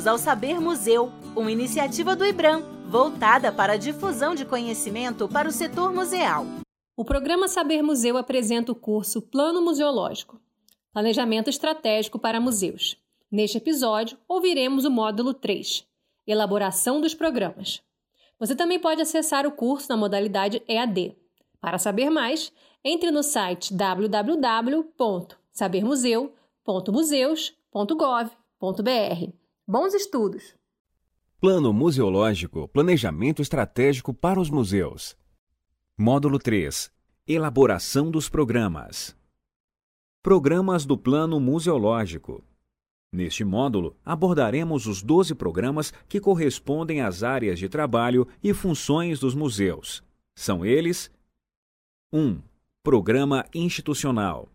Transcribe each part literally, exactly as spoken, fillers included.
ao Saber Museu, uma iniciativa do IBRAM, voltada para a difusão de conhecimento para o setor museal. O programa Saber Museu apresenta o curso Plano Museológico, Planejamento Estratégico para Museus. Neste episódio, ouviremos o módulo três, Elaboração dos Programas. Você também pode acessar o curso na modalidade E A D. Para saber mais, entre no site w w w ponto saber museu ponto museus ponto gov ponto b r. Bons estudos! Plano Museológico, Planejamento Estratégico para os Museus. Módulo três. Elaboração dos Programas. Programas do Plano Museológico. Neste módulo, abordaremos os doze programas que correspondem às áreas de trabalho e funções dos museus. São eles: um. Programa Institucional.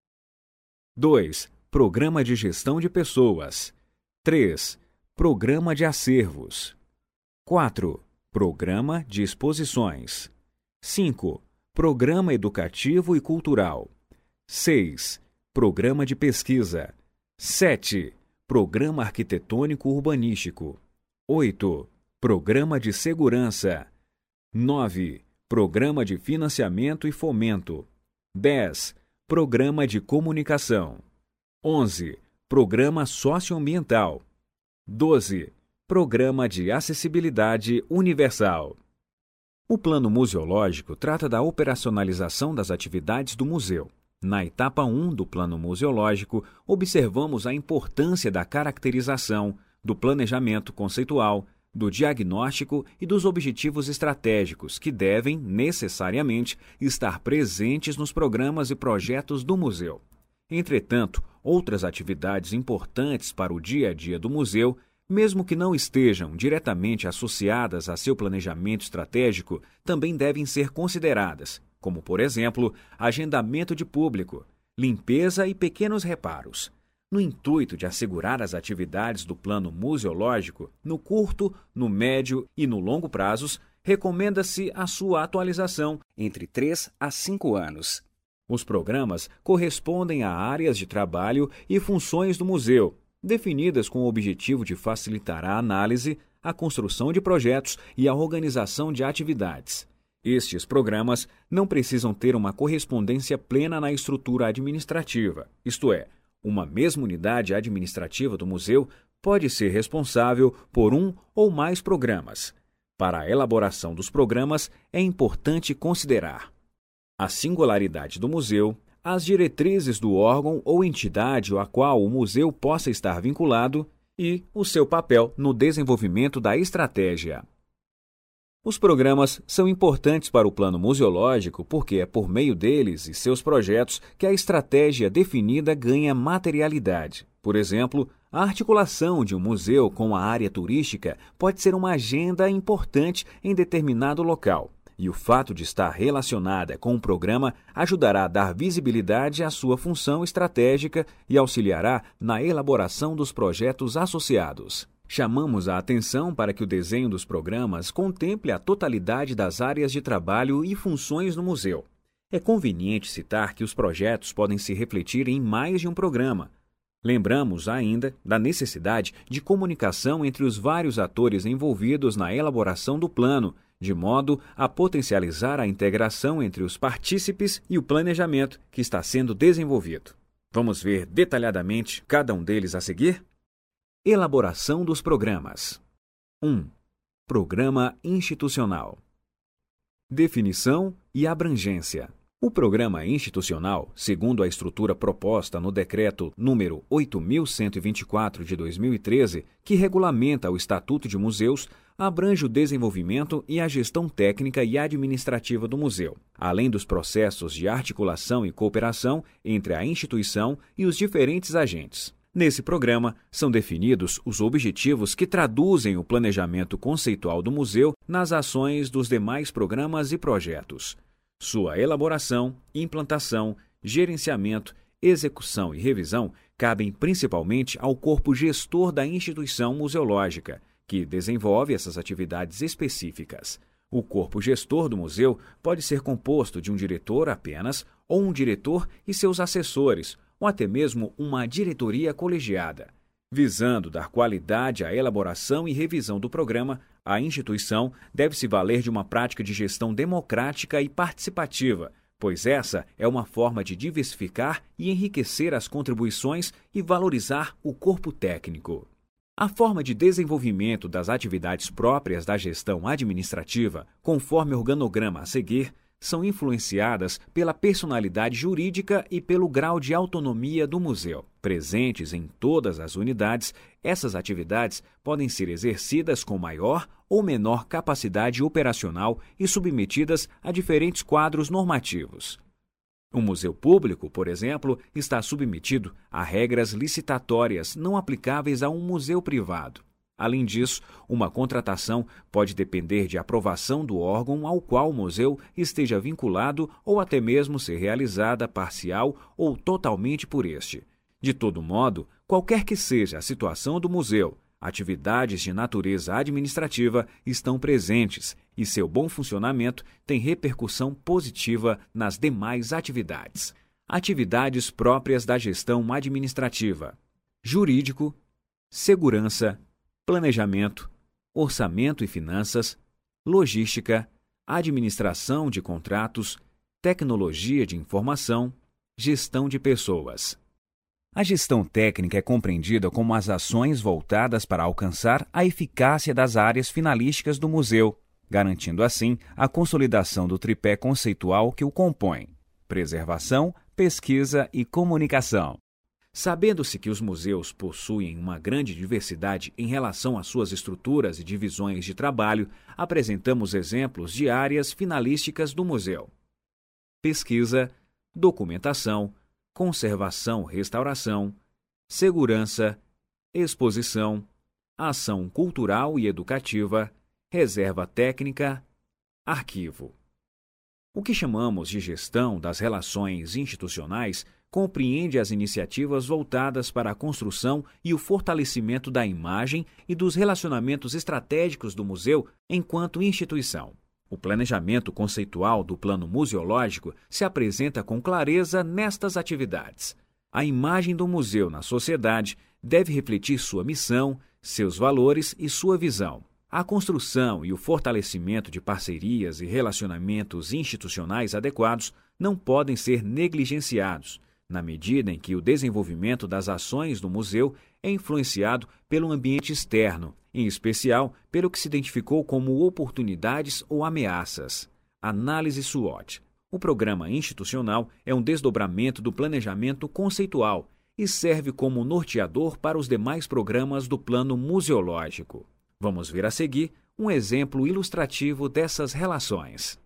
dois. Programa de Gestão de Pessoas. três. Programa de Acervos. quatro. Programa de Exposições. cinco. Programa Educativo e Cultural. seis. Programa de Pesquisa. sete. Programa Arquitetônico Urbanístico. oito. Programa de Segurança. nove. Programa de Financiamento e Fomento. dez. Programa de Comunicação. onze. Programa Socioambiental. doze. Programa de Acessibilidade Universal. O Plano Museológico trata da operacionalização das atividades do museu. Na etapa um do Plano Museológico, observamos a importância da caracterização, do planejamento conceitual, do diagnóstico e dos objetivos estratégicos que devem, necessariamente, estar presentes nos programas e projetos do museu. Entretanto, outras atividades importantes para o dia a dia do museu, mesmo que não estejam diretamente associadas a seu planejamento estratégico, também devem ser consideradas, como, por exemplo, agendamento de público, limpeza e pequenos reparos. No intuito de assegurar as atividades do plano museológico, no curto, no médio e no longo prazos, recomenda-se a sua atualização entre três a cinco anos. Os programas correspondem a áreas de trabalho e funções do museu, definidas com o objetivo de facilitar a análise, a construção de projetos e a organização de atividades. Estes programas não precisam ter uma correspondência plena na estrutura administrativa, isto é, uma mesma unidade administrativa do museu pode ser responsável por um ou mais programas. Para a elaboração dos programas, é importante considerar a singularidade do museu, as diretrizes do órgão ou entidade a qual o museu possa estar vinculado e o seu papel no desenvolvimento da estratégia. Os programas são importantes para o plano museológico porque é por meio deles e seus projetos que a estratégia definida ganha materialidade. Por exemplo, a articulação de um museu com a área turística pode ser uma agenda importante em determinado local. E o fato de estar relacionada com um programa ajudará a dar visibilidade à sua função estratégica e auxiliará na elaboração dos projetos associados. Chamamos a atenção para que o desenho dos programas contemple a totalidade das áreas de trabalho e funções no museu. É conveniente citar que os projetos podem se refletir em mais de um programa. Lembramos ainda da necessidade de comunicação entre os vários atores envolvidos na elaboração do plano, de modo a potencializar a integração entre os partícipes e o planejamento que está sendo desenvolvido. Vamos ver detalhadamente cada um deles a seguir? Elaboração dos programas. um. Programa institucional. Definição e abrangência. O programa institucional, segundo a estrutura proposta no Decreto número oito mil cento e vinte e quatro de dois mil e treze, que regulamenta o Estatuto de Museus, abrange o desenvolvimento e a gestão técnica e administrativa do museu, além dos processos de articulação e cooperação entre a instituição e os diferentes agentes. Nesse programa, são definidos os objetivos que traduzem o planejamento conceitual do museu nas ações dos demais programas e projetos. Sua elaboração, implantação, gerenciamento, execução e revisão cabem principalmente ao corpo gestor da instituição museológica, que desenvolve essas atividades específicas. O corpo gestor do museu pode ser composto de um diretor apenas, ou um diretor e seus assessores, ou até mesmo uma diretoria colegiada. Visando dar qualidade à elaboração e revisão do programa, a instituição deve se valer de uma prática de gestão democrática e participativa, pois essa é uma forma de diversificar e enriquecer as contribuições e valorizar o corpo técnico. A forma de desenvolvimento das atividades próprias da gestão administrativa, conforme o organograma a seguir, são influenciadas pela personalidade jurídica e pelo grau de autonomia do museu. Presentes em todas as unidades, essas atividades podem ser exercidas com maior ou menor capacidade operacional e submetidas a diferentes quadros normativos. Um museu público, por exemplo, está submetido a regras licitatórias não aplicáveis a um museu privado. Além disso, uma contratação pode depender de aprovação do órgão ao qual o museu esteja vinculado ou até mesmo ser realizada parcial ou totalmente por este. De todo modo, qualquer que seja a situação do museu, atividades de natureza administrativa estão presentes e seu bom funcionamento tem repercussão positiva nas demais atividades. Atividades próprias da gestão administrativa: jurídico, segurança, planejamento, orçamento e finanças, logística, administração de contratos, tecnologia de informação, gestão de pessoas. A gestão técnica é compreendida como as ações voltadas para alcançar a eficácia das áreas finalísticas do museu, garantindo assim a consolidação do tripé conceitual que o compõe: preservação, pesquisa e comunicação. Sabendo-se que os museus possuem uma grande diversidade em relação às suas estruturas e divisões de trabalho, apresentamos exemplos de áreas finalísticas do museu: pesquisa, documentação, conservação-restauração, segurança, exposição, ação cultural e educativa, reserva técnica, arquivo. O que chamamos de gestão das relações institucionais compreende as iniciativas voltadas para a construção e o fortalecimento da imagem e dos relacionamentos estratégicos do museu enquanto instituição. O planejamento conceitual do plano museológico se apresenta com clareza nestas atividades. A imagem do museu na sociedade deve refletir sua missão, seus valores e sua visão. A construção e o fortalecimento de parcerias e relacionamentos institucionais adequados não podem ser negligenciados, na medida em que o desenvolvimento das ações do museu é influenciado pelo ambiente externo, em especial pelo que se identificou como oportunidades ou ameaças. Análise SWOT. O programa institucional é um desdobramento do planejamento conceitual e serve como norteador para os demais programas do plano museológico. Vamos ver a seguir um exemplo ilustrativo dessas relações.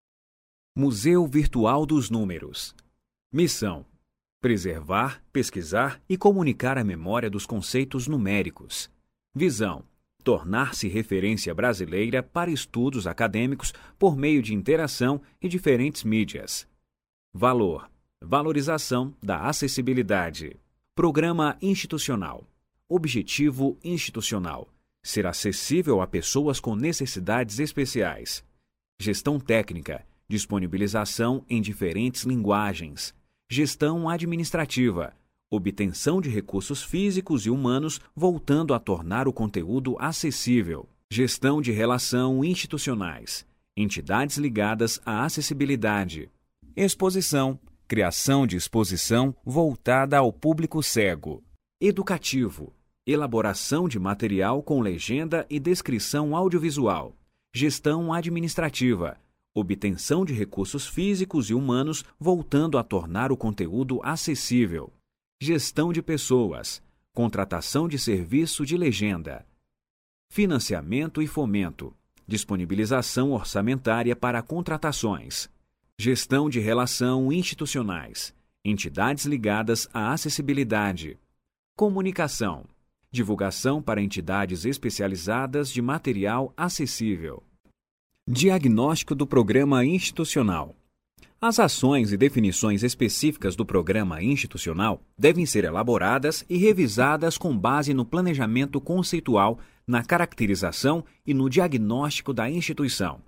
Museu Virtual dos Números. Missão: preservar, pesquisar e comunicar a memória dos conceitos numéricos. Visão: tornar-se referência brasileira para estudos acadêmicos por meio de interação e diferentes mídias. Valor: valorização da acessibilidade. Programa institucional. Objetivo institucional: ser acessível a pessoas com necessidades especiais. Gestão técnica: disponibilização em diferentes linguagens. Gestão administrativa: obtenção de recursos físicos e humanos voltando a tornar o conteúdo acessível. Gestão de relação institucionais: entidades ligadas à acessibilidade. Exposição: criação de exposição voltada ao público cego. Educativo: elaboração de material com legenda e descrição audiovisual. Gestão administrativa: obtenção de recursos físicos e humanos voltando a tornar o conteúdo acessível. Gestão de pessoas: contratação de serviço de legenda. Financiamento e fomento: disponibilização orçamentária para contratações. Gestão de relação institucionais: entidades ligadas à acessibilidade. Comunicação: divulgação para entidades especializadas de material acessível. Diagnóstico do programa institucional. As ações e definições específicas do programa institucional devem ser elaboradas e revisadas com base no planejamento conceitual, na caracterização e no diagnóstico da instituição.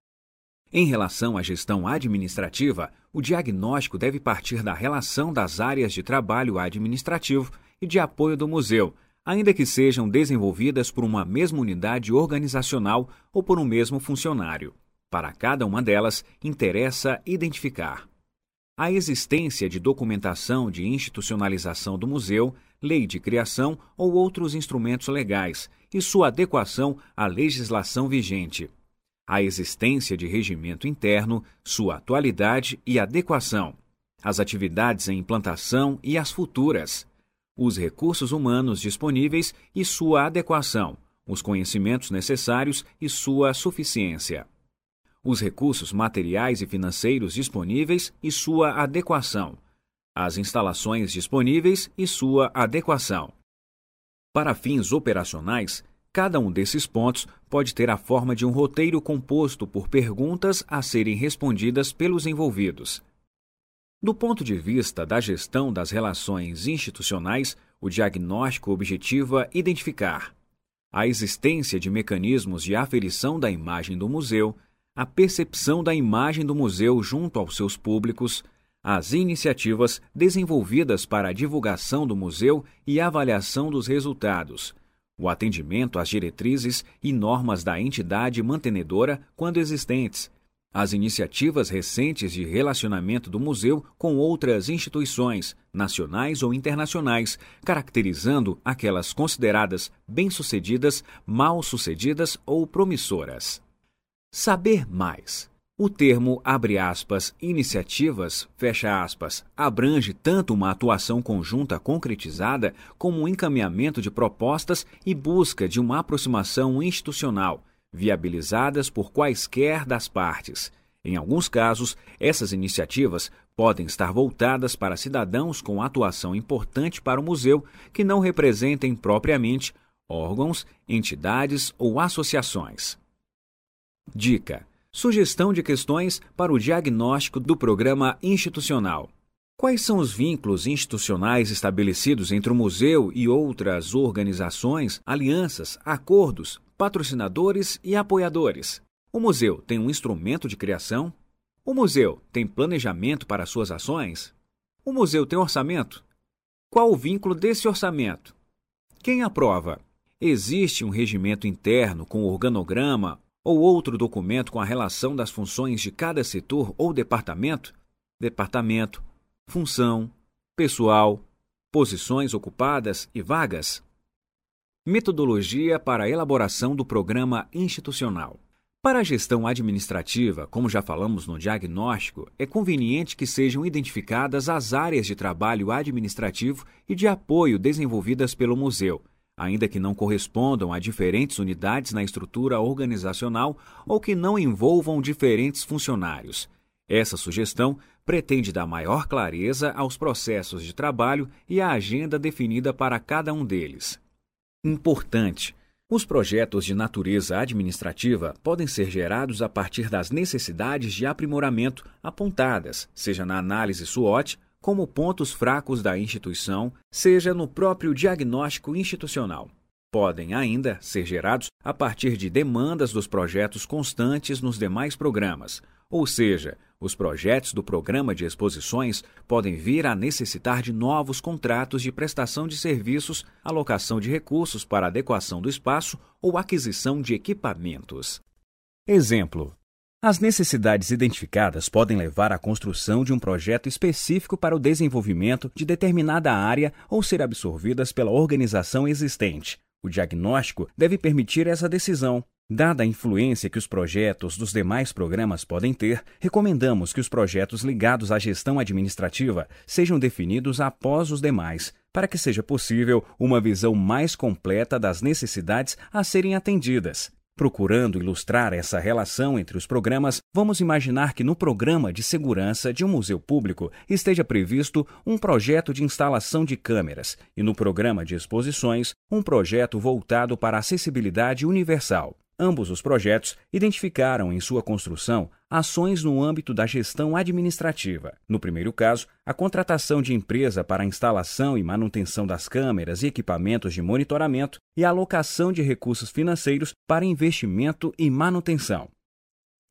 Em relação à gestão administrativa, o diagnóstico deve partir da relação das áreas de trabalho administrativo e de apoio do museu, ainda que sejam desenvolvidas por uma mesma unidade organizacional ou por um mesmo funcionário. Para cada uma delas, interessa identificar a existência de documentação de institucionalização do museu, lei de criação ou outros instrumentos legais e sua adequação à legislação vigente, a existência de regimento interno, sua atualidade e adequação, as atividades em implantação e as futuras, os recursos humanos disponíveis e sua adequação, os conhecimentos necessários e sua suficiência, os recursos materiais e financeiros disponíveis e sua adequação, as instalações disponíveis e sua adequação. Para fins operacionais, cada um desses pontos pode ter a forma de um roteiro composto por perguntas a serem respondidas pelos envolvidos. Do ponto de vista da gestão das relações institucionais, o diagnóstico objetiva identificar a existência de mecanismos de aferição da imagem do museu, a percepção da imagem do museu junto aos seus públicos, as iniciativas desenvolvidas para a divulgação do museu e avaliação dos resultados, o atendimento às diretrizes e normas da entidade mantenedora quando existentes, as iniciativas recentes de relacionamento do museu com outras instituições, nacionais ou internacionais, caracterizando aquelas consideradas bem-sucedidas, mal-sucedidas ou promissoras. Saber mais. O termo, abre aspas, iniciativas, fecha aspas, abrange tanto uma atuação conjunta concretizada como um encaminhamento de propostas e busca de uma aproximação institucional, viabilizadas por quaisquer das partes. Em alguns casos, essas iniciativas podem estar voltadas para cidadãos com atuação importante para o museu que não representem propriamente órgãos, entidades ou associações. Dica: sugestão de questões para o diagnóstico do programa institucional. Quais são os vínculos institucionais estabelecidos entre o museu e outras organizações, alianças, acordos, patrocinadores e apoiadores? O museu tem um instrumento de criação? O museu tem planejamento para suas ações? O museu tem orçamento? Qual o vínculo desse orçamento? Quem aprova? Existe um regimento interno com organograma ou outro documento com a relação das funções de cada setor ou departamento? Departamento, função, pessoal, posições ocupadas e vagas? Metodologia para a elaboração do programa institucional. Para a gestão administrativa, como já falamos no diagnóstico, é conveniente que sejam identificadas as áreas de trabalho administrativo e de apoio desenvolvidas pelo museu, ainda que não correspondam a diferentes unidades na estrutura organizacional ou que não envolvam diferentes funcionários. Essa sugestão pretende dar maior clareza aos processos de trabalho e à agenda definida para cada um deles. Importante: os projetos de natureza administrativa podem ser gerados a partir das necessidades de aprimoramento apontadas, seja na análise SWOT, como pontos fracos da instituição, seja no próprio diagnóstico institucional. Podem ainda ser gerados a partir de demandas dos projetos constantes nos demais programas, ou seja, os projetos do programa de exposições podem vir a necessitar de novos contratos de prestação de serviços, alocação de recursos para adequação do espaço ou aquisição de equipamentos. Exemplo: as necessidades identificadas podem levar à construção de um projeto específico para o desenvolvimento de determinada área ou ser absorvidas pela organização existente. O diagnóstico deve permitir essa decisão. Dada a influência que os projetos dos demais programas podem ter, recomendamos que os projetos ligados à gestão administrativa sejam definidos após os demais, para que seja possível uma visão mais completa das necessidades a serem atendidas. Procurando ilustrar essa relação entre os programas, vamos imaginar que no programa de segurança de um museu público esteja previsto um projeto de instalação de câmeras e no programa de exposições um projeto voltado para a acessibilidade universal. Ambos os projetos identificaram em sua construção ações no âmbito da gestão administrativa. No primeiro caso, a contratação de empresa para a instalação e manutenção das câmeras e equipamentos de monitoramento e a alocação de recursos financeiros para investimento e manutenção.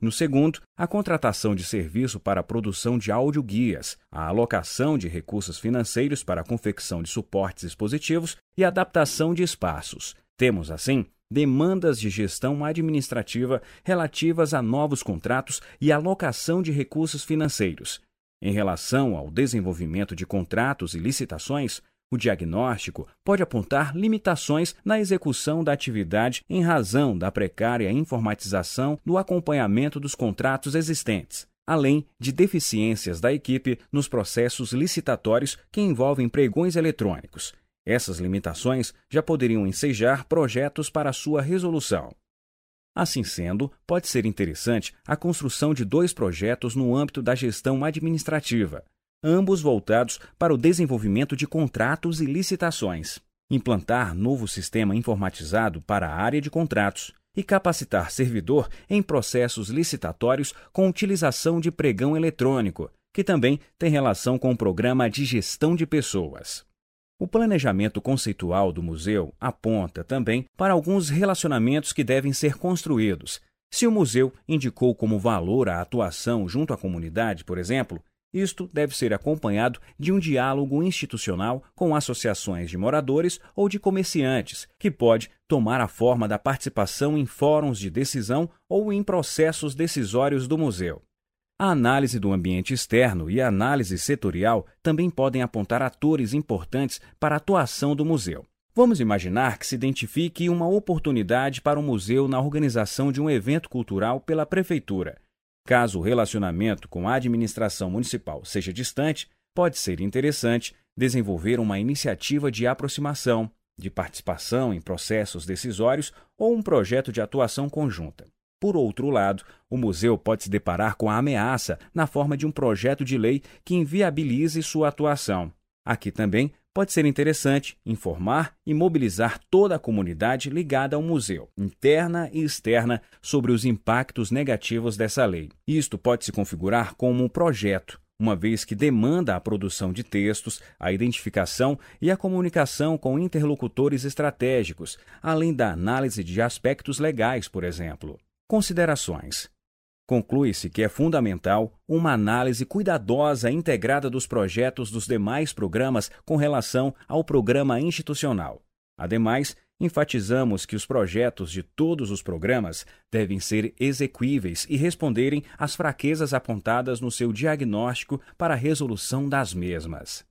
No segundo, a contratação de serviço para a produção de audioguias, a alocação de recursos financeiros para a confecção de suportes expositivos e adaptação de espaços. Temos, assim, demandas de gestão administrativa relativas a novos contratos e alocação de recursos financeiros. Em relação ao desenvolvimento de contratos e licitações, o diagnóstico pode apontar limitações na execução da atividade em razão da precária informatização do acompanhamento dos contratos existentes, além de deficiências da equipe nos processos licitatórios que envolvem pregões eletrônicos. Essas limitações já poderiam ensejar projetos para sua resolução. Assim sendo, pode ser interessante a construção de dois projetos no âmbito da gestão administrativa, ambos voltados para o desenvolvimento de contratos e licitações, implantar novo sistema informatizado para a área de contratos e capacitar servidor em processos licitatórios com utilização de pregão eletrônico, que também tem relação com o programa de gestão de pessoas. O planejamento conceitual do museu aponta também para alguns relacionamentos que devem ser construídos. Se o museu indicou como valor a atuação junto à comunidade, por exemplo, isto deve ser acompanhado de um diálogo institucional com associações de moradores ou de comerciantes, que pode tomar a forma da participação em fóruns de decisão ou em processos decisórios do museu. A análise do ambiente externo e a análise setorial também podem apontar atores importantes para a atuação do museu. Vamos imaginar que se identifique uma oportunidade para o museu na organização de um evento cultural pela prefeitura. Caso o relacionamento com a administração municipal seja distante, pode ser interessante desenvolver uma iniciativa de aproximação, de participação em processos decisórios ou um projeto de atuação conjunta. Por outro lado, o museu pode se deparar com a ameaça na forma de um projeto de lei que inviabilize sua atuação. Aqui também pode ser interessante informar e mobilizar toda a comunidade ligada ao museu, interna e externa, sobre os impactos negativos dessa lei. Isto pode se configurar como um projeto, uma vez que demanda a produção de textos, a identificação e a comunicação com interlocutores estratégicos, além da análise de aspectos legais, por exemplo. Considerações. Conclui-se que é fundamental uma análise cuidadosa e integrada dos projetos dos demais programas com relação ao programa institucional. Ademais, enfatizamos que os projetos de todos os programas devem ser exequíveis e responderem às fraquezas apontadas no seu diagnóstico para a resolução das mesmas.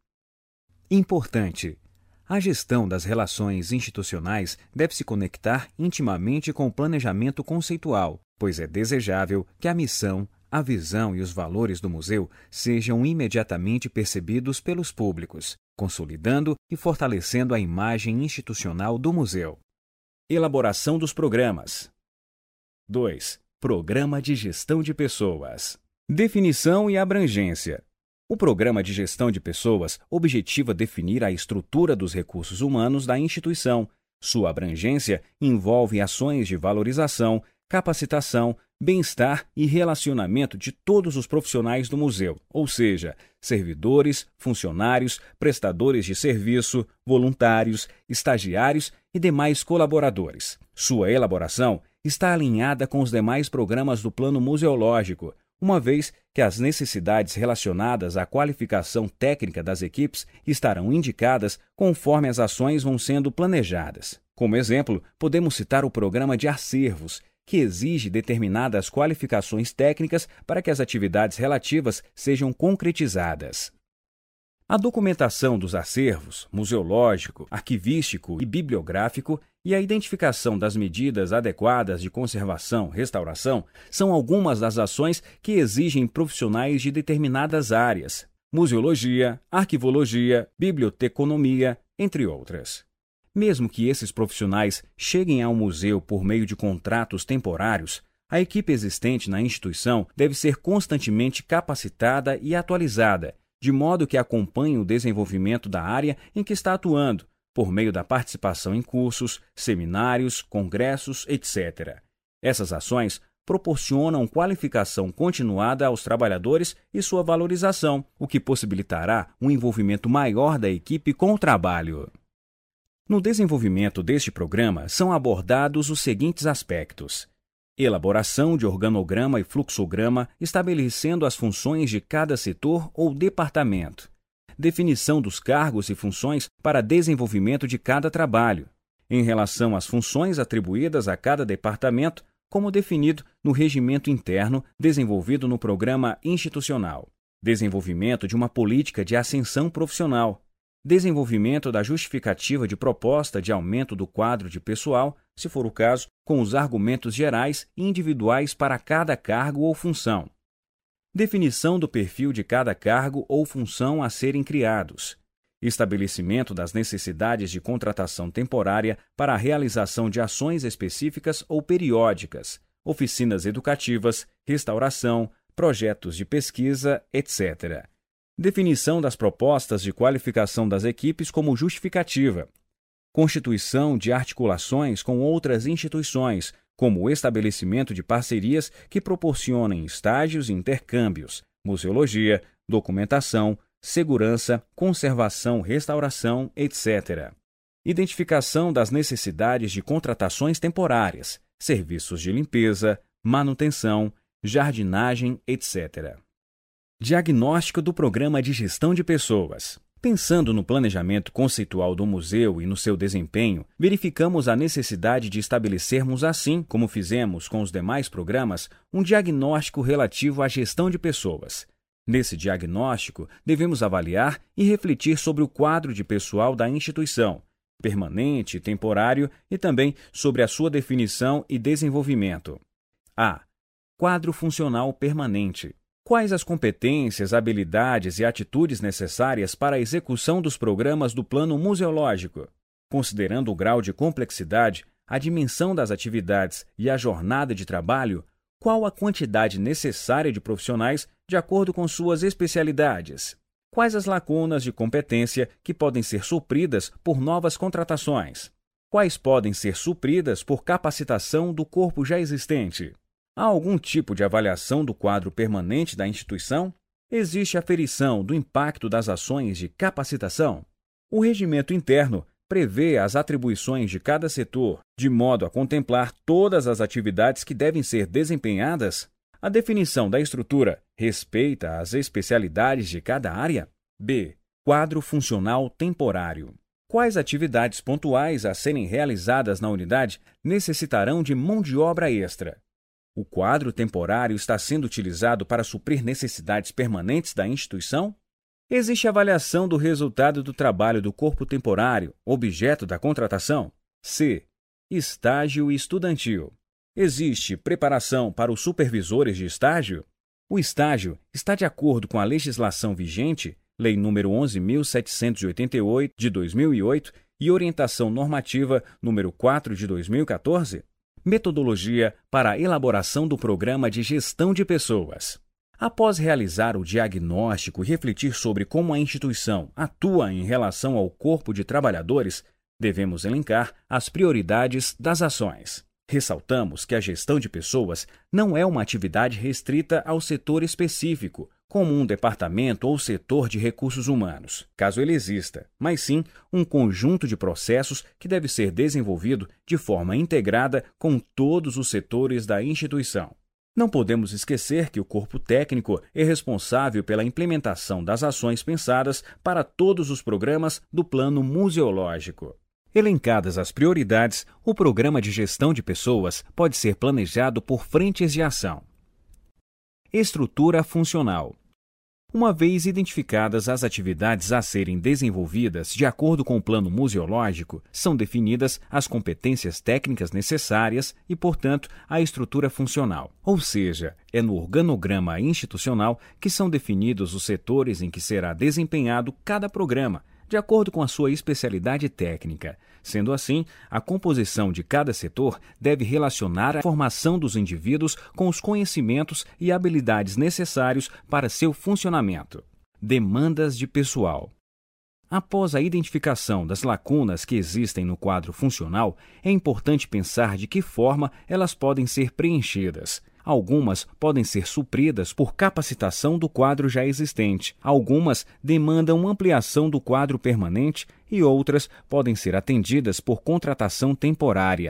Importante: a gestão das relações institucionais deve se conectar intimamente com o planejamento conceitual, pois é desejável que a missão, a visão e os valores do museu sejam imediatamente percebidos pelos públicos, consolidando e fortalecendo a imagem institucional do museu. Elaboração dos programas. dois. Programa de gestão de pessoas. Definição e abrangência. O Programa de Gestão de Pessoas objetiva definir a estrutura dos recursos humanos da instituição. Sua abrangência envolve ações de valorização, capacitação, bem-estar e relacionamento de todos os profissionais do museu, ou seja, servidores, funcionários, prestadores de serviço, voluntários, estagiários e demais colaboradores. Sua elaboração está alinhada com os demais programas do Plano Museológico, uma vez que as necessidades relacionadas à qualificação técnica das equipes estarão indicadas conforme as ações vão sendo planejadas. Como exemplo, podemos citar o Programa de Acervos, que exige determinadas qualificações técnicas para que as atividades relativas sejam concretizadas. A documentação dos acervos, museológico, arquivístico e bibliográfico, e a identificação das medidas adequadas de conservação, restauração, são algumas das ações que exigem profissionais de determinadas áreas: museologia, arquivologia, biblioteconomia, entre outras. Mesmo que esses profissionais cheguem ao museu por meio de contratos temporários, a equipe existente na instituição deve ser constantemente capacitada e atualizada, de modo que acompanhe o desenvolvimento da área em que está atuando, por meio da participação em cursos, seminários, congressos, etcétera. Essas ações proporcionam qualificação continuada aos trabalhadores e sua valorização, o que possibilitará um envolvimento maior da equipe com o trabalho. No desenvolvimento deste programa são abordados os seguintes aspectos: elaboração de organograma e fluxograma estabelecendo as funções de cada setor ou departamento, definição dos cargos e funções para desenvolvimento de cada trabalho, em relação às funções atribuídas a cada departamento, como definido no regimento interno desenvolvido no programa institucional, desenvolvimento de uma política de ascensão profissional, desenvolvimento da justificativa de proposta de aumento do quadro de pessoal, se for o caso, com os argumentos gerais e individuais para cada cargo ou função, definição do perfil de cada cargo ou função a serem criados, estabelecimento das necessidades de contratação temporária para a realização de ações específicas ou periódicas, oficinas educativas, restauração, projetos de pesquisa, etcétera. Definição das propostas de qualificação das equipes como justificativa. Constituição de articulações com outras instituições, como o estabelecimento de parcerias que proporcionem estágios e intercâmbios, museologia, documentação, segurança, conservação, restauração, etcétera. Identificação das necessidades de contratações temporárias, serviços de limpeza, manutenção, jardinagem, etcétera. Diagnóstico do Programa de Gestão de Pessoas. Pensando no planejamento conceitual do museu e no seu desempenho, verificamos a necessidade de estabelecermos, assim como fizemos com os demais programas, um diagnóstico relativo à gestão de pessoas. Nesse diagnóstico, devemos avaliar e refletir sobre o quadro de pessoal da instituição, permanente e temporário, e também sobre a sua definição e desenvolvimento. A. Quadro funcional permanente. Quais as competências, habilidades e atitudes necessárias para a execução dos programas do plano museológico? Considerando o grau de complexidade, a dimensão das atividades e a jornada de trabalho, qual a quantidade necessária de profissionais de acordo com suas especialidades? Quais as lacunas de competência que podem ser supridas por novas contratações? Quais podem ser supridas por capacitação do corpo já existente? Há algum tipo de avaliação do quadro permanente da instituição? Existe aferição do impacto das ações de capacitação? O regimento interno prevê as atribuições de cada setor, de modo a contemplar todas as atividades que devem ser desempenhadas? A definição da estrutura respeita as especialidades de cada área? B. Quadro funcional temporário. Quais atividades pontuais a serem realizadas na unidade necessitarão de mão de obra extra? O quadro temporário está sendo utilizado para suprir necessidades permanentes da instituição? Existe avaliação do resultado do trabalho do corpo temporário, objeto da contratação? C. Estágio estudantil. Existe preparação para os supervisores de estágio? O estágio está de acordo com a legislação vigente, Lei número onze mil setecentos e oitenta e oito, de dois mil e oito, e Orientação Normativa número quatro, de dois mil e quatorze? Metodologia para a elaboração do Programa de Gestão de Pessoas. Após realizar o diagnóstico e refletir sobre como a instituição atua em relação ao corpo de trabalhadores, devemos elencar as prioridades das ações. Ressaltamos que a gestão de pessoas não é uma atividade restrita ao setor específico, como um departamento ou setor de recursos humanos, caso ele exista, mas sim um conjunto de processos que deve ser desenvolvido de forma integrada com todos os setores da instituição. Não podemos esquecer que o corpo técnico é responsável pela implementação das ações pensadas para todos os programas do plano museológico. Elencadas as prioridades, o programa de gestão de pessoas pode ser planejado por frentes de ação. Estrutura funcional. Uma vez identificadas as atividades a serem desenvolvidas de acordo com o plano museológico, são definidas as competências técnicas necessárias e, portanto, a estrutura funcional. Ou seja, é no organograma institucional que são definidos os setores em que será desempenhado cada programa, de acordo com a sua especialidade técnica. Sendo assim, a composição de cada setor deve relacionar a formação dos indivíduos com os conhecimentos e habilidades necessários para seu funcionamento. Demandas de pessoal. Após a identificação das lacunas que existem no quadro funcional, é importante pensar de que forma elas podem ser preenchidas. Algumas podem ser supridas por capacitação do quadro já existente, algumas demandam ampliação do quadro permanente e outras podem ser atendidas por contratação temporária.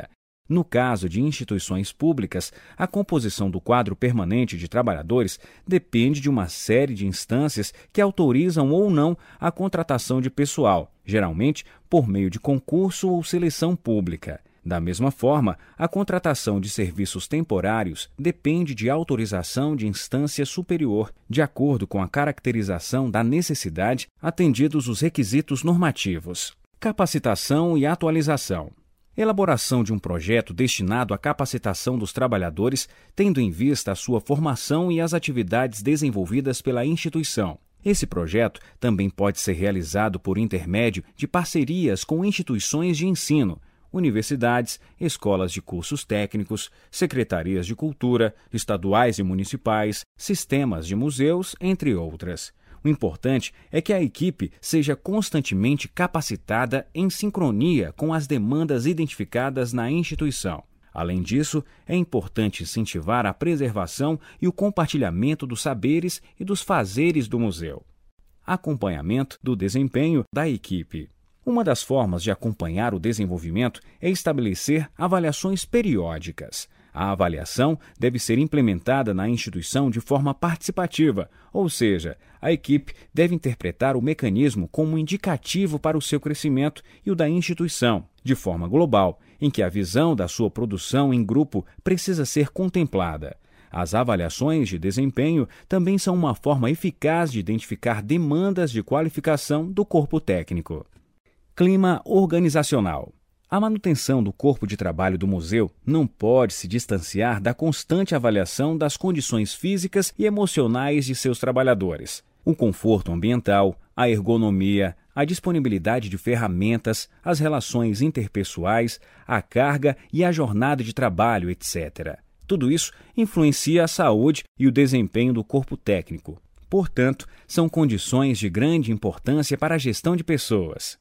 No caso de instituições públicas, a composição do quadro permanente de trabalhadores depende de uma série de instâncias que autorizam ou não a contratação de pessoal, geralmente por meio de concurso ou seleção pública. Da mesma forma, a contratação de serviços temporários depende de autorização de instância superior, de acordo com a caracterização da necessidade, atendidos os requisitos normativos. Capacitação e atualização. Elaboração de um projeto destinado à capacitação dos trabalhadores, tendo em vista a sua formação e as atividades desenvolvidas pela instituição. Esse projeto também pode ser realizado por intermédio de parcerias com instituições de ensino, universidades, escolas de cursos técnicos, secretarias de cultura, estaduais e municipais, sistemas de museus, entre outras. O importante é que a equipe seja constantemente capacitada em sincronia com as demandas identificadas na instituição. Além disso, é importante incentivar a preservação e o compartilhamento dos saberes e dos fazeres do museu. Acompanhamento do desempenho da equipe. Uma das formas de acompanhar o desenvolvimento é estabelecer avaliações periódicas. A avaliação deve ser implementada na instituição de forma participativa, ou seja, a equipe deve interpretar o mecanismo como indicativo para o seu crescimento e o da instituição, de forma global, em que a visão da sua produção em grupo precisa ser contemplada. As avaliações de desempenho também são uma forma eficaz de identificar demandas de qualificação do corpo técnico. Clima organizacional. A manutenção do corpo de trabalho do museu não pode se distanciar da constante avaliação das condições físicas e emocionais de seus trabalhadores. O conforto ambiental, a ergonomia, a disponibilidade de ferramentas, as relações interpessoais, a carga e a jornada de trabalho, etcétera. Tudo isso influencia a saúde e o desempenho do corpo técnico. Portanto, são condições de grande importância para a gestão de pessoas.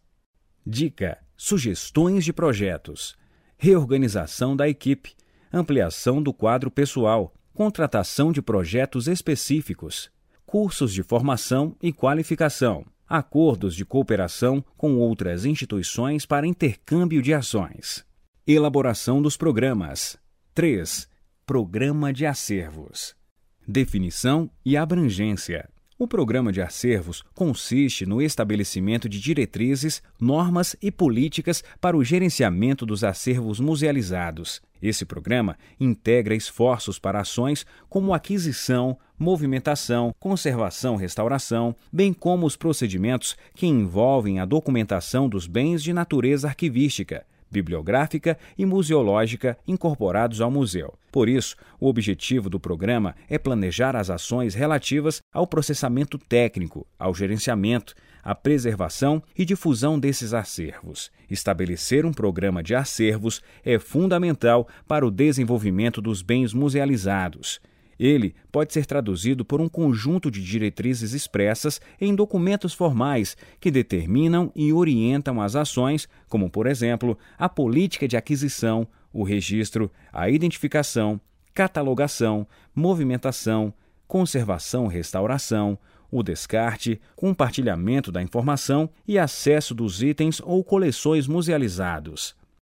Dica: sugestões de projetos, reorganização da equipe, ampliação do quadro pessoal, contratação de projetos específicos, cursos de formação e qualificação, acordos de cooperação com outras instituições para intercâmbio de ações. Elaboração dos programas. três. Programa de acervos. Definição e abrangência. O programa de acervos consiste no estabelecimento de diretrizes, normas e políticas para o gerenciamento dos acervos musealizados. Esse programa integra esforços para ações como aquisição, movimentação, conservação, restauração, bem como os procedimentos que envolvem a documentação dos bens de natureza arquivística, bibliográfica e museológica incorporados ao museu. Por isso, o objetivo do programa é planejar as ações relativas ao processamento técnico, ao gerenciamento, à preservação e difusão desses acervos. Estabelecer um programa de acervos é fundamental para o desenvolvimento dos bens musealizados. Ele pode ser traduzido por um conjunto de diretrizes expressas em documentos formais que determinam e orientam as ações, como, por exemplo, a política de aquisição, o registro, a identificação, catalogação, movimentação, conservação, restauração, o descarte, compartilhamento da informação e acesso dos itens ou coleções musealizados.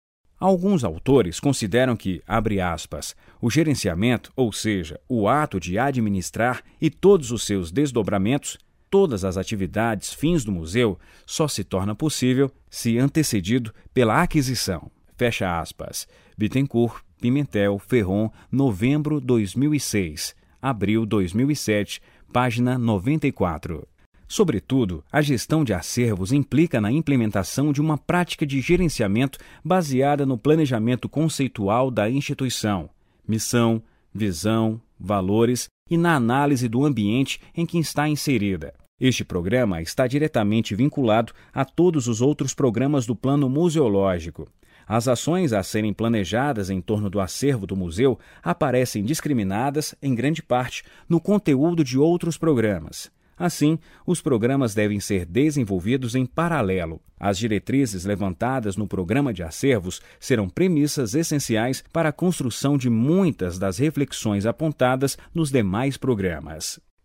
Alguns autores consideram que, abre aspas, o gerenciamento, ou seja, o ato de administrar e todos os seus desdobramentos, todas as atividades fins do museu, só se torna possível se antecedido pela aquisição. Fecha aspas. Bittencourt, Pimentel, Ferron, novembro dois mil e seis, abril dois mil e sete, página noventa e quatro. Sobretudo, a gestão de acervos implica na implementação de uma prática de gerenciamento baseada no planejamento conceitual da instituição, missão, visão, valores e na análise do ambiente em que está inserida. Este programa está diretamente vinculado a todos os outros programas do plano museológico. As ações a serem planejadas em torno do acervo do museu aparecem discriminadas, em grande parte, no conteúdo de outros programas. Assim, os programas devem ser desenvolvidos em paralelo. As diretrizes levantadas no programa de acervos serão premissas essenciais para a construção de muitas das reflexões apontadas nos demais programas.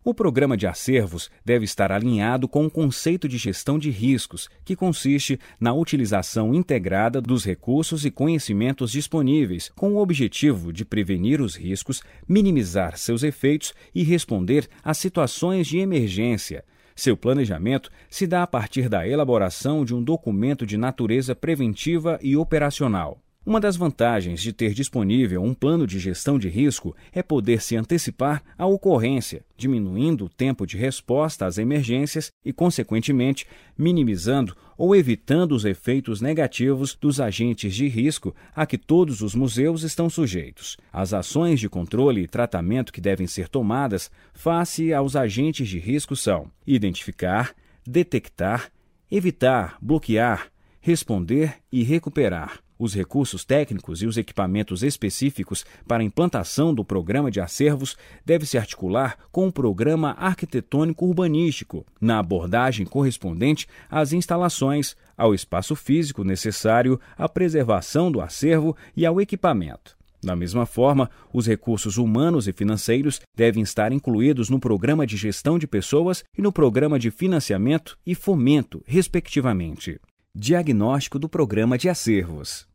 O programa de acervos deve estar alinhado com o conceito de gestão de riscos, que consiste na utilização integrada dos recursos e conhecimentos disponíveis, com o objetivo de prevenir os riscos, minimizar seus efeitos e responder a situações de emergência. Seu planejamento se dá a partir da elaboração de um documento de natureza preventiva e operacional. Uma das vantagens de ter disponível um plano de gestão de risco é poder se antecipar à ocorrência, diminuindo o tempo de resposta às emergências e, consequentemente, minimizando ou evitando os efeitos negativos dos agentes de risco a que todos os museus estão sujeitos. As ações de controle e tratamento que devem ser tomadas face aos agentes de risco são identificar, detectar, evitar, bloquear, responder e recuperar. Os recursos técnicos e os equipamentos específicos para a implantação do programa de acervos devem se articular com o programa arquitetônico urbanístico, na abordagem correspondente às instalações, ao espaço físico necessário à preservação do acervo e ao equipamento. Da mesma forma, os recursos humanos e financeiros devem estar incluídos no programa de gestão de pessoas e no programa de financiamento e fomento, respectivamente. Diagnóstico do programa de acervos.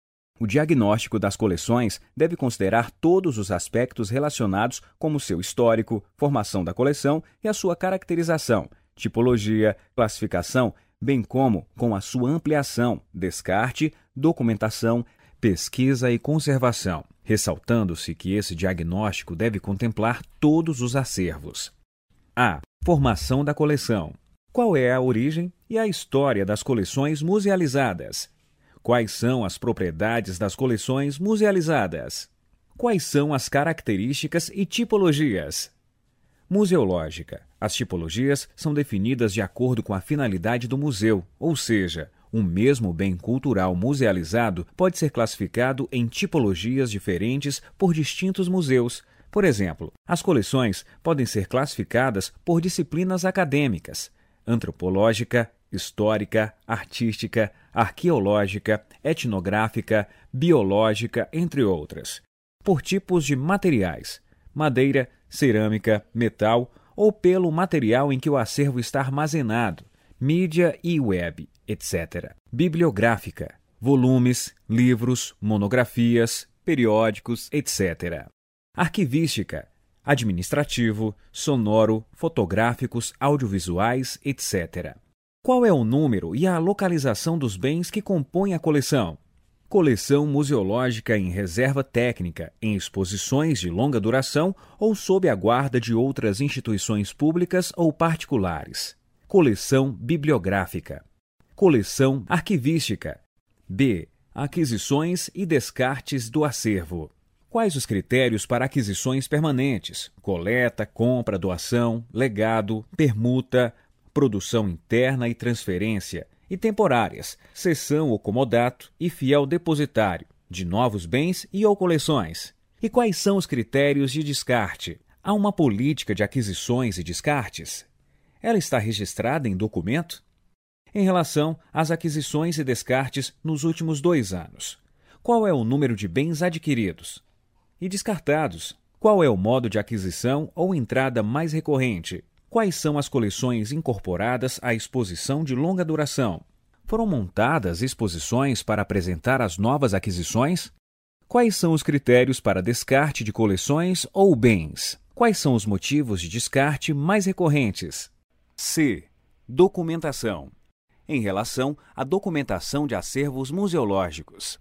O diagnóstico das coleções deve considerar todos os aspectos relacionados como seu histórico, formação da coleção e a sua caracterização, tipologia, classificação, bem como com a sua ampliação, descarte, documentação, pesquisa e conservação, ressaltando-se que esse diagnóstico deve contemplar todos os acervos. A. Formação da coleção. Qual é a origem e a história das coleções musealizadas? Quais são as propriedades das coleções musealizadas? Quais são as características e tipologias? Museológica. As tipologias são definidas de acordo com a finalidade do museu, ou seja, um mesmo bem cultural musealizado pode ser classificado em tipologias diferentes por distintos museus. Por exemplo, as coleções podem ser classificadas por disciplinas acadêmicas: antropológica, histórica, artística, arqueológica, etnográfica, biológica, entre outras. Por tipos de materiais: madeira, cerâmica, metal ou pelo material em que o acervo está armazenado, mídia e web, etcétera. Bibliográfica: volumes, livros, monografias, periódicos, etcétera. Arquivística: administrativo, sonoro, fotográficos, audiovisuais, etcétera. Qual é o número e a localização dos bens que compõem a coleção? Coleção museológica em reserva técnica, em exposições de longa duração ou sob a guarda de outras instituições públicas ou particulares. Coleção bibliográfica. Coleção arquivística. B. Aquisições e descartes do acervo. Quais os critérios para aquisições permanentes? Coleta, compra, doação, legado, permuta, produção interna e transferência, e temporárias, cessão ou comodato e fiel depositário, de novos bens e ou coleções. E quais são os critérios de descarte? Há uma política de aquisições e descartes? Ela está registrada em documento? Em relação às aquisições e descartes nos últimos dois anos, qual é o número de bens adquiridos? E descartados, qual é o modo de aquisição ou entrada mais recorrente? Quais são as coleções incorporadas à exposição de longa duração? Foram montadas exposições para apresentar as novas aquisições? Quais são os critérios para descarte de coleções ou bens? Quais são os motivos de descarte mais recorrentes? C. Documentação. Em relação à documentação de acervos museológicos.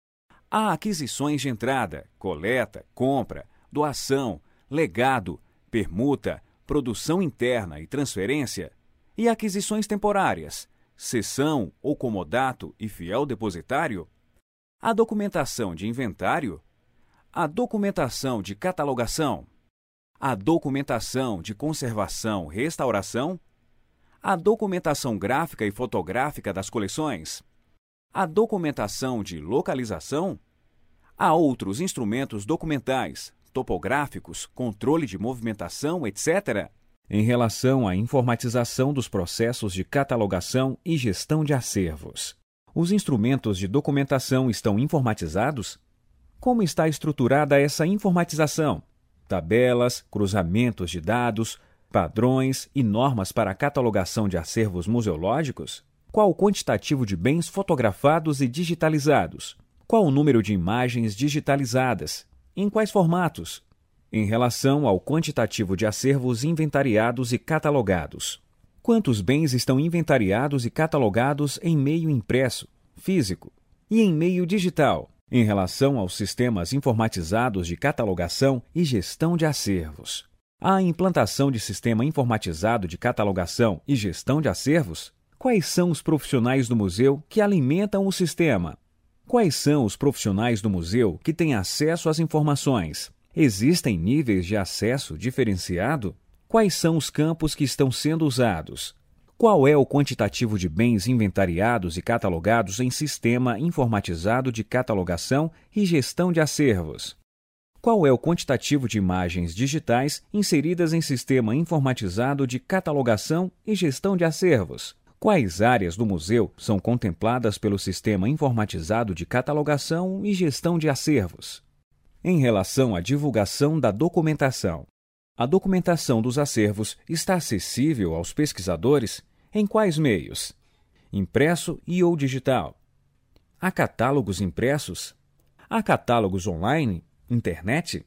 Há aquisições de entrada, coleta, compra, doação, legado, permuta, produção interna e transferência, e aquisições temporárias, cessão ou comodato e fiel depositário, a documentação de inventário, a documentação de catalogação, a documentação de conservação, restauração, a documentação gráfica e fotográfica das coleções, a documentação de localização, há outros instrumentos documentais, topográficos, controle de movimentação, etcétera, em relação à informatização dos processos de catalogação e gestão de acervos. Os instrumentos de documentação estão informatizados? Como está estruturada essa informatização? Tabelas, cruzamentos de dados, Padrões e normas para a catalogação de acervos museológicos? Qual o quantitativo de bens fotografados e digitalizados? Qual o número de imagens digitalizadas? Em quais formatos? Em relação ao quantitativo de acervos inventariados e catalogados. Quantos bens estão inventariados e catalogados em meio impresso, físico, e em meio digital, em relação aos sistemas informatizados de catalogação e gestão de acervos? Há implantação de sistema informatizado de catalogação e gestão de acervos? Quais são os profissionais do museu que alimentam o sistema? Quais são os profissionais do museu que têm acesso às informações? Existem níveis de acesso diferenciado? Quais são os campos que estão sendo usados? Qual é o quantitativo de bens inventariados e catalogados em sistema informatizado de catalogação e gestão de acervos? Qual é o quantitativo de imagens digitais inseridas em sistema informatizado de catalogação e gestão de acervos? Quais áreas do museu são contempladas pelo sistema informatizado de catalogação e gestão de acervos? Em relação à divulgação da documentação, a documentação dos acervos está acessível aos pesquisadores em quais meios? Impresso e ou digital? Há catálogos impressos? Há catálogos online? Internet?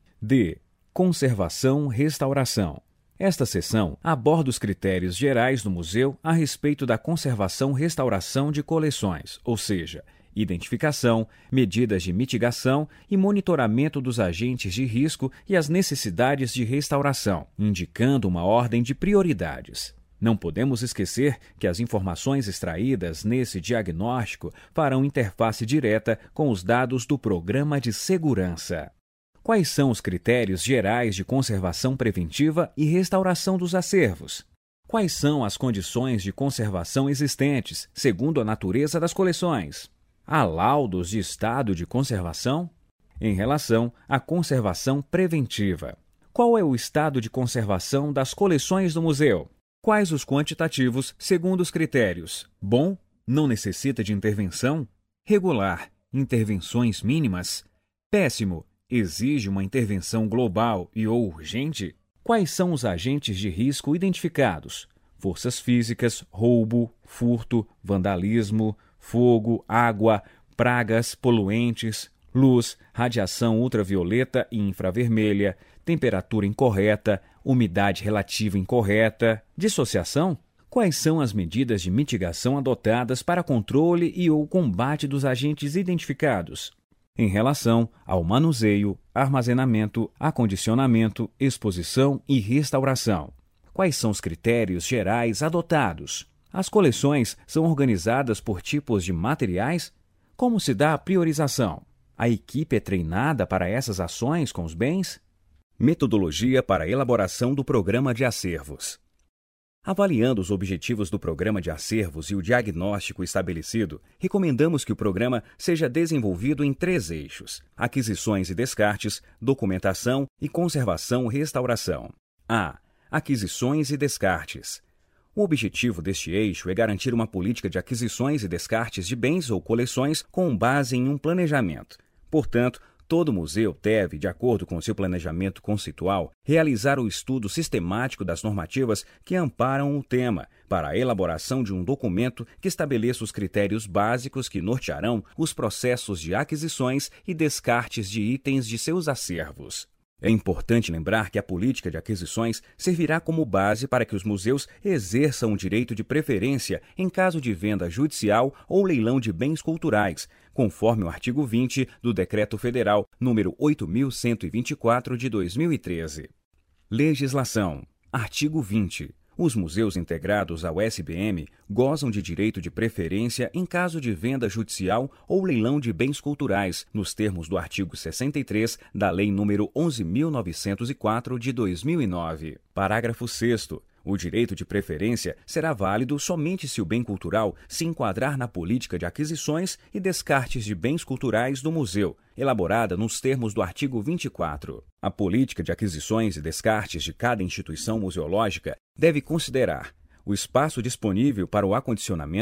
D. Conservação, restauração. Esta seção aborda os critérios gerais do museu a respeito da conservação-restauração de coleções, ou seja, identificação, medidas de mitigação e monitoramento dos agentes de risco e as necessidades de restauração, indicando uma ordem de prioridades. Não podemos esquecer que as informações extraídas nesse diagnóstico farão interface direta com os dados do Programa de Segurança. Quais são os critérios gerais de conservação preventiva e restauração dos acervos? Quais são as condições de conservação existentes, segundo a natureza das coleções? Há laudos de estado de conservação? Em relação à conservação preventiva, qual é o estado de conservação das coleções do museu? Quais os quantitativos segundo os critérios? Bom, não necessita de intervenção? Regular, intervenções mínimas? Péssimo, exige uma intervenção global e ou urgente? Quais são os agentes de risco identificados? Forças físicas, roubo, furto, vandalismo, fogo, água, pragas, poluentes, luz, radiação ultravioleta e infravermelha, temperatura incorreta, umidade relativa incorreta, dissociação? Quais são as medidas de mitigação adotadas para controle e ou combate dos agentes identificados? Em relação ao manuseio, armazenamento, acondicionamento, exposição e restauração. Quais são os critérios gerais adotados? As coleções são organizadas por tipos de materiais? Como se dá a priorização? A equipe é treinada para essas ações com os bens? Metodologia para a elaboração do programa de acervos. Avaliando os objetivos do programa de acervos e o diagnóstico estabelecido, recomendamos que o programa seja desenvolvido em três eixos: aquisições e descartes, documentação e conservação e restauração. A. Aquisições e descartes. O objetivo deste eixo é garantir uma política de aquisições e descartes de bens ou coleções com base em um planejamento. Portanto, todo museu deve, de acordo com seu planejamento conceitual, realizar o estudo sistemático das normativas que amparam o tema, para a elaboração de um documento que estabeleça os critérios básicos que nortearão os processos de aquisições e descartes de itens de seus acervos. É importante lembrar que a política de aquisições servirá como base para que os museus exerçam o direito de preferência em caso de venda judicial ou leilão de bens culturais, conforme o artigo vinte do Decreto Federal número oito mil cento e vinte e quatro de dois mil e treze. Legislação. Artigo vinte. Os museus integrados ao S B M gozam de direito de preferência em caso de venda judicial ou leilão de bens culturais, nos termos do artigo sessenta e três da Lei nº onze mil novecentos e quatro de dois mil e nove. Parágrafo sexto. O direito de preferência será válido somente se o bem cultural se enquadrar na política de aquisições e descartes de bens culturais do museu, elaborada nos termos do artigo vinte e quatro. A política de aquisições e descartes de cada instituição museológica deve considerar o espaço disponível para o acondicionamento,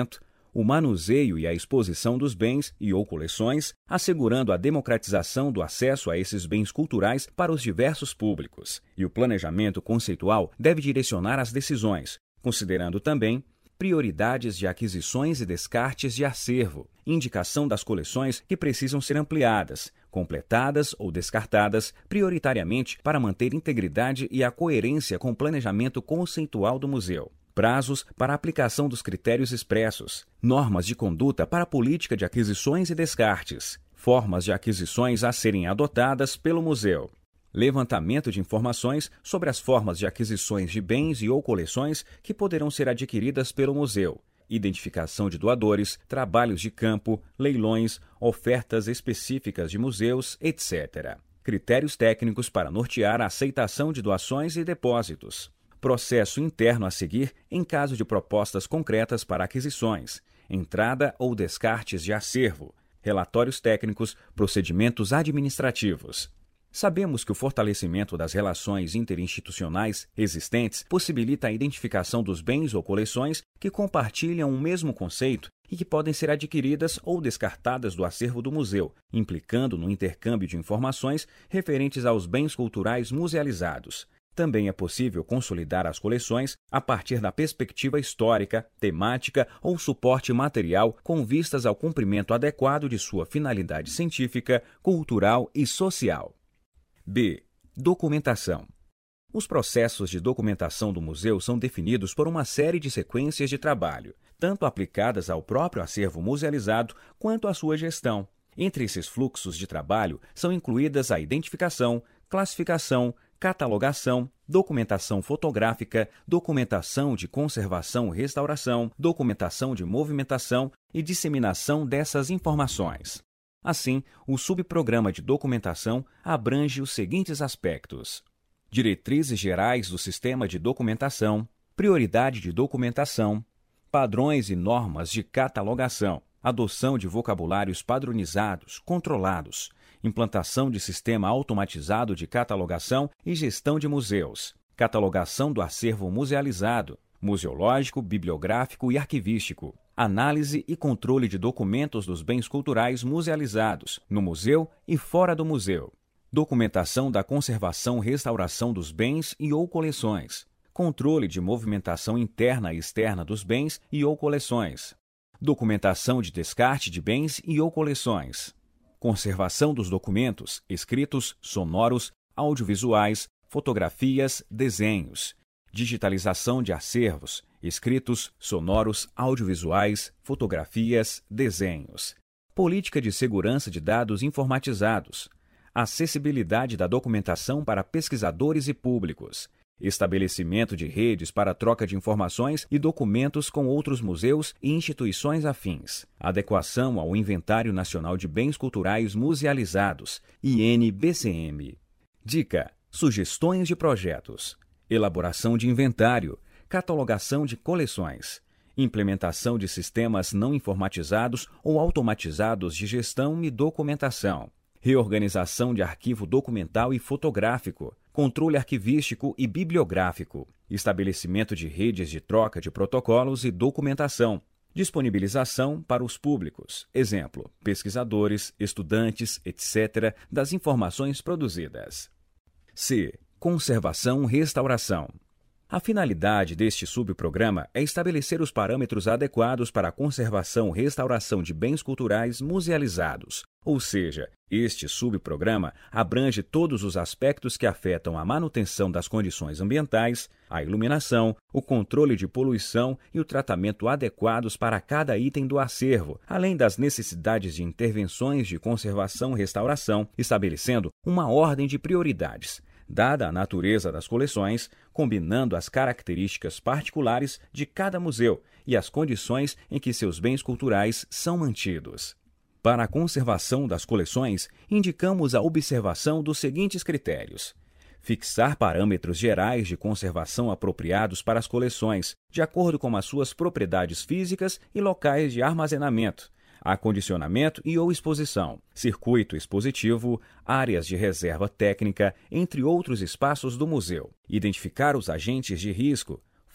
o manuseio e a exposição dos bens e ou coleções, assegurando a democratização do acesso a esses bens culturais para os diversos públicos. E o planejamento conceitual deve direcionar as decisões, considerando também prioridades de aquisições e descartes de acervo, indicação das coleções que precisam ser ampliadas, completadas ou descartadas, prioritariamente para manter integridade e a coerência com o planejamento conceitual do museu. Prazos para a aplicação dos critérios expressos, normas de conduta para a política de aquisições e descartes, formas de aquisições a serem adotadas pelo museu. Levantamento de informações sobre as formas de aquisições de bens e ou coleções que poderão ser adquiridas pelo museu, identificação de doadores, trabalhos de campo, leilões, ofertas específicas de museus, etcétera. Critérios técnicos para nortear a aceitação de doações e depósitos. Processo interno a seguir em caso de propostas concretas para aquisições, entrada ou descartes de acervo, relatórios técnicos, procedimentos administrativos. Sabemos que o fortalecimento das relações interinstitucionais existentes possibilita a identificação dos bens ou coleções que compartilham um mesmo conceito e que podem ser adquiridas ou descartadas do acervo do museu, implicando no intercâmbio de informações referentes aos bens culturais musealizados. Também é possível consolidar as coleções a partir da perspectiva histórica, temática ou suporte material com vistas ao cumprimento adequado de sua finalidade científica, cultural e social. B. Documentação. Os processos de documentação do museu são definidos por uma série de sequências de trabalho, tanto aplicadas ao próprio acervo musealizado quanto à sua gestão. Entre esses fluxos de trabalho são incluídas a identificação, classificação, catalogação, documentação fotográfica, documentação de conservação e restauração, documentação de movimentação e disseminação dessas informações. Assim, o subprograma de documentação abrange os seguintes aspectos: diretrizes gerais do sistema de documentação, prioridade de documentação, padrões e normas de catalogação, adoção de vocabulários padronizados, controlados, implantação de sistema automatizado de catalogação e gestão de museus, catalogação do acervo musealizado, museológico, bibliográfico e arquivístico, análise e controle de documentos dos bens culturais musealizados, no museu e fora do museu, documentação da conservação e restauração dos bens e ou coleções, controle de movimentação interna e externa dos bens e ou coleções, documentação de descarte de bens e ou coleções, conservação dos documentos escritos, sonoros, audiovisuais, fotografias, desenhos, digitalização de acervos escritos, sonoros, audiovisuais, fotografias, desenhos, política de segurança de dados informatizados, acessibilidade da documentação para pesquisadores e públicos, estabelecimento de redes para troca de informações e documentos com outros museus e instituições afins, adequação ao Inventário Nacional de Bens Culturais Musealizados, I N B C M. Dica: sugestões de projetos, elaboração de inventário, catalogação de coleções, implementação de sistemas não informatizados ou automatizados de gestão e documentação, reorganização de arquivo documental e fotográfico, controle arquivístico e bibliográfico, estabelecimento de redes de troca de protocolos e documentação, disponibilização para os públicos, exemplo, pesquisadores, estudantes, etcétera, das informações produzidas. C. Conservação e restauração. A finalidade deste subprograma é estabelecer os parâmetros adequados para a conservação e restauração de bens culturais musealizados, ou seja, este subprograma abrange todos os aspectos que afetam a manutenção das condições ambientais, a iluminação, o controle de poluição e o tratamento adequados para cada item do acervo, além das necessidades de intervenções de conservação e restauração, estabelecendo uma ordem de prioridades, dada a natureza das coleções, combinando as características particulares de cada museu e as condições em que seus bens culturais são mantidos. Para a conservação das coleções, indicamos a observação dos seguintes critérios: fixar parâmetros gerais de conservação apropriados para as coleções, de acordo com as suas propriedades físicas e locais de armazenamento, acondicionamento e ou exposição, circuito expositivo, áreas de reserva técnica, entre outros espaços do museu. Identificar os agentes de risco,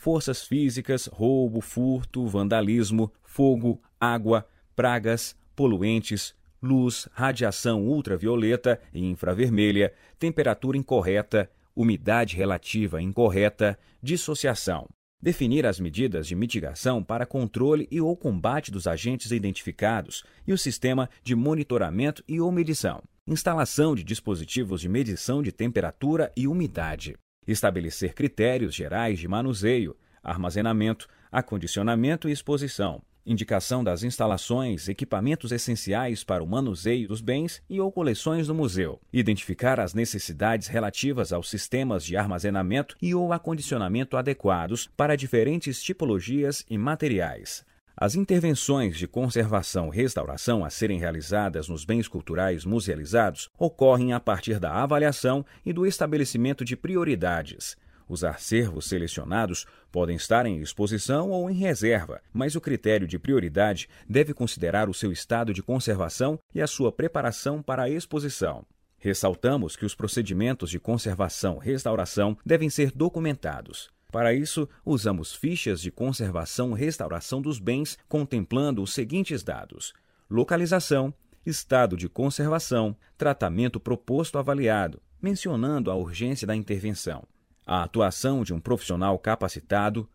forças físicas, roubo, furto, vandalismo, fogo, água, pragas, poluentes, luz, radiação ultravioleta e infravermelha, temperatura incorreta, umidade relativa incorreta, dissociação. Definir as medidas de mitigação para controle e ou combate dos agentes identificados e o sistema de monitoramento e ou medição. Instalação de dispositivos de medição de temperatura e umidade. Estabelecer critérios gerais de manuseio, armazenamento, acondicionamento e exposição. Indicação das instalações, equipamentos essenciais para o manuseio dos bens e ou coleções do museu. Identificar as necessidades relativas aos sistemas de armazenamento e ou acondicionamento adequados para diferentes tipologias e materiais. As intervenções de conservação e restauração a serem realizadas nos bens culturais musealizados ocorrem a partir da avaliação e do estabelecimento de prioridades. Os acervos selecionados podem estar em exposição ou em reserva, mas o critério de prioridade deve considerar o seu estado de conservação e a sua preparação para a exposição. Ressaltamos que os procedimentos de conservação e restauração devem ser documentados. Para isso, usamos fichas de conservação e restauração dos bens contemplando os seguintes dados: localização, estado de conservação, tratamento proposto avaliado, mencionando a urgência da intervenção. A atuação de um profissional capacitado,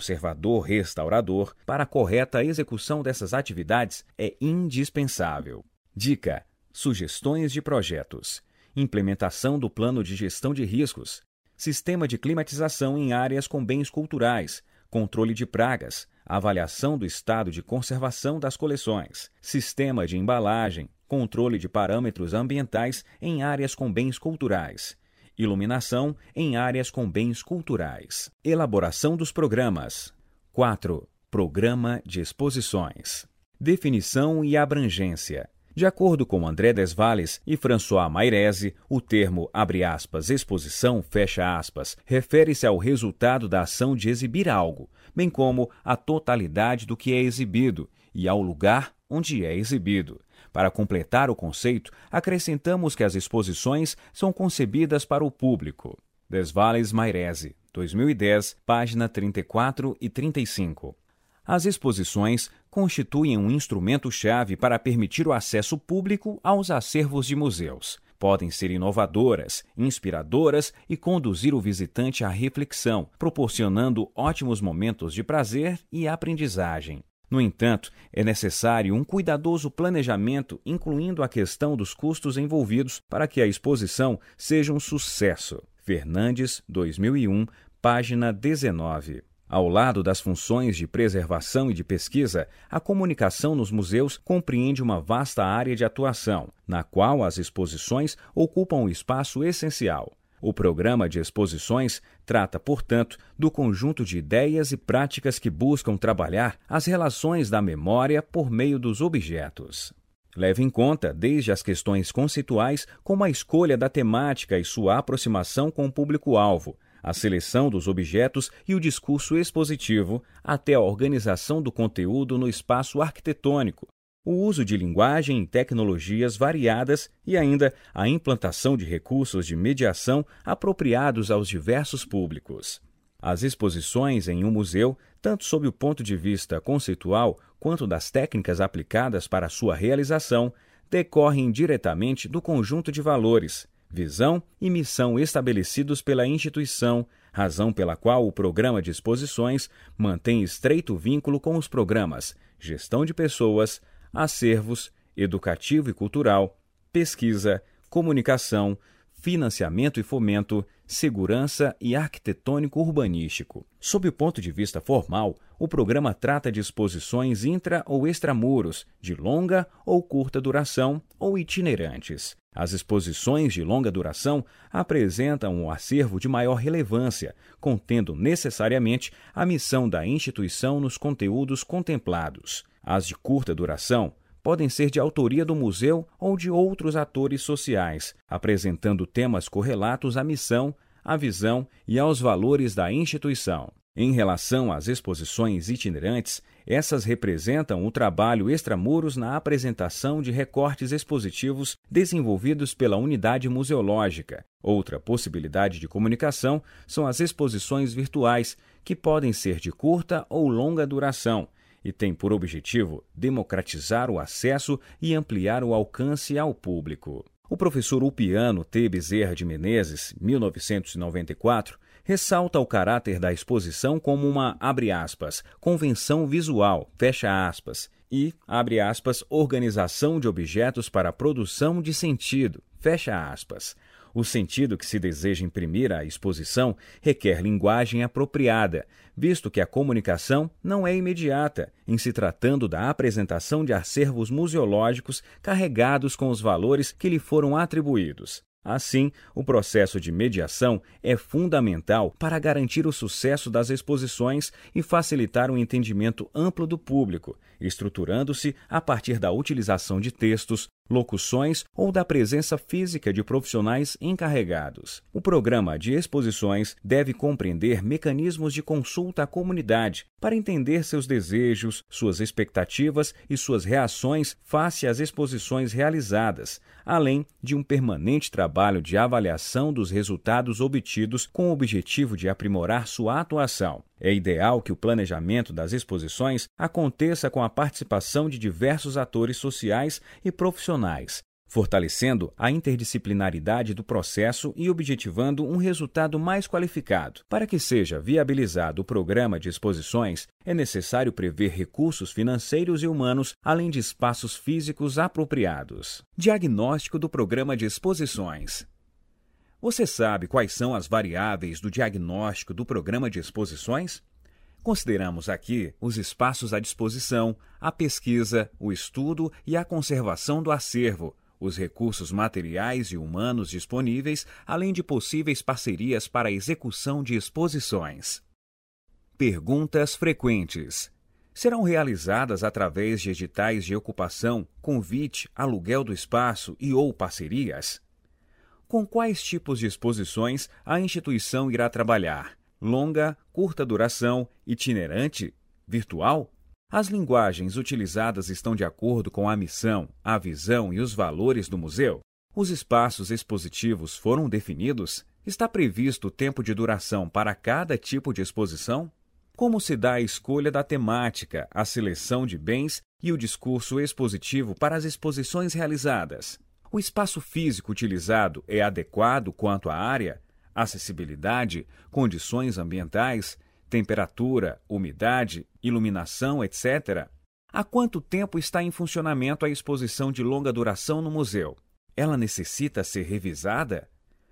conservador-restaurador, para a correta execução dessas atividades é indispensável. Dica: sugestões de projetos. Implementação do plano de gestão de riscos. Sistema de climatização em áreas com bens culturais. Controle de pragas. Avaliação do estado de conservação das coleções. Sistema de embalagem. Controle de parâmetros ambientais em áreas com bens culturais. Iluminação em áreas com bens culturais. Elaboração dos programas. quatro. Programa de exposições. Definição e abrangência. De acordo com André Desvalles e François Mairese, o termo, abre aspas, exposição, fecha aspas, refere-se ao resultado da ação de exibir algo, bem como à totalidade do que é exibido e ao lugar onde é exibido. Para completar o conceito, acrescentamos que as exposições são concebidas para o público. Desvalles Mairese, dois mil e dez, página trinta e quatro e trinta e cinco. As exposições constituem um instrumento-chave para permitir o acesso público aos acervos de museus. Podem ser inovadoras, inspiradoras e conduzir o visitante à reflexão, proporcionando ótimos momentos de prazer e aprendizagem. No entanto, é necessário um cuidadoso planejamento, incluindo a questão dos custos envolvidos, para que a exposição seja um sucesso. Fernandes, dois mil e um, página dezenove. Ao lado das funções de preservação e de pesquisa, a comunicação nos museus compreende uma vasta área de atuação, na qual as exposições ocupam um espaço essencial. O programa de exposições trata, portanto, do conjunto de ideias e práticas que buscam trabalhar as relações da memória por meio dos objetos. Leve em conta desde as questões conceituais, como a escolha da temática e sua aproximação com o público-alvo, a seleção dos objetos e o discurso expositivo, até a organização do conteúdo no espaço arquitetônico, o uso de linguagem e tecnologias variadas e ainda a implantação de recursos de mediação apropriados aos diversos públicos. As exposições em um museu, tanto sob o ponto de vista conceitual quanto das técnicas aplicadas para sua realização, decorrem diretamente do conjunto de valores, visão e missão estabelecidos pela instituição, razão pela qual o programa de exposições mantém estreito vínculo com os programas Gestão de Pessoas, Acervos, Educativo e Cultural, Pesquisa, Comunicação, Financiamento e Fomento, Segurança e Arquitetônico-Urbanístico. Sob o ponto de vista formal, o programa trata de exposições intra- ou extramuros, de longa ou curta duração ou itinerantes. As exposições de longa duração apresentam um acervo de maior relevância, contendo necessariamente a missão da instituição nos conteúdos contemplados. As de curta duração podem ser de autoria do museu ou de outros atores sociais, apresentando temas correlatos à missão, à visão e aos valores da instituição. Em relação às exposições itinerantes, essas representam o trabalho extramuros na apresentação de recortes expositivos desenvolvidos pela unidade museológica. Outra possibilidade de comunicação são as exposições virtuais, que podem ser de curta ou longa duração, e tem por objetivo democratizar o acesso e ampliar o alcance ao público. O professor Ulpiano T. Bezerra de Menezes, mil novecentos e noventa e quatro, ressalta o caráter da exposição como uma, abre aspas, convenção visual, fecha aspas, e, abre aspas, organização de objetos para a produção de sentido, fecha aspas. O sentido que se deseja imprimir à exposição requer linguagem apropriada, visto que a comunicação não é imediata, em se tratando da apresentação de acervos museológicos carregados com os valores que lhe foram atribuídos. Assim, o processo de mediação é fundamental para garantir o sucesso das exposições e facilitar o entendimento amplo do público, estruturando-se a partir da utilização de textos, locuções ou da presença física de profissionais encarregados. O programa de exposições deve compreender mecanismos de consulta à comunidade para entender seus desejos, suas expectativas e suas reações face às exposições realizadas, além de um permanente trabalho de avaliação dos resultados obtidos com o objetivo de aprimorar sua atuação. É ideal que o planejamento das exposições aconteça com a participação de diversos atores sociais e profissionais, fortalecendo a interdisciplinaridade do processo e objetivando um resultado mais qualificado. Para que seja viabilizado o programa de exposições, é necessário prever recursos financeiros e humanos, além de espaços físicos apropriados. Diagnóstico do programa de exposições. Você sabe quais são as variáveis do diagnóstico do programa de exposições? Consideramos aqui os espaços à disposição, a pesquisa, o estudo e a conservação do acervo, os recursos materiais e humanos disponíveis, além de possíveis parcerias para a execução de exposições. Perguntas frequentes. Serão realizadas através de editais de ocupação, convite, aluguel do espaço e ou parcerias? Com quais tipos de exposições a instituição irá trabalhar? Longa, curta duração, itinerante, virtual? As linguagens utilizadas estão de acordo com a missão, a visão e os valores do museu? Os espaços expositivos foram definidos? Está previsto o tempo de duração para cada tipo de exposição? Como se dá a escolha da temática, a seleção de bens e o discurso expositivo para as exposições realizadas? O espaço físico utilizado é adequado quanto à área, acessibilidade, condições ambientais, temperatura, umidade, iluminação, etcétera? Há quanto tempo está em funcionamento a exposição de longa duração no museu? Ela necessita ser revisada?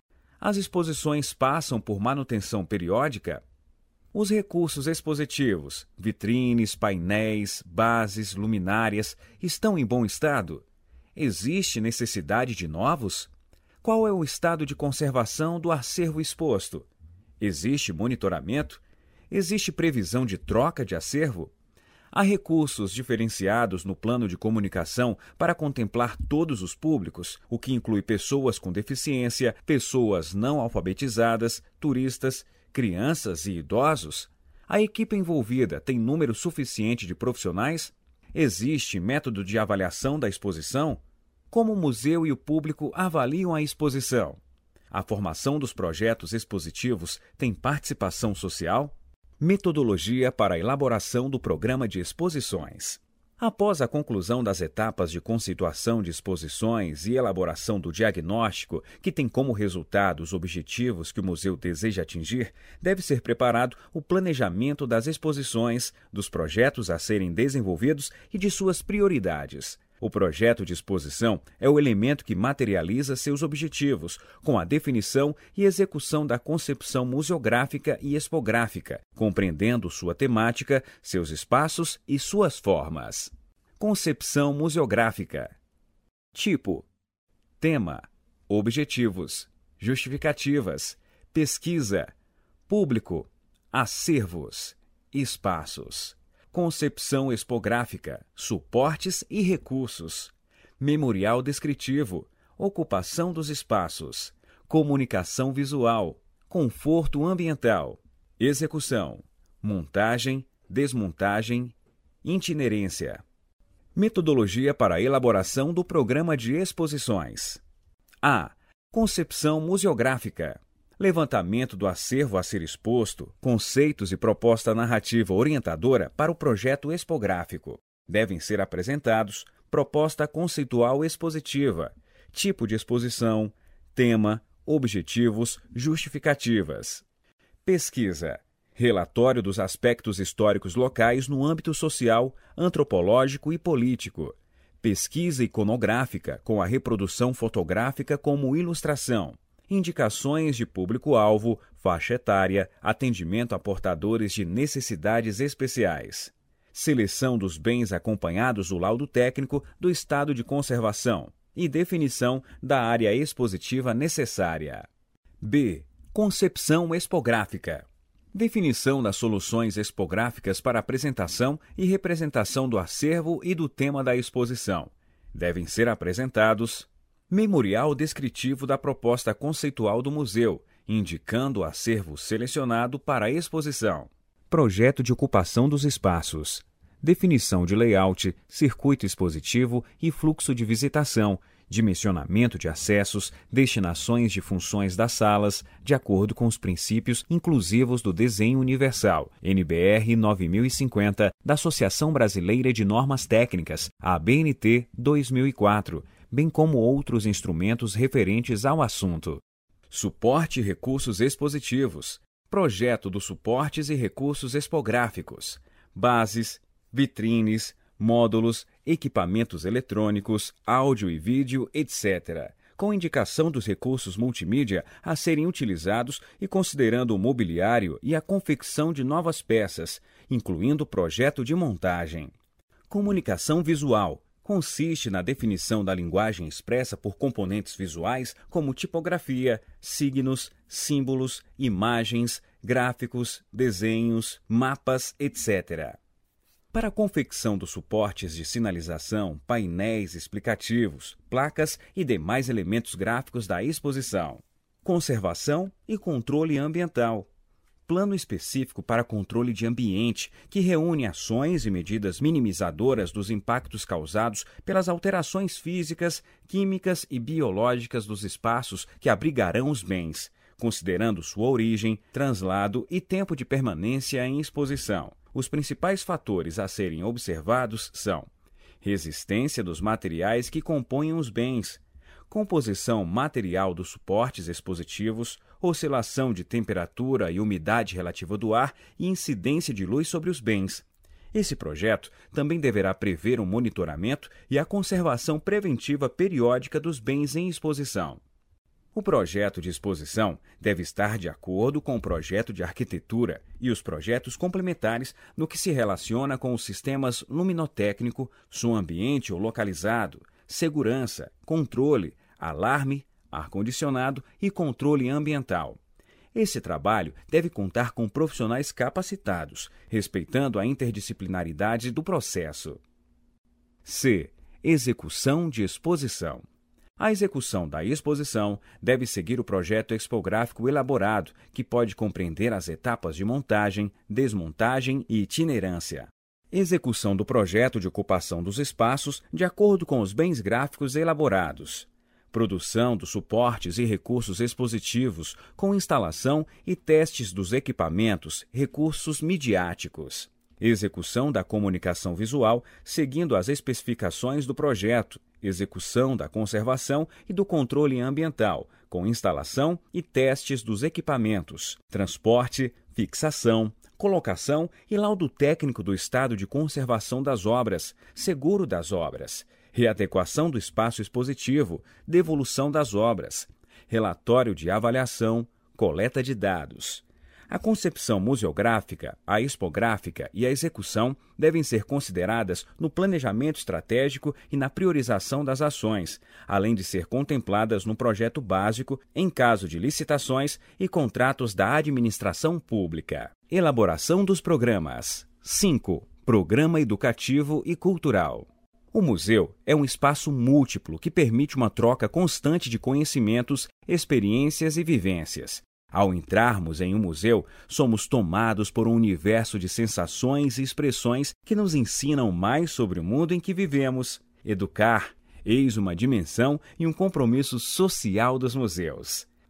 As exposições passam por manutenção periódica? Os recursos expositivos, vitrines, painéis, bases, luminárias, estão em bom estado? Existe necessidade de novos? Qual é o estado de conservação do acervo exposto? Existe monitoramento? Existe previsão de troca de acervo? Há recursos diferenciados no plano de comunicação para contemplar todos os públicos, o que inclui pessoas com deficiência, pessoas não alfabetizadas, turistas, crianças e idosos? A equipe envolvida tem número suficiente de profissionais? Existe método de avaliação da exposição? Como o museu e o público avaliam a exposição? A formação dos projetos expositivos tem participação social? Metodologia para a elaboração do programa de exposições. Após a conclusão das etapas de conceituação de exposições e elaboração do diagnóstico, que tem como resultado os objetivos que o museu deseja atingir, deve ser preparado o planejamento das exposições, dos projetos a serem desenvolvidos e de suas prioridades. O projeto de exposição é o elemento que materializa seus objetivos, com a definição e execução da concepção museográfica e expográfica, compreendendo sua temática, seus espaços e suas formas. Concepção museográfica. Tipo: tema, objetivos, justificativas, pesquisa, público, acervos, espaços. Concepção expográfica, suportes e recursos, memorial descritivo, ocupação dos espaços, comunicação visual, conforto ambiental, execução, montagem, desmontagem, itinerância. Metodologia para a elaboração do programa de exposições. A. Concepção museográfica. levantamento do acervo a ser exposto, conceitos e proposta narrativa orientadora para o projeto expográfico. Devem ser apresentados proposta conceitual expositiva, tipo de exposição, tema, objetivos, justificativas. Pesquisa. Relatório dos aspectos históricos locais no âmbito social, antropológico e político. Pesquisa iconográfica com a reprodução fotográfica como ilustração. Indicações de público-alvo, faixa etária, atendimento a portadores de necessidades especiais. Seleção dos bens acompanhados do laudo técnico do estado de conservação e definição da área expositiva necessária. B. Concepção expográfica. Definição das soluções expográficas para apresentação e representação do acervo e do tema da exposição. Devem ser apresentados memorial descritivo da proposta conceitual do museu, indicando o acervo selecionado para a exposição. Projeto de ocupação dos espaços. Definição de layout, circuito expositivo e fluxo de visitação, dimensionamento de acessos, destinações de funções das salas, de acordo com os princípios inclusivos do Desenho Universal, N B R nove mil e cinquenta, da Associação Brasileira de Normas Técnicas, A B N T dois mil e quatro, bem como outros instrumentos referentes ao assunto. Suporte e recursos expositivos. Projeto dos suportes e recursos expográficos. Bases, vitrines, módulos, equipamentos eletrônicos, áudio e vídeo, etcétera, com indicação dos recursos multimídia a serem utilizados e considerando o mobiliário e a confecção de novas peças, incluindo o projeto de montagem. Comunicação visual. Consiste na definição da linguagem expressa por componentes visuais como tipografia, signos, símbolos, imagens, gráficos, desenhos, mapas, etcétera. Para a confecção dos suportes de sinalização, painéis explicativos, placas e demais elementos gráficos da exposição. Conservação e controle ambiental. Plano específico para controle de ambiente, que reúne ações e medidas minimizadoras dos impactos causados pelas alterações físicas, químicas e biológicas dos espaços que abrigarão os bens, considerando sua origem, translado e tempo de permanência em exposição. Os principais fatores a serem observados são resistência dos materiais que compõem os bens, composição material dos suportes expositivos, oscilação de temperatura e umidade relativa do ar e incidência de luz sobre os bens. Esse projeto também deverá prever um monitoramento e a conservação preventiva periódica dos bens em exposição. O projeto de exposição deve estar de acordo com o projeto de arquitetura e os projetos complementares no que se relaciona com os sistemas luminotécnico, som ambiente ou localizado, segurança, controle, alarme, ar-condicionado e controle ambiental. Esse trabalho deve contar com profissionais capacitados, respeitando a interdisciplinaridade do processo. C. Execução de exposição. A execução da exposição deve seguir o projeto expográfico elaborado, que pode compreender as etapas de montagem, desmontagem e itinerância. Execução do projeto de ocupação dos espaços de acordo com os bens gráficos elaborados. Produção dos suportes e recursos expositivos com instalação e testes dos equipamentos, recursos midiáticos. Execução da comunicação visual seguindo as especificações do projeto. Execução da conservação e do controle ambiental, com instalação e testes dos equipamentos, transporte, fixação, colocação e laudo técnico do estado de conservação das obras, seguro das obras, readequação do espaço expositivo, devolução das obras, relatório de avaliação, coleta de dados. A concepção museográfica, a expográfica e a execução devem ser consideradas no planejamento estratégico e na priorização das ações, além de ser contempladas no projeto básico em caso de licitações e contratos da administração pública. Elaboração dos programas. cinco. Programa educativo e cultural. O museu é um espaço múltiplo que permite uma troca constante de conhecimentos, experiências e vivências. Ao entrarmos em um museu, somos tomados por um universo de sensações e expressões que nos ensinam mais sobre o mundo em que vivemos. Educar, eis uma dimensão e um compromisso social dos museus.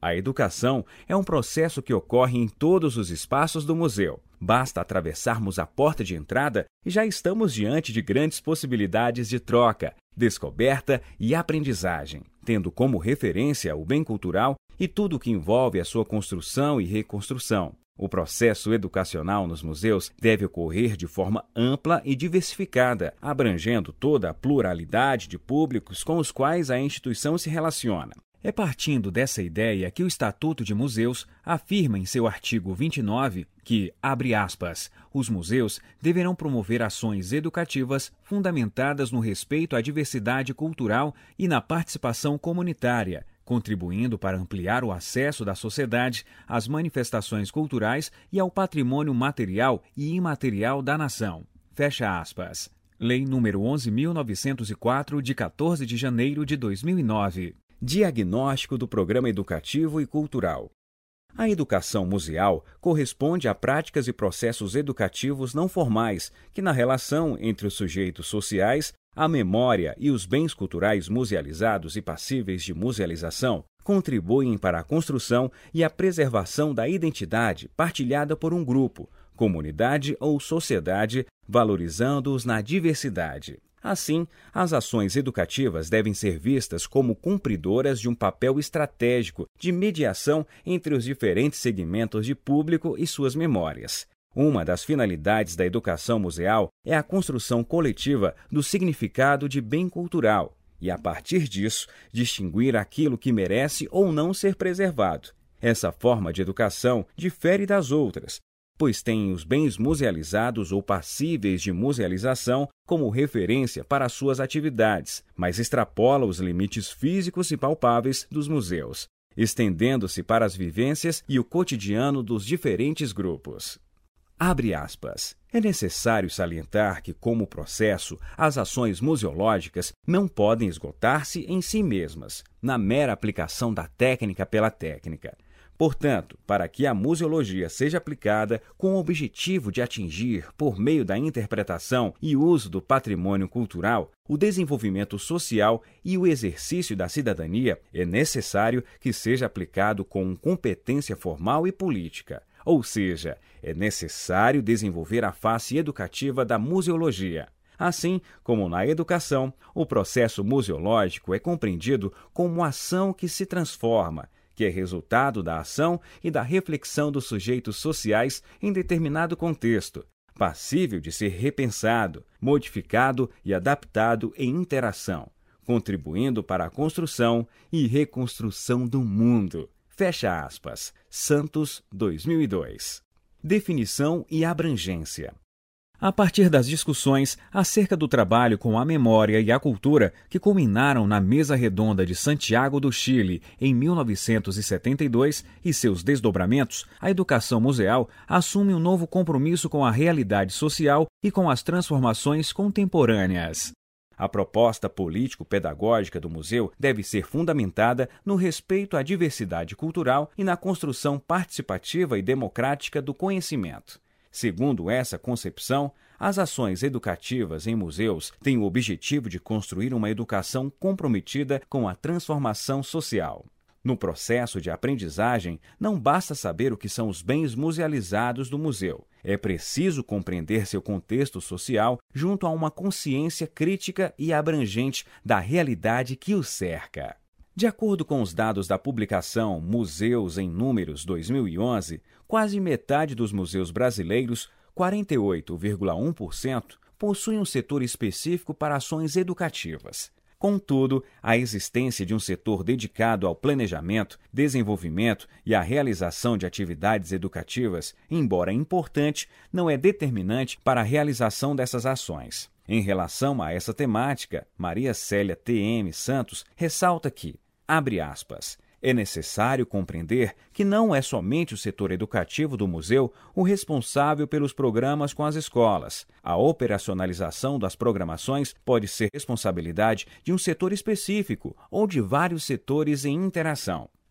A educação é um processo que ocorre em todos os espaços do museu. Basta atravessarmos a porta de entrada e já estamos diante de grandes possibilidades de troca, descoberta e aprendizagem, tendo como referência o bem cultural e tudo o que envolve a sua construção e reconstrução. O processo educacional nos museus deve ocorrer de forma ampla e diversificada, abrangendo toda a pluralidade de públicos com os quais a instituição se relaciona. É partindo dessa ideia que o Estatuto de Museus afirma em seu artigo vinte e nove que, abre aspas, os museus deverão promover ações educativas fundamentadas no respeito à diversidade cultural e na participação comunitária, contribuindo para ampliar o acesso da sociedade às manifestações culturais e ao patrimônio material e imaterial da nação. Fecha aspas. Lei número onze mil novecentos e quatro, de quatorze de janeiro de dois mil e nove. Diagnóstico do Programa Educativo e Cultural. A educação museal corresponde a práticas e processos educativos não formais que, na relação entre os sujeitos sociais, a memória e os bens culturais musealizados e passíveis de musealização, contribuem para a construção e a preservação da identidade partilhada por um grupo, comunidade ou sociedade, valorizando-os na diversidade. Assim, as ações educativas devem ser vistas como cumpridoras de um papel estratégico de mediação entre os diferentes segmentos de público e suas memórias. Uma das finalidades da educação museal é a construção coletiva do significado de bem cultural e, a partir disso, distinguir aquilo que merece ou não ser preservado. Essa forma de educação difere das outras, pois tem os bens musealizados ou passíveis de musealização como referência para suas atividades, mas extrapola os limites físicos e palpáveis dos museus, estendendo-se para as vivências e o cotidiano dos diferentes grupos. Abre aspas. É necessário salientar que, como processo, as ações museológicas não podem esgotar-se em si mesmas, na mera aplicação da técnica pela técnica. Portanto, para que a museologia seja aplicada com o objetivo de atingir, por meio da interpretação e uso do patrimônio cultural, o desenvolvimento social e o exercício da cidadania, é necessário que seja aplicado com competência formal e política. Ou seja, é necessário desenvolver a face educativa da museologia. Assim como na educação, o processo museológico é compreendido como ação que se transforma, que é resultado da ação e da reflexão dos sujeitos sociais em determinado contexto, passível de ser repensado, modificado e adaptado em interação, contribuindo para a construção e reconstrução do mundo. Fecha aspas. Santos, dois mil e dois. Definição e abrangência. A partir das discussões acerca do trabalho com a memória e a cultura que culminaram na Mesa Redonda de Santiago do Chile em mil novecentos e setenta e dois e seus desdobramentos, a educação museal assume um novo compromisso com a realidade social e com as transformações contemporâneas. A proposta político-pedagógica do museu deve ser fundamentada no respeito à diversidade cultural e na construção participativa e democrática do conhecimento. Segundo essa concepção, as ações educativas em museus têm o objetivo de construir uma educação comprometida com a transformação social. No processo de aprendizagem, não basta saber o que são os bens musealizados do museu. É preciso compreender seu contexto social junto a uma consciência crítica e abrangente da realidade que o cerca. De acordo com os dados da publicação Museus em Números dois mil e onze, quase metade dos museus brasileiros, quarenta e oito vírgula um por cento, possuem um setor específico para ações educativas. Contudo, a existência de um setor dedicado ao planejamento, desenvolvimento e à realização de atividades educativas, embora importante, não é determinante para a realização dessas ações. Em relação a essa temática, Maria Célia T M Santos ressalta que, abre aspas, é necessário compreender que não é somente o setor educativo do museu o responsável pelos programas com as escolas. A operacionalização das programações pode ser responsabilidade de um setor específico ou de vários setores em interação.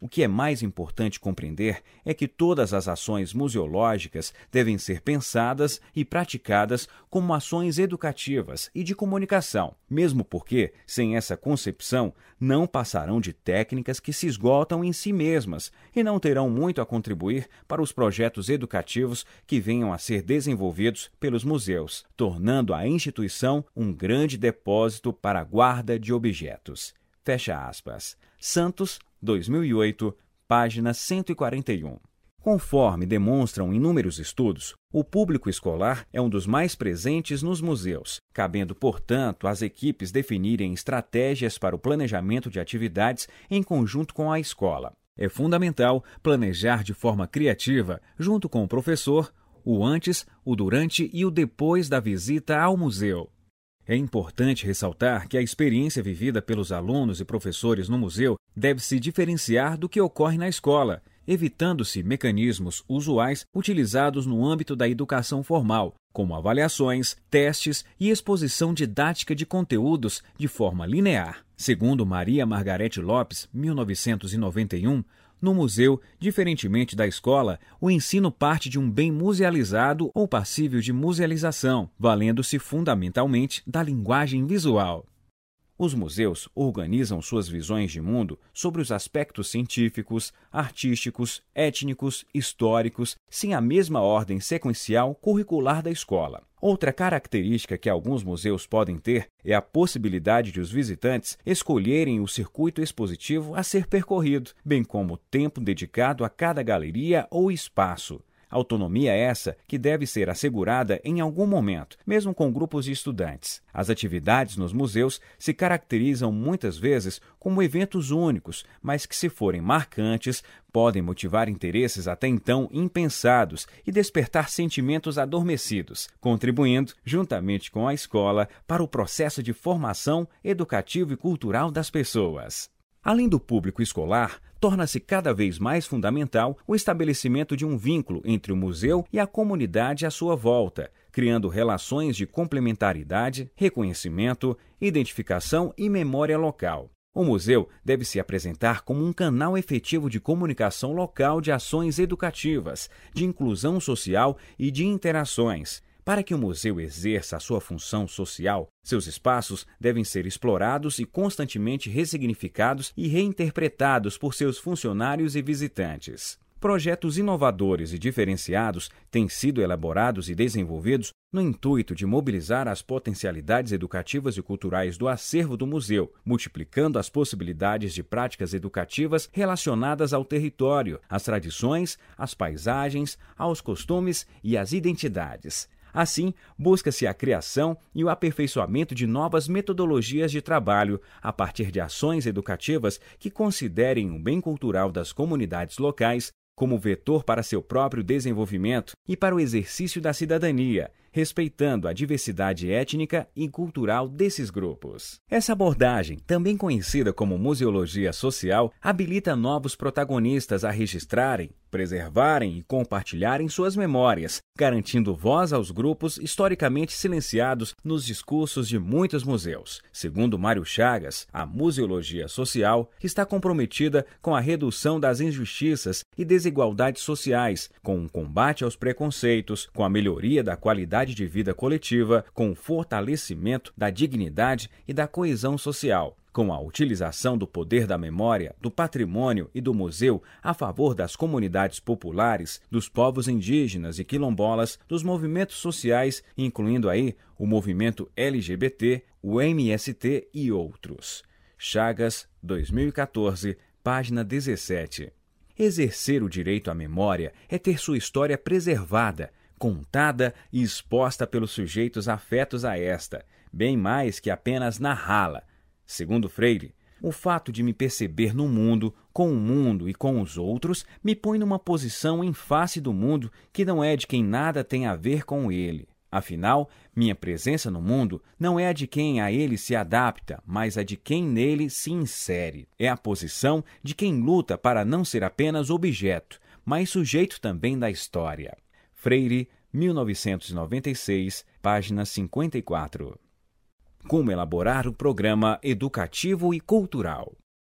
O que é mais importante compreender é que todas as ações museológicas devem ser pensadas e praticadas como ações educativas e de comunicação, mesmo porque, sem essa concepção, não passarão de técnicas que se esgotam em si mesmas e não terão muito a contribuir para os projetos educativos que venham a ser desenvolvidos pelos museus, tornando a instituição um grande depósito para a guarda de objetos. Fecha aspas. Santos, dois mil e oito, página cento e quarenta e um. Conforme demonstram inúmeros estudos, o público escolar é um dos mais presentes nos museus, cabendo, portanto, às equipes definirem estratégias para o planejamento de atividades em conjunto com a escola. É fundamental planejar de forma criativa, junto com o professor, o antes, o durante e o depois da visita ao museu. É importante ressaltar que a experiência vivida pelos alunos e professores no museu deve se diferenciar do que ocorre na escola, evitando-se mecanismos usuais utilizados no âmbito da educação formal, como avaliações, testes e exposição didática de conteúdos de forma linear. Segundo Maria Margarete Lopes, mil novecentos e noventa e um, no museu, diferentemente da escola, o ensino parte de um bem musealizado ou passível de musealização, valendo-se fundamentalmente da linguagem visual. Os museus organizam suas visões de mundo sobre os aspectos científicos, artísticos, étnicos, históricos, sem a mesma ordem sequencial curricular da escola. Outra característica que alguns museus podem ter é a possibilidade de os visitantes escolherem o circuito expositivo a ser percorrido, bem como o tempo dedicado a cada galeria ou espaço. Autonomia essa que deve ser assegurada em algum momento, mesmo com grupos de estudantes. As atividades nos museus se caracterizam muitas vezes como eventos únicos, mas que, se forem marcantes, podem motivar interesses até então impensados e despertar sentimentos adormecidos, contribuindo, juntamente com a escola, para o processo de formação educativo e cultural das pessoas. Além do público escolar, torna-se cada vez mais fundamental o estabelecimento de um vínculo entre o museu e a comunidade à sua volta, criando relações de complementaridade, reconhecimento, identificação e memória local. O museu deve se apresentar como um canal efetivo de comunicação local de ações educativas, de inclusão social e de interações. Para que o museu exerça a sua função social, seus espaços devem ser explorados e constantemente ressignificados e reinterpretados por seus funcionários e visitantes. Projetos inovadores e diferenciados têm sido elaborados e desenvolvidos no intuito de mobilizar as potencialidades educativas e culturais do acervo do museu, multiplicando as possibilidades de práticas educativas relacionadas ao território, às tradições, às paisagens, aos costumes e às identidades. Assim, busca-se a criação e o aperfeiçoamento de novas metodologias de trabalho a partir de ações educativas que considerem o bem cultural das comunidades locais como vetor para seu próprio desenvolvimento e para o exercício da cidadania, respeitando a diversidade étnica e cultural desses grupos. Essa abordagem, também conhecida como museologia social, habilita novos protagonistas a registrarem, preservarem e compartilharem suas memórias, garantindo voz aos grupos historicamente silenciados nos discursos de muitos museus. Segundo Mário Chagas, a museologia social está comprometida com a redução das injustiças e desigualdades sociais, com o combate aos preconceitos, com a melhoria da qualidade de vida coletiva, com o fortalecimento da dignidade e da coesão social, com a utilização do poder da memória, do patrimônio e do museu a favor das comunidades populares, dos povos indígenas e quilombolas, dos movimentos sociais, incluindo aí o movimento L G B T, o M S T e outros. Chagas, dois mil e quatorze, página dezessete. Exercer o direito à memória é ter sua história preservada, contada e exposta pelos sujeitos afetos a esta, bem mais que apenas narrá-la. Segundo Freire, o fato de me perceber no mundo, com o mundo e com os outros, me põe numa posição em face do mundo que não é de quem nada tem a ver com ele. Afinal, minha presença no mundo não é a de quem a ele se adapta, mas a de quem nele se insere. É a posição de quem luta para não ser apenas objeto, mas sujeito também da história. Freire, mil novecentos e noventa e seis, página cinquenta e quatro. Como elaborar o programa educativo e cultural?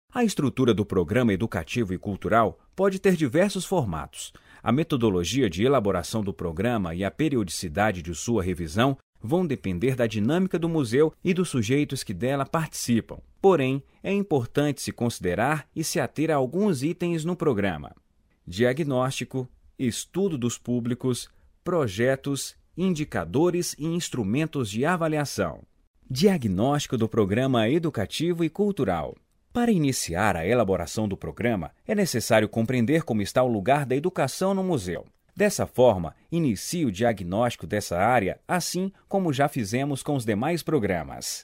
A estrutura do programa educativo e cultural pode ter diversos formatos. A metodologia de elaboração do programa e a periodicidade de sua revisão vão depender da dinâmica do museu e dos sujeitos que dela participam. Porém, é importante se considerar e se ater a alguns itens no programa: diagnóstico, estudo dos públicos, projetos, indicadores e instrumentos de avaliação. Diagnóstico do programa educativo e cultural. Para iniciar a elaboração do programa, é necessário compreender como está o lugar da educação no museu. Dessa forma, inicie o diagnóstico dessa área, assim como já fizemos com os demais programas.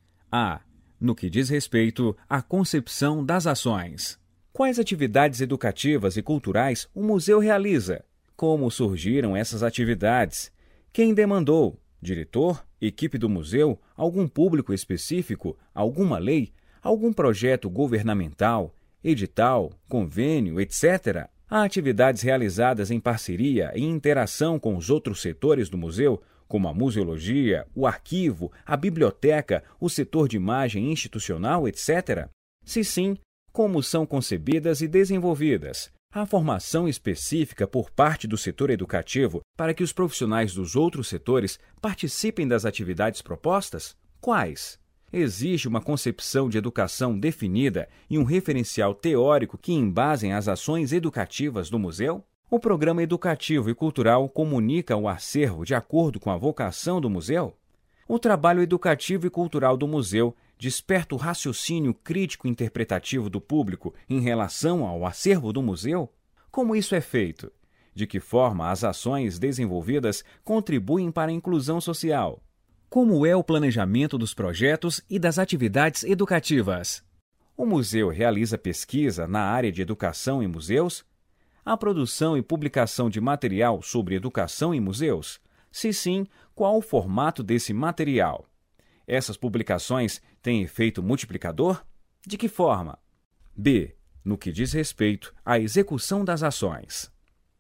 A. No que diz respeito à concepção das ações. Quais atividades educativas e culturais o museu realiza? Como surgiram essas atividades? Quem demandou? Diretor? Equipe do museu? Algum público específico? Alguma lei? Algum projeto governamental? Edital? Convênio? etcétera? Há atividades realizadas em parceria e interação com os outros setores do museu, como a museologia, o arquivo, a biblioteca, o setor de imagem institucional, etcétera? Se sim, como são concebidas e desenvolvidas? Há formação específica por parte do setor educativo para que os profissionais dos outros setores participem das atividades propostas? Quais? Existe uma concepção de educação definida e um referencial teórico que embasem as ações educativas do museu? O programa educativo e cultural comunica o acervo de acordo com a vocação do museu? O trabalho educativo e cultural do museu desperta o raciocínio crítico e interpretativo do público em relação ao acervo do museu? Como isso é feito? De que forma as ações desenvolvidas contribuem para a inclusão social? Como é o planejamento dos projetos e das atividades educativas? O museu realiza pesquisa na área de educação em museus? A produção e publicação de material sobre educação em museus? Se sim, qual o formato desse material? Essas publicações têm efeito multiplicador? De que forma? B. No que diz respeito à execução das ações.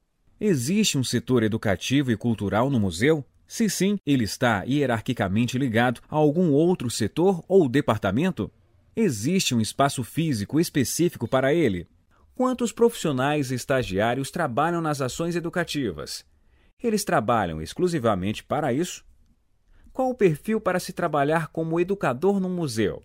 Existe um setor educativo e cultural no museu? Se sim, ele está hierarquicamente ligado a algum outro setor ou departamento? Existe um espaço físico específico para ele? Quantos profissionais e estagiários trabalham nas ações educativas? Eles trabalham exclusivamente para isso? Qual o perfil para se trabalhar como educador num museu?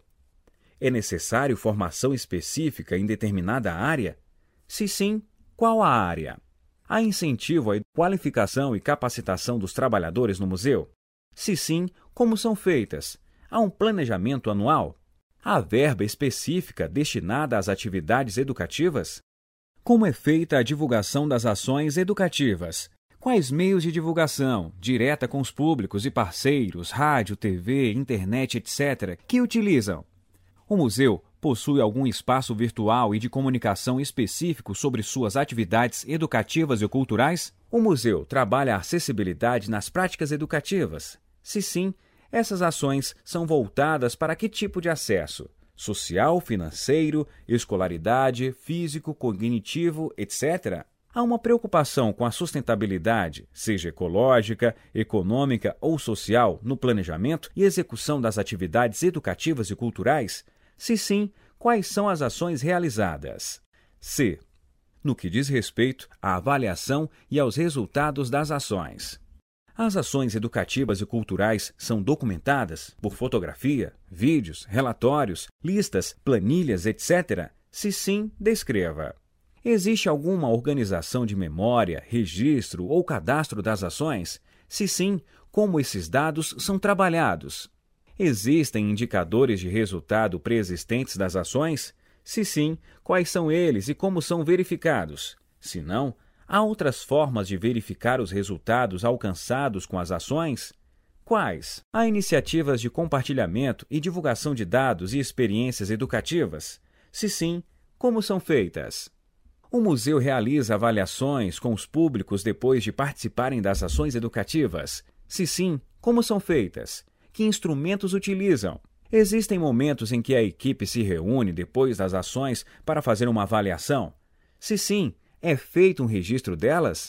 É necessário formação específica em determinada área? Se sim, qual a área? Há incentivo à qualificação e capacitação dos trabalhadores no museu? Se sim, como são feitas? Há um planejamento anual? Há verba específica destinada às atividades educativas? Como é feita a divulgação das ações educativas? Quais meios de divulgação, direta com os públicos e parceiros, rádio, T V, internet, etcétera, que utilizam? O museu possui algum espaço virtual e de comunicação específico sobre suas atividades educativas e culturais? O museu trabalha a acessibilidade nas práticas educativas? Se sim, essas ações são voltadas para que tipo de acesso? Social, financeiro, escolaridade, físico, cognitivo, etcétera? Há uma preocupação com a sustentabilidade, seja ecológica, econômica ou social, no planejamento e execução das atividades educativas e culturais? Se sim, quais são as ações realizadas? C. No que diz respeito à avaliação e aos resultados das ações. As ações educativas e culturais são documentadas por fotografia, vídeos, relatórios, listas, planilhas, etcétera? Se sim, descreva. Existe alguma organização de memória, registro ou cadastro das ações? Se sim, como esses dados são trabalhados? Existem indicadores de resultado pré-existentes das ações? Se sim, quais são eles e como são verificados? Se não, há outras formas de verificar os resultados alcançados com as ações? Quais? Há iniciativas de compartilhamento e divulgação de dados e experiências educativas? Se sim, como são feitas? O museu realiza avaliações com os públicos depois de participarem das ações educativas? Se sim, como são feitas? Que instrumentos utilizam? Existem momentos em que a equipe se reúne depois das ações para fazer uma avaliação? Se sim, é feito um registro delas?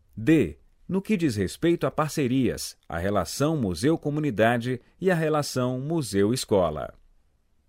D. No que diz respeito a parcerias, a relação museu-comunidade e a relação museu-escola.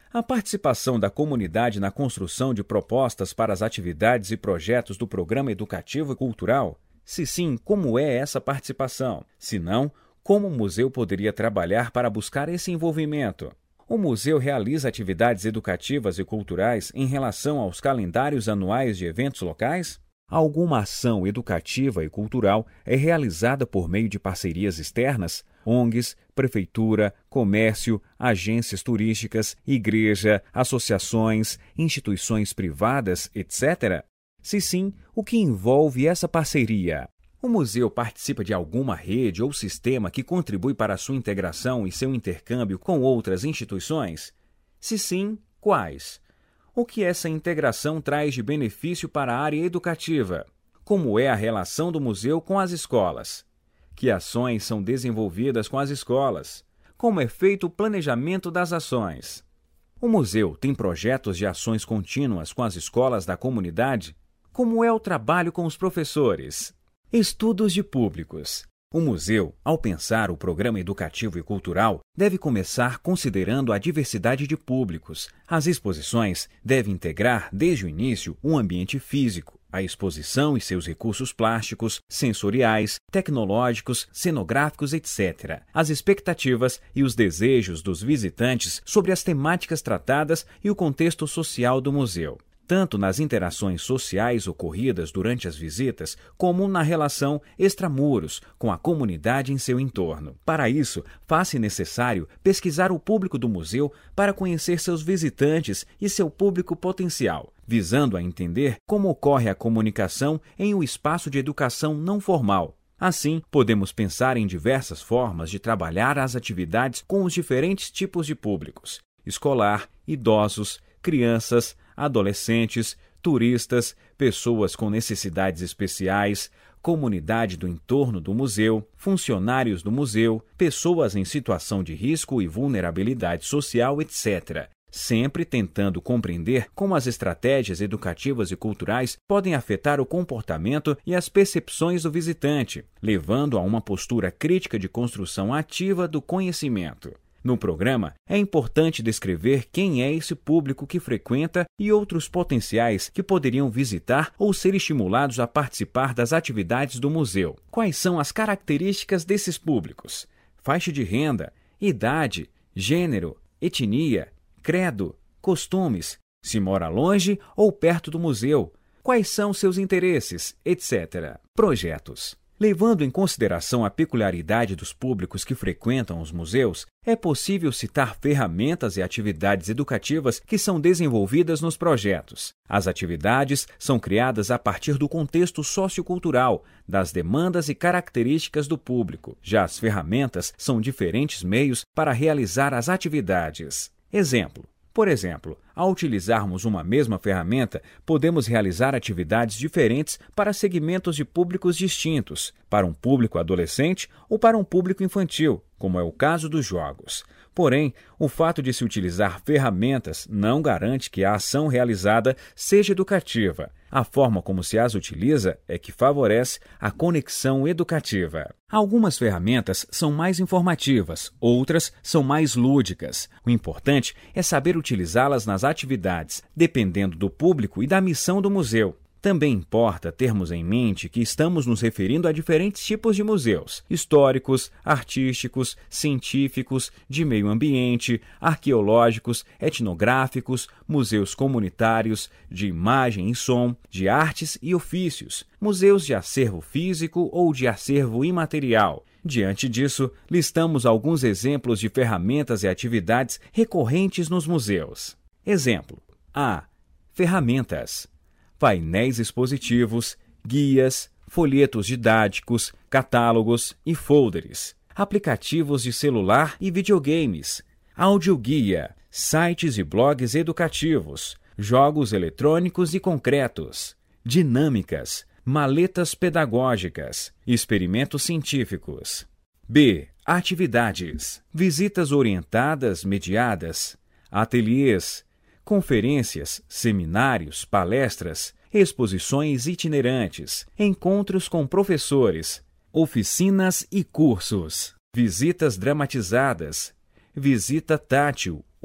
A participação da comunidade na construção de propostas para as atividades e projetos do Programa Educativo e Cultural? Se sim, como é essa participação? Se não, como o museu poderia trabalhar para buscar esse envolvimento? O museu realiza atividades educativas e culturais em relação aos calendários anuais de eventos locais? Alguma ação educativa e cultural é realizada por meio de parcerias externas, O N Gs, prefeitura, comércio, agências turísticas, igreja, associações, instituições privadas, etcétera? Se sim, o que envolve essa parceria? O museu participa de alguma rede ou sistema que contribui para a sua integração e seu intercâmbio com outras instituições? Se sim, quais? O que essa integração traz de benefício para a área educativa? Como é a relação do museu com as escolas? Que ações são desenvolvidas com as escolas? Como é feito o planejamento das ações? O museu tem projetos de ações contínuas com as escolas da comunidade? Como é o trabalho com os professores? Estudos de públicos. O museu, ao pensar o programa educativo e cultural, deve começar considerando a diversidade de públicos. As exposições devem integrar, desde o início, um ambiente físico, a exposição e seus recursos plásticos, sensoriais, tecnológicos, cenográficos, etcétera. As expectativas e os desejos dos visitantes sobre as temáticas tratadas e o contexto social do museu, tanto nas interações sociais ocorridas durante as visitas, como na relação extramuros com a comunidade em seu entorno. Para isso, faz-se necessário pesquisar o público do museu para conhecer seus visitantes e seu público potencial, visando a entender como ocorre a comunicação em um espaço de educação não formal. Assim, podemos pensar em diversas formas de trabalhar as atividades com os diferentes tipos de públicos: escolar, idosos, crianças, adolescentes, turistas, pessoas com necessidades especiais, comunidade do entorno do museu, funcionários do museu, pessoas em situação de risco e vulnerabilidade social, etcétera, sempre tentando compreender como as estratégias educativas e culturais podem afetar o comportamento e as percepções do visitante, levando a uma postura crítica de construção ativa do conhecimento. No programa, é importante descrever quem é esse público que frequenta e outros potenciais que poderiam visitar ou ser estimulados a participar das atividades do museu. Quais são as características desses públicos? Faixa de renda, idade, gênero, etnia, credo, costumes, se mora longe ou perto do museu, quais são seus interesses, etcétera. Projetos. Levando em consideração a peculiaridade dos públicos que frequentam os museus, é possível citar ferramentas e atividades educativas que são desenvolvidas nos projetos. As atividades são criadas a partir do contexto sociocultural, das demandas e características do público. Já as ferramentas são diferentes meios para realizar as atividades. Exemplo. Por exemplo, ao utilizarmos uma mesma ferramenta, podemos realizar atividades diferentes para segmentos de públicos distintos, para um público adolescente ou para um público infantil, como é o caso dos jogos. Porém, o fato de se utilizar ferramentas não garante que a ação realizada seja educativa. A forma como se as utiliza é que favorece a conexão educativa. Algumas ferramentas são mais informativas, outras são mais lúdicas. O importante é saber utilizá-las nas atividades, dependendo do público e da missão do museu. Também importa termos em mente que estamos nos referindo a diferentes tipos de museus: históricos, artísticos, científicos, de meio ambiente, arqueológicos, etnográficos, museus comunitários, de imagem e som, de artes e ofícios, museus de acervo físico ou de acervo imaterial. Diante disso, listamos alguns exemplos de ferramentas e atividades recorrentes nos museus. Exemplo: A. Ferramentas: painéis expositivos, guias, folhetos didáticos, catálogos e folders, aplicativos de celular e videogames, audioguia, sites e blogs educativos, jogos eletrônicos e concretos, dinâmicas, maletas pedagógicas, experimentos científicos. B. Atividades: visitas orientadas mediadas, ateliês, conferências, seminários, palestras, exposições itinerantes, encontros com professores, oficinas e cursos, visitas dramatizadas, visita tátil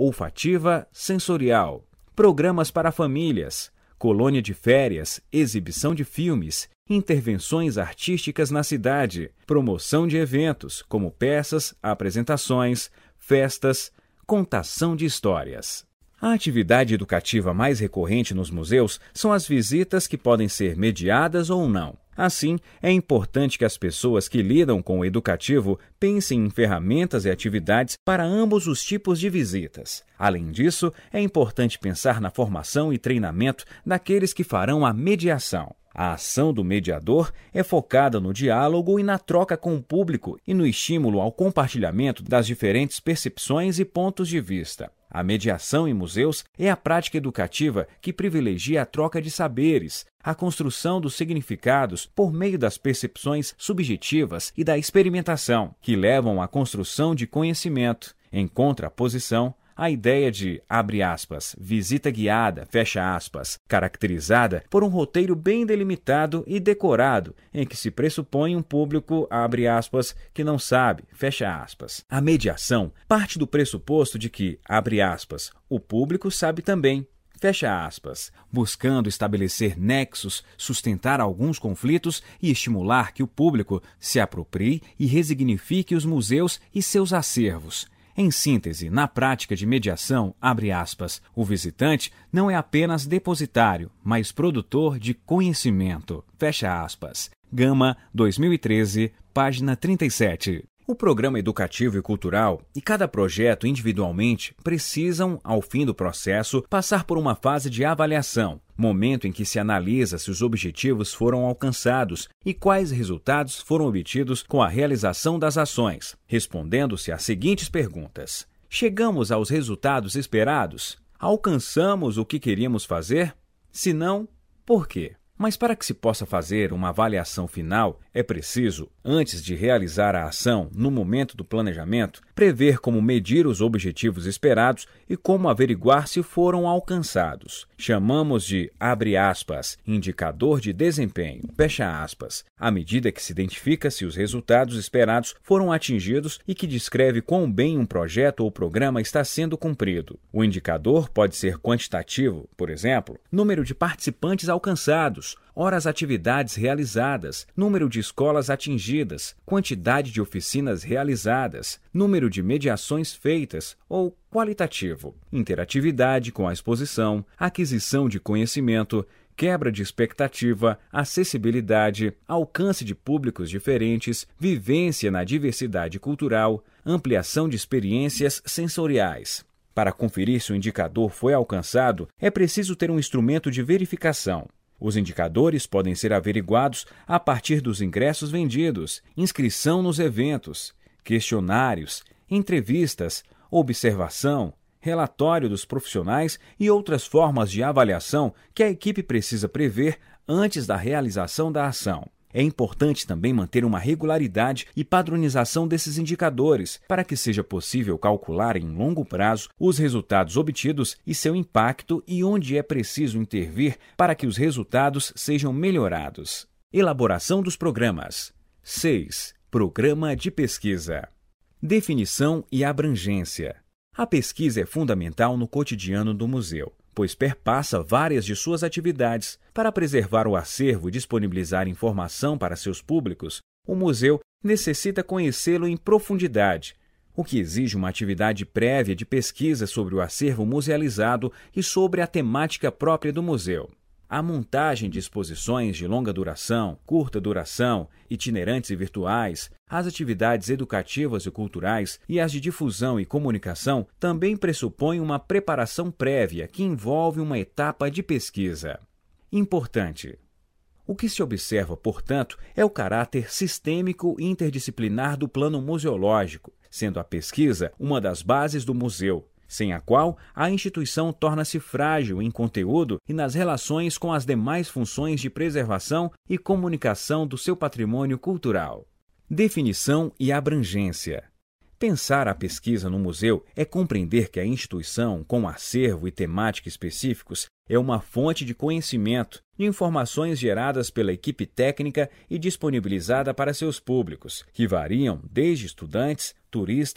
olfativa, sensorial, programas para famílias, colônia de férias, exibição de filmes, intervenções artísticas na cidade, promoção de eventos, como peças, apresentações, festas, contação de histórias. A atividade educativa mais recorrente nos museus são as visitas que podem ser mediadas ou não. Assim, é importante que as pessoas que lidam com o educativo pensem em ferramentas e atividades para ambos os tipos de visitas. Além disso, é importante pensar na formação e treinamento daqueles que farão a mediação. A ação do mediador é focada no diálogo e na troca com o público e no estímulo ao compartilhamento das diferentes percepções e pontos de vista. A mediação em museus é a prática educativa que privilegia a troca de saberes, a construção dos significados por meio das percepções subjetivas e da experimentação, que levam à construção de conhecimento. Em contraposição, a ideia de, abre aspas, visita guiada, fecha aspas, caracterizada por um roteiro bem delimitado e decorado, em que se pressupõe um público, abre aspas, que não sabe, fecha aspas. A mediação parte do pressuposto de que, abre aspas, o público sabe também, fecha aspas, buscando estabelecer nexos, sustentar alguns conflitos e estimular que o público se aproprie e resignifique os museus e seus acervos. Em síntese, na prática de mediação, abre aspas, o visitante não é apenas depositário, mas produtor de conhecimento, fecha aspas. Gama, dois mil e treze, página trinta e sete. O programa educativo e cultural e cada projeto individualmente precisam, ao fim do processo, passar por uma fase de avaliação, momento em que se analisa se os objetivos foram alcançados e quais resultados foram obtidos com a realização das ações, respondendo-se às seguintes perguntas. Chegamos aos resultados esperados? Alcançamos o que queríamos fazer? Se não, por quê? Mas para que se possa fazer uma avaliação final, é preciso, antes de realizar a ação no momento do planejamento, prever como medir os objetivos esperados e como averiguar se foram alcançados. Chamamos de, abre aspas, indicador de desempenho, fecha aspas, a medida que se identifica se os resultados esperados foram atingidos e que descreve quão bem um projeto ou programa está sendo cumprido. O indicador pode ser quantitativo, por exemplo, número de participantes alcançados, horas atividades realizadas, número de escolas atingidas, quantidade de oficinas realizadas, número de mediações feitas ou qualitativo, interatividade com a exposição, aquisição de conhecimento, quebra de expectativa, acessibilidade, alcance de públicos diferentes, vivência na diversidade cultural, ampliação de experiências sensoriais. Para conferir se o indicador foi alcançado, é preciso ter um instrumento de verificação. Os indicadores podem ser averiguados a partir dos ingressos vendidos, inscrição nos eventos, questionários, entrevistas, observação, relatório dos profissionais e outras formas de avaliação que a equipe precisa prever antes da realização da ação. É importante também manter uma regularidade e padronização desses indicadores para que seja possível calcular em longo prazo os resultados obtidos e seu impacto e onde é preciso intervir para que os resultados sejam melhorados. Elaboração dos programas. seis. Programa de pesquisa. Definição e abrangência. A pesquisa é fundamental no cotidiano do museu, pois perpassa várias de suas atividades. Para preservar o acervo e disponibilizar informação para seus públicos, o museu necessita conhecê-lo em profundidade, o que exige uma atividade prévia de pesquisa sobre o acervo musealizado e sobre a temática própria do museu. A montagem de exposições de longa duração, curta duração, itinerantes e virtuais, as atividades educativas e culturais e as de difusão e comunicação também pressupõem uma preparação prévia que envolve uma etapa de pesquisa. Importante. O que se observa, portanto, é o caráter sistêmico e interdisciplinar do plano museológico, sendo a pesquisa uma das bases do museu, sem a qual a instituição torna-se frágil em conteúdo e nas relações com as demais funções de preservação e comunicação do seu patrimônio cultural. Definição e abrangência. Pensar a pesquisa no museu é compreender que a instituição, com acervo e temática específicos, é uma fonte de conhecimento, de informações geradas pela equipe técnica e disponibilizada para seus públicos, que variam desde estudantes, turistas,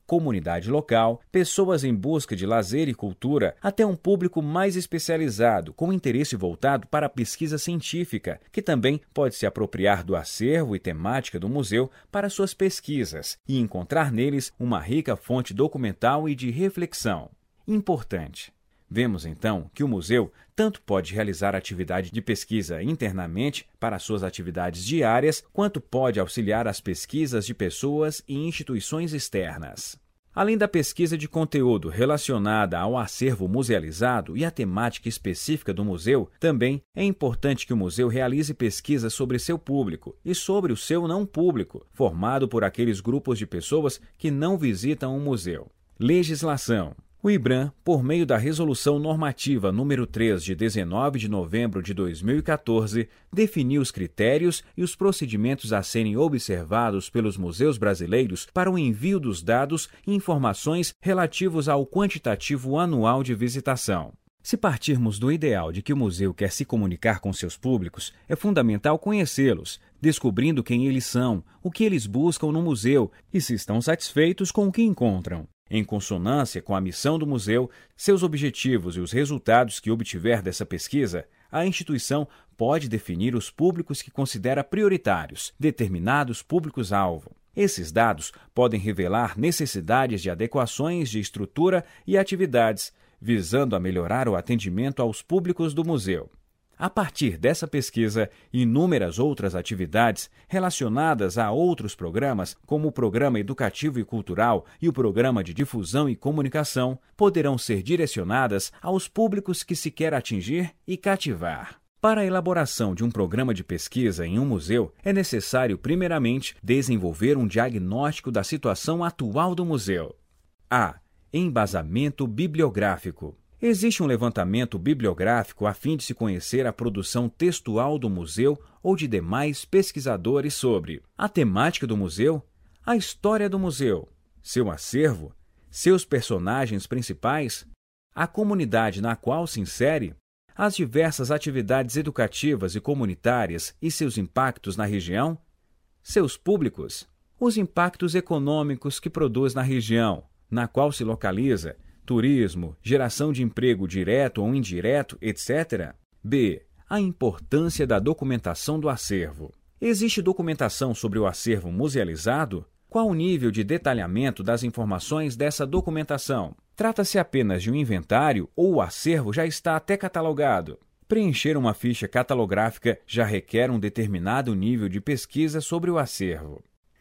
comunidade local, pessoas em busca de lazer e cultura, até um público mais especializado, com interesse voltado para a pesquisa científica, que também pode se apropriar do acervo e temática do museu para suas pesquisas e encontrar neles uma rica fonte documental e de reflexão. Importante. Vemos, então, que o museu tanto pode realizar atividade de pesquisa internamente para suas atividades diárias, quanto pode auxiliar as pesquisas de pessoas e instituições externas. Além da pesquisa de conteúdo relacionada ao acervo musealizado e à temática específica do museu, também é importante que o museu realize pesquisas sobre seu público e sobre o seu não público, formado por aqueles grupos de pessoas que não visitam o museu. Legislação. O IBRAM, por meio da Resolução Normativa número três de dezenove de novembro de dois mil e quatorze, definiu os critérios e os procedimentos a serem observados pelos museus brasileiros para o envio dos dados e informações relativos ao quantitativo anual de visitação. Se partirmos do ideal de que o museu quer se comunicar com seus públicos, é fundamental conhecê-los, descobrindo quem eles são, o que eles buscam no museu e se estão satisfeitos com o que encontram. Em consonância com a missão do museu, seus objetivos e os resultados que obtiver dessa pesquisa, a instituição pode definir os públicos que considera prioritários, determinados públicos-alvo. Esses dados podem revelar necessidades de adequações de estrutura e atividades, visando a melhorar o atendimento aos públicos do museu. A partir dessa pesquisa, inúmeras outras atividades relacionadas a outros programas, como o Programa Educativo e Cultural e o Programa de Difusão e Comunicação, poderão ser direcionadas aos públicos que se quer atingir e cativar. Para a elaboração de um programa de pesquisa em um museu, é necessário, primeiramente, desenvolver um diagnóstico da situação atual do museu. A. Embasamento bibliográfico. Existe um levantamento bibliográfico a fim de se conhecer a produção textual do museu ou de demais pesquisadores sobre a temática do museu, a história do museu, seu acervo, seus personagens principais, a comunidade na qual se insere, as diversas atividades educativas e comunitárias e seus impactos na região, seus públicos, os impactos econômicos que produz na região, na qual se localiza, turismo, geração de emprego direto ou indireto, etcétera. B. A importância da documentação do acervo. Existe documentação sobre o acervo musealizado? Qual o nível de detalhamento das informações dessa documentação? Trata-se apenas de um inventário ou o acervo já está até catalogado? Preencher uma ficha catalográfica já requer um determinado nível de pesquisa sobre o acervo.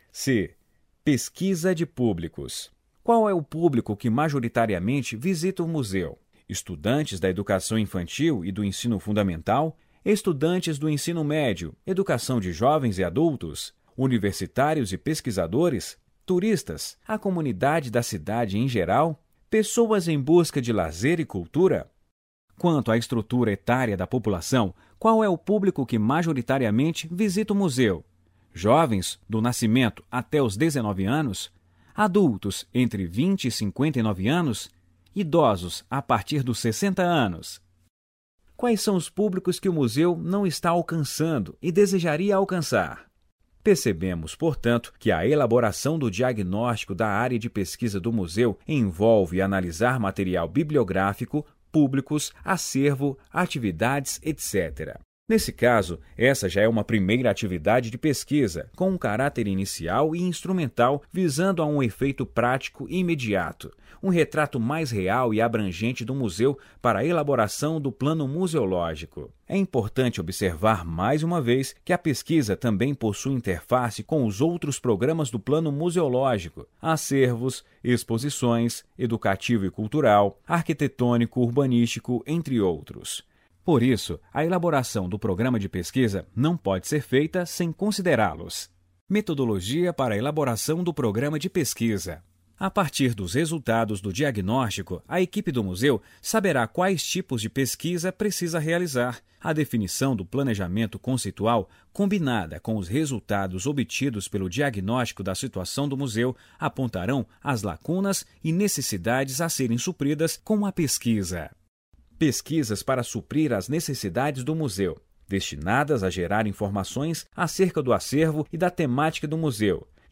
C. Pesquisa de públicos. Qual é o público que majoritariamente visita o museu? Estudantes da educação infantil e do ensino fundamental, estudantes do ensino médio, educação de jovens e adultos, universitários e pesquisadores, turistas, a comunidade da cidade em geral, pessoas em busca de lazer e cultura? Quanto à estrutura etária da população, qual é o público que majoritariamente visita o museu? Jovens, do nascimento até os dezenove anos? Adultos entre vinte e cinquenta e nove anos, idosos a partir dos sessenta anos. Quais são os públicos que o museu não está alcançando e desejaria alcançar? Percebemos, portanto, que a elaboração do diagnóstico da área de pesquisa do museu envolve analisar material bibliográfico, públicos, acervo, atividades, etcétera. Nesse caso, essa já é uma primeira atividade de pesquisa, com um caráter inicial e instrumental, visando a um efeito prático e imediato, um retrato mais real e abrangente do museu para a elaboração do plano museológico. É importante observar mais uma vez que a pesquisa também possui interface com os outros programas do plano museológico, acervos, exposições, educativo e cultural, arquitetônico, urbanístico, entre outros. Por isso, a elaboração do programa de pesquisa não pode ser feita sem considerá-los. Metodologia para a elaboração do programa de pesquisa. A partir dos resultados do diagnóstico, a equipe do museu saberá quais tipos de pesquisa precisa realizar. A definição do planejamento conceitual, combinada com os resultados obtidos pelo diagnóstico da situação do museu, apontarão as lacunas e necessidades a serem supridas com a pesquisa. Pesquisas para suprir as necessidades do museu, destinadas a gerar informações acerca do acervo e da temática do museu,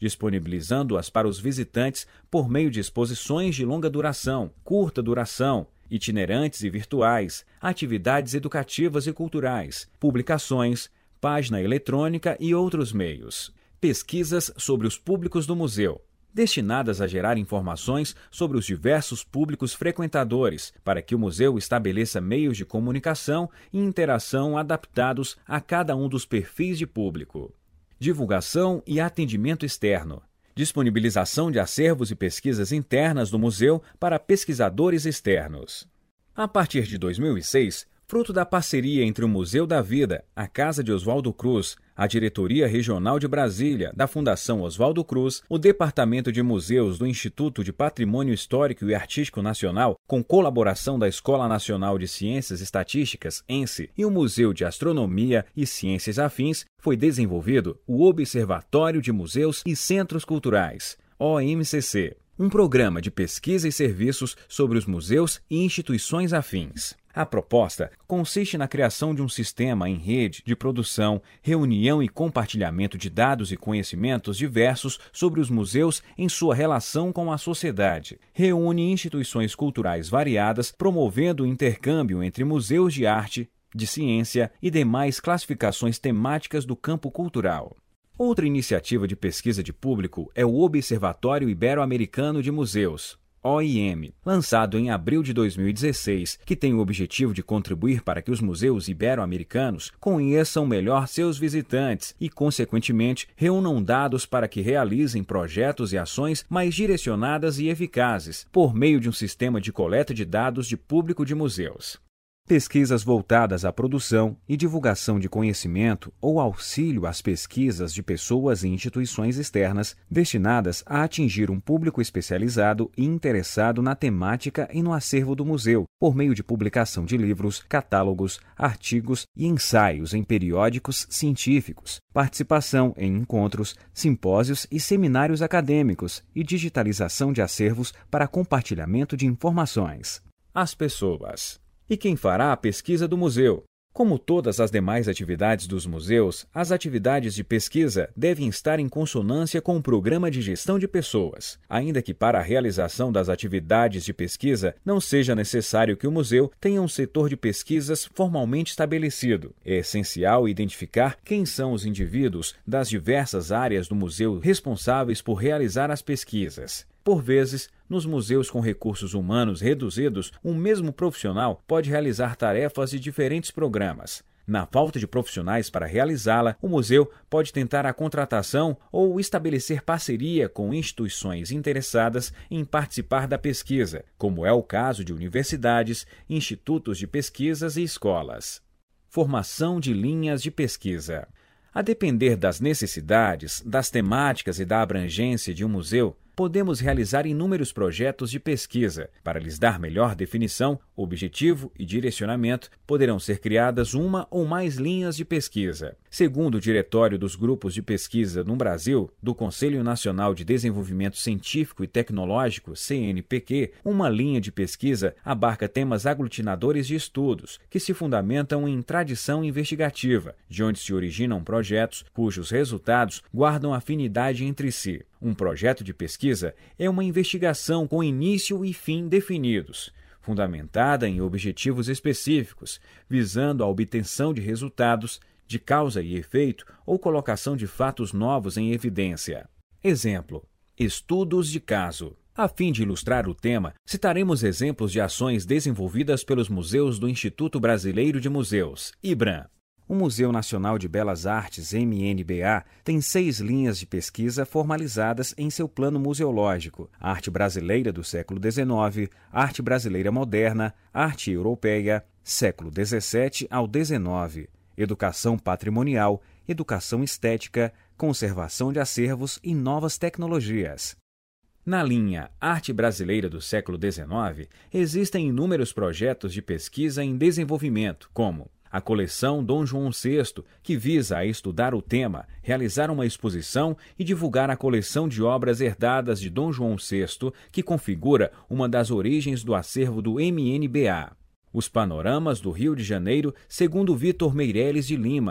disponibilizando-as para os visitantes por meio de exposições de longa duração, curta duração, itinerantes e virtuais, atividades educativas e culturais, publicações, página eletrônica e outros meios. Pesquisas sobre os públicos do museu, destinadas a gerar informações sobre os diversos públicos frequentadores, para que o museu estabeleça meios de comunicação e interação adaptados a cada um dos perfis de público. Divulgação e atendimento externo. Disponibilização de acervos e pesquisas internas do museu para pesquisadores externos. A partir de dois mil e seis, fruto da parceria entre o Museu da Vida, a Casa de Oswaldo Cruz, a Diretoria Regional de Brasília, da Fundação Oswaldo Cruz, o Departamento de Museus do Instituto de Patrimônio Histórico e Artístico Nacional, com colaboração da Escola Nacional de Ciências Estatísticas, ENSE, e o Museu de Astronomia e Ciências Afins, foi desenvolvido o Observatório de Museus e Centros Culturais, O M C C, um programa de pesquisa e serviços sobre os museus e instituições afins. A proposta consiste na criação de um sistema em rede de produção, reunião e compartilhamento de dados e conhecimentos diversos sobre os museus em sua relação com a sociedade. Reúne instituições culturais variadas, promovendo o intercâmbio entre museus de arte, de ciência e demais classificações temáticas do campo cultural. Outra iniciativa de pesquisa de público é o Observatório Ibero-Americano de Museus, O I M, lançado em abril de dois mil e dezesseis, que tem o objetivo de contribuir para que os museus ibero-americanos conheçam melhor seus visitantes e, consequentemente, reúnam dados para que realizem projetos e ações mais direcionadas e eficazes, por meio de um sistema de coleta de dados de público de museus. Pesquisas voltadas à produção e divulgação de conhecimento ou auxílio às pesquisas de pessoas e instituições externas destinadas a atingir um público especializado e interessado na temática e no acervo do museu, por meio de publicação de livros, catálogos, artigos e ensaios em periódicos científicos, participação em encontros, simpósios e seminários acadêmicos e digitalização de acervos para compartilhamento de informações. As pessoas. E quem fará a pesquisa do museu? Como todas as demais atividades dos museus, as atividades de pesquisa devem estar em consonância com o programa de gestão de pessoas, ainda que para a realização das atividades de pesquisa não seja necessário que o museu tenha um setor de pesquisas formalmente estabelecido. É essencial identificar quem são os indivíduos das diversas áreas do museu responsáveis por realizar as pesquisas. Por vezes, nos museus com recursos humanos reduzidos, um mesmo profissional pode realizar tarefas de diferentes programas. Na falta de profissionais para realizá-la, o museu pode tentar a contratação ou estabelecer parceria com instituições interessadas em participar da pesquisa, como é o caso de universidades, institutos de pesquisas e escolas. Formação de linhas de pesquisa. A depender das necessidades, das temáticas e da abrangência de um museu, podemos realizar inúmeros projetos de pesquisa. Para lhes dar melhor definição, objetivo e direcionamento, poderão ser criadas uma ou mais linhas de pesquisa. Segundo o Diretório dos Grupos de Pesquisa no Brasil, do Conselho Nacional de Desenvolvimento Científico e Tecnológico, C N P Q, uma linha de pesquisa abarca temas aglutinadores de estudos, que se fundamentam em tradição investigativa, de onde se originam projetos cujos resultados guardam afinidade entre si. Um projeto de pesquisa é uma investigação com início e fim definidos, fundamentada em objetivos específicos, visando a obtenção de resultados, de causa e efeito ou colocação de fatos novos em evidência. Exemplo: estudos de caso. A fim de ilustrar o tema, citaremos exemplos de ações desenvolvidas pelos museus do Instituto Brasileiro de Museus, IBRAM. O Museu Nacional de Belas Artes, M N B A, tem seis linhas de pesquisa formalizadas em seu plano museológico: arte brasileira do século dezenove, arte brasileira moderna, arte europeia, século dezessete ao dezenove, educação patrimonial, educação estética, conservação de acervos e novas tecnologias. Na linha Arte Brasileira do século dezenove, existem inúmeros projetos de pesquisa em desenvolvimento, como a coleção Dom João sexto, que visa a estudar o tema, realizar uma exposição e divulgar a coleção de obras herdadas de Dom João sexto, que configura uma das origens do acervo do M N B A. Os panoramas do Rio de Janeiro, segundo Vitor Meirelles de Lima,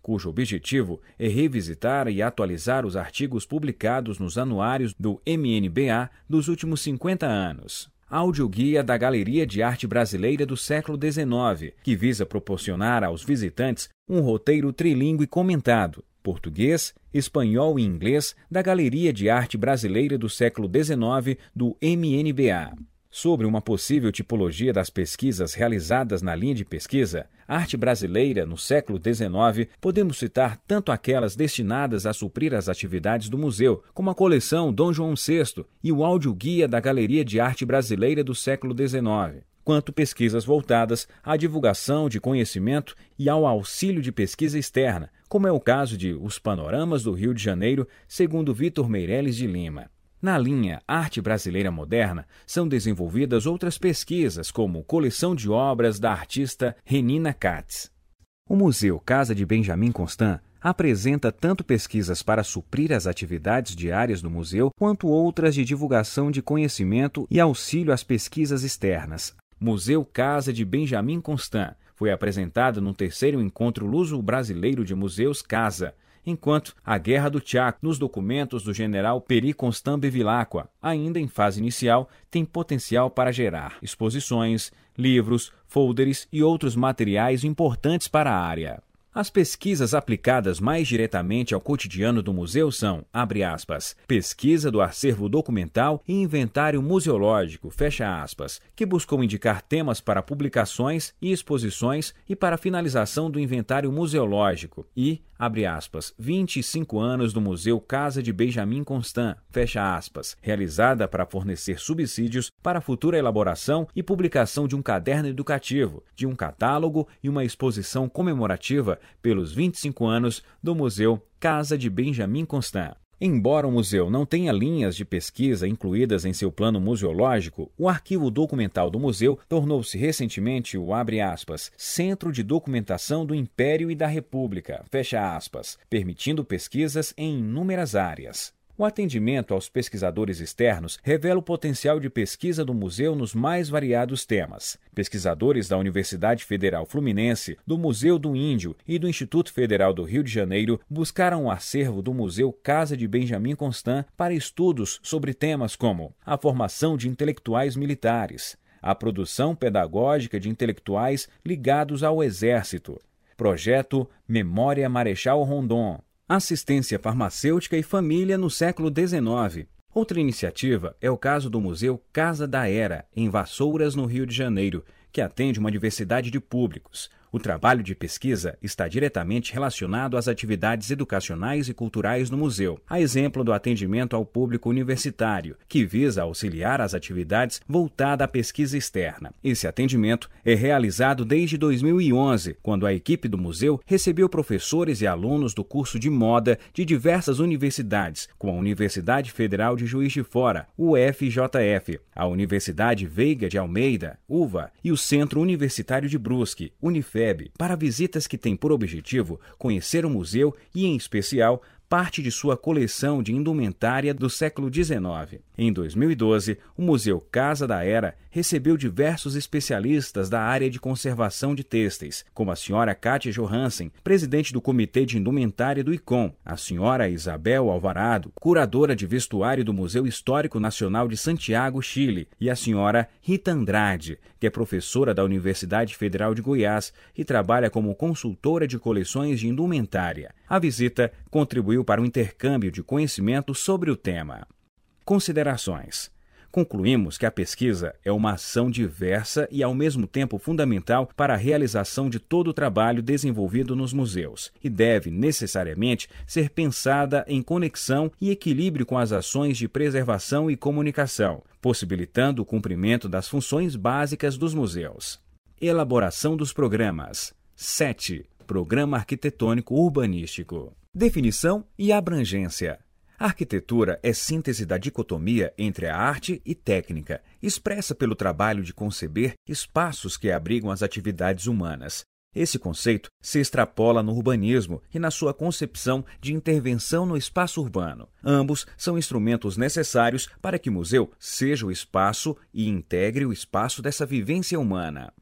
cujo objetivo é revisitar e atualizar os artigos publicados nos anuários do M N B A dos últimos cinquenta anos. Audioguia da Galeria de Arte Brasileira do século dezenove, que visa proporcionar aos visitantes um roteiro trilíngue comentado, português, espanhol e inglês, da Galeria de Arte Brasileira do século dezenove do M N B A. Sobre uma possível tipologia das pesquisas realizadas na linha de pesquisa Arte Brasileira no século dezenove, podemos citar tanto aquelas destinadas a suprir as atividades do museu, como a coleção Dom João sexto e o Audioguia da Galeria de Arte Brasileira do século dezenove, quanto pesquisas voltadas à divulgação de conhecimento e ao auxílio de pesquisa externa, como é o caso de Os Panoramas do Rio de Janeiro, segundo Vitor Meirelles de Lima. Na linha Arte Brasileira Moderna, são desenvolvidas outras pesquisas, como Coleção de Obras da artista Renina Katz. O Museu Casa de Benjamin Constant apresenta tanto pesquisas para suprir as atividades diárias do museu, quanto outras de divulgação de conhecimento e auxílio às pesquisas externas. Museu Casa de Benjamin Constant foi apresentado no terceiro Encontro Luso-Brasileiro de Museus Casa, enquanto a Guerra do Chaco, nos documentos do general Peri Constant Bevilacqua, ainda em fase inicial, tem potencial para gerar exposições, livros, folders e outros materiais importantes para a área. As pesquisas aplicadas mais diretamente ao cotidiano do museu são, abre aspas, pesquisa do acervo documental e inventário museológico, fecha aspas, que buscou indicar temas para publicações e exposições e para a finalização do inventário museológico e, abre aspas, vinte e cinco anos do Museu Casa de Benjamin Constant, fecha aspas, realizada para fornecer subsídios para a futura elaboração e publicação de um caderno educativo, de um catálogo e uma exposição comemorativa pelos vinte e cinco anos do Museu Casa de Benjamin Constant. Embora o museu não tenha linhas de pesquisa incluídas em seu plano museológico, o arquivo documental do museu tornou-se recentemente o, abre aspas, Centro de Documentação do Império e da República, fecha aspas, permitindo pesquisas em inúmeras áreas. O atendimento aos pesquisadores externos revela o potencial de pesquisa do museu nos mais variados temas. Pesquisadores da Universidade Federal Fluminense, do Museu do Índio e do Instituto Federal do Rio de Janeiro buscaram o acervo do Museu Casa de Benjamin Constant para estudos sobre temas como a formação de intelectuais militares, a produção pedagógica de intelectuais ligados ao Exército, projeto Memória Marechal Rondon, assistência farmacêutica e família no século dezenove. Outra iniciativa é o caso do Museu Casa da Era, em Vassouras, no Rio de Janeiro, que atende uma diversidade de públicos. O trabalho de pesquisa está diretamente relacionado às atividades educacionais e culturais no museu, a exemplo do atendimento ao público universitário, que visa auxiliar as atividades voltadas à pesquisa externa. Esse atendimento é realizado desde dois mil e onze, quando a equipe do museu recebeu professores e alunos do curso de moda de diversas universidades, como a Universidade Federal de Juiz de Fora, U F J F, a Universidade Veiga de Almeida, U V A, e o Centro Universitário de Brusque, Unifeb, para visitas que têm por objetivo conhecer o museu e, em especial, parte de sua coleção de indumentária do século dezenove. Em dois mil e doze, o Museu Casa da Era recebeu diversos especialistas da área de conservação de têxteis, como a senhora Kátia Johansen, presidente do Comitê de Indumentária do I C O M, a senhora Isabel Alvarado, curadora de vestuário do Museu Histórico Nacional de Santiago, Chile, e a senhora Rita Andrade, que é professora da Universidade Federal de Goiás e trabalha como consultora de coleções de indumentária. A visita contribuiu para o intercâmbio de conhecimento sobre o tema. Considerações. Concluímos que a pesquisa é uma ação diversa e, ao mesmo tempo, fundamental para a realização de todo o trabalho desenvolvido nos museus e deve, necessariamente, ser pensada em conexão e equilíbrio com as ações de preservação e comunicação, possibilitando o cumprimento das funções básicas dos museus. Elaboração dos programas. sete. Programa Arquitetônico Urbanístico. Definição e abrangência. A arquitetura é síntese da dicotomia entre a arte e técnica, expressa pelo trabalho de conceber espaços que abrigam as atividades humanas. Esse conceito se extrapola no urbanismo e na sua concepção de intervenção no espaço urbano. Ambos são instrumentos necessários para que o museu seja o espaço e integre o espaço dessa vivência humana.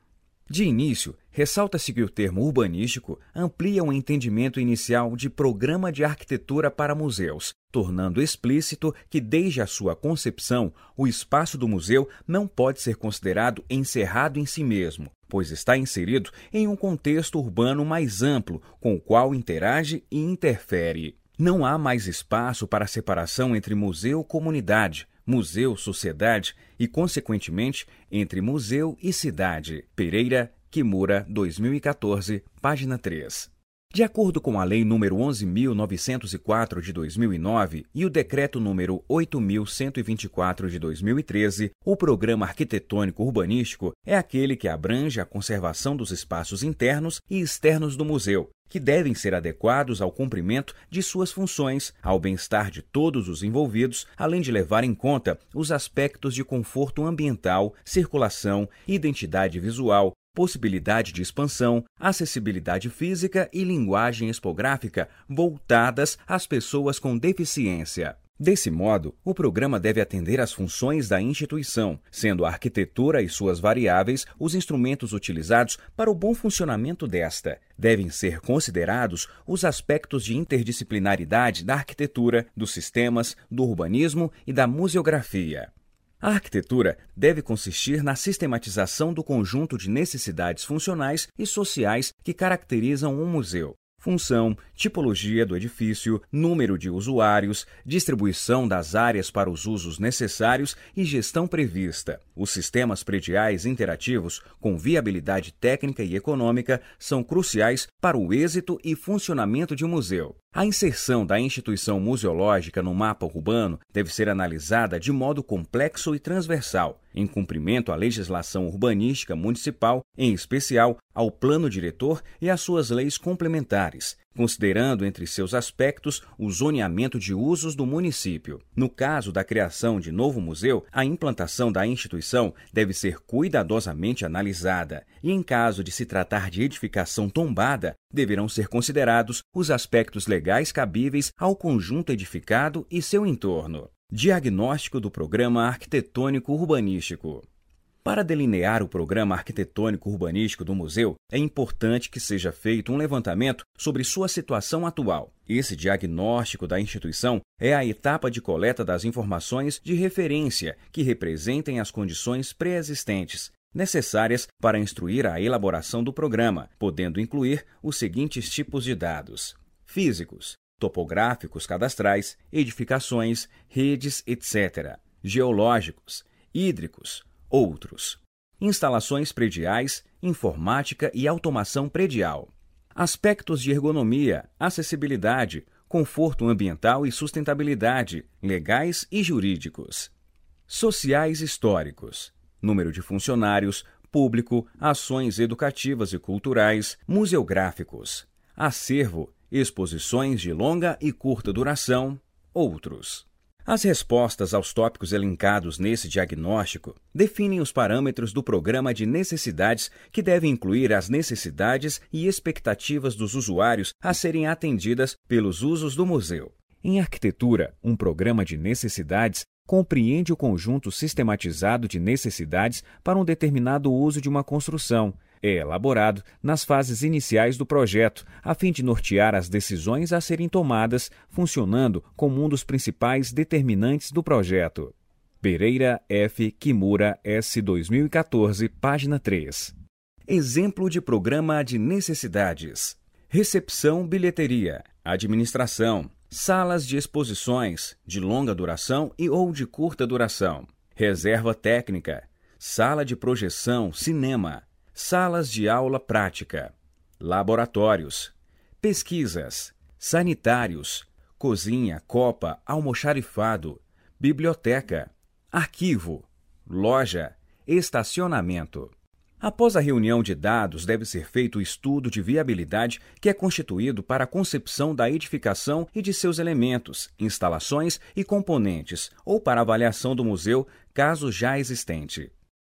De início, ressalta-se que o termo urbanístico amplia o entendimento inicial de programa de arquitetura para museus, tornando explícito que, desde a sua concepção, o espaço do museu não pode ser considerado encerrado em si mesmo, pois está inserido em um contexto urbano mais amplo, com o qual interage e interfere. Não há mais espaço para a separação entre museu-comunidade, museu-sociedade e, consequentemente, entre museu e cidade. Pereira, Kimura, dois mil e quatorze, página três. De acordo com a Lei número onze mil novecentos e quatro de dois mil e nove e o Decreto número oito mil cento e vinte e quatro de dois mil e treze, o Programa Arquitetônico Urbanístico é aquele que abrange a conservação dos espaços internos e externos do museu, que devem ser adequados ao cumprimento de suas funções, ao bem-estar de todos os envolvidos, além de levar em conta os aspectos de conforto ambiental, circulação, identidade visual, possibilidade de expansão, acessibilidade física e linguagem expográfica voltadas às pessoas com deficiência. Desse modo, o programa deve atender às funções da instituição, sendo a arquitetura e suas variáveis os instrumentos utilizados para o bom funcionamento desta. Devem ser considerados os aspectos de interdisciplinaridade da arquitetura, dos sistemas, do urbanismo e da museografia. A arquitetura deve consistir na sistematização do conjunto de necessidades funcionais e sociais que caracterizam um museu. Função, tipologia do edifício, número de usuários, distribuição das áreas para os usos necessários e gestão prevista. Os sistemas prediais interativos, com viabilidade técnica e econômica, são cruciais para o êxito e funcionamento de um museu. A inserção da instituição museológica no mapa urbano deve ser analisada de modo complexo e transversal, em cumprimento à legislação urbanística municipal, em especial ao Plano Diretor e às suas leis complementares, considerando entre seus aspectos o zoneamento de usos do município. No caso da criação de novo museu, a implantação da instituição deve ser cuidadosamente analisada e, em caso de se tratar de edificação tombada, deverão ser considerados os aspectos legais cabíveis ao conjunto edificado e seu entorno. Diagnóstico do Programa Arquitetônico Urbanístico. Para delinear o programa arquitetônico urbanístico do museu, é importante que seja feito um levantamento sobre sua situação atual. Esse diagnóstico da instituição é a etapa de coleta das informações de referência que representem as condições pré-existentes, necessárias para instruir a elaboração do programa, podendo incluir os seguintes tipos de dados: físicos, topográficos cadastrais, edificações, redes, etcétera, geológicos, hídricos, outros, instalações prediais, informática e automação predial, aspectos de ergonomia, acessibilidade, conforto ambiental e sustentabilidade, legais e jurídicos, sociais históricos, número de funcionários, público, ações educativas e culturais, museográficos, acervo, exposições de longa e curta duração, outros. As respostas aos tópicos elencados nesse diagnóstico definem os parâmetros do programa de necessidades que devem incluir as necessidades e expectativas dos usuários a serem atendidas pelos usos do museu. Em arquitetura, um programa de necessidades compreende o conjunto sistematizado de necessidades para um determinado uso de uma construção. É elaborado nas fases iniciais do projeto, a fim de nortear as decisões a serem tomadas, funcionando como um dos principais determinantes do projeto. Pereira F. Kimura S. dois mil e quatorze, página três. Exemplo de programa de necessidades: recepção, bilheteria, administração, salas de exposições, de longa duração e ou de curta duração, reserva técnica, sala de projeção, cinema, salas de aula prática, laboratórios, pesquisas, sanitários, cozinha, copa, almoxarifado, biblioteca, arquivo, loja, estacionamento. Após a reunião de dados, deve ser feito o estudo de viabilidade que é constituído para a concepção da edificação e de seus elementos, instalações e componentes, ou para avaliação do museu, caso já existente.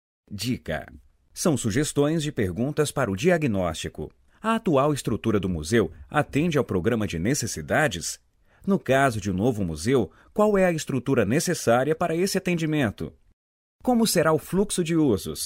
Dica: são sugestões de perguntas para o diagnóstico. A atual estrutura do museu atende ao programa de necessidades? No caso de um novo museu, qual é a estrutura necessária para esse atendimento? Como será o fluxo de usos?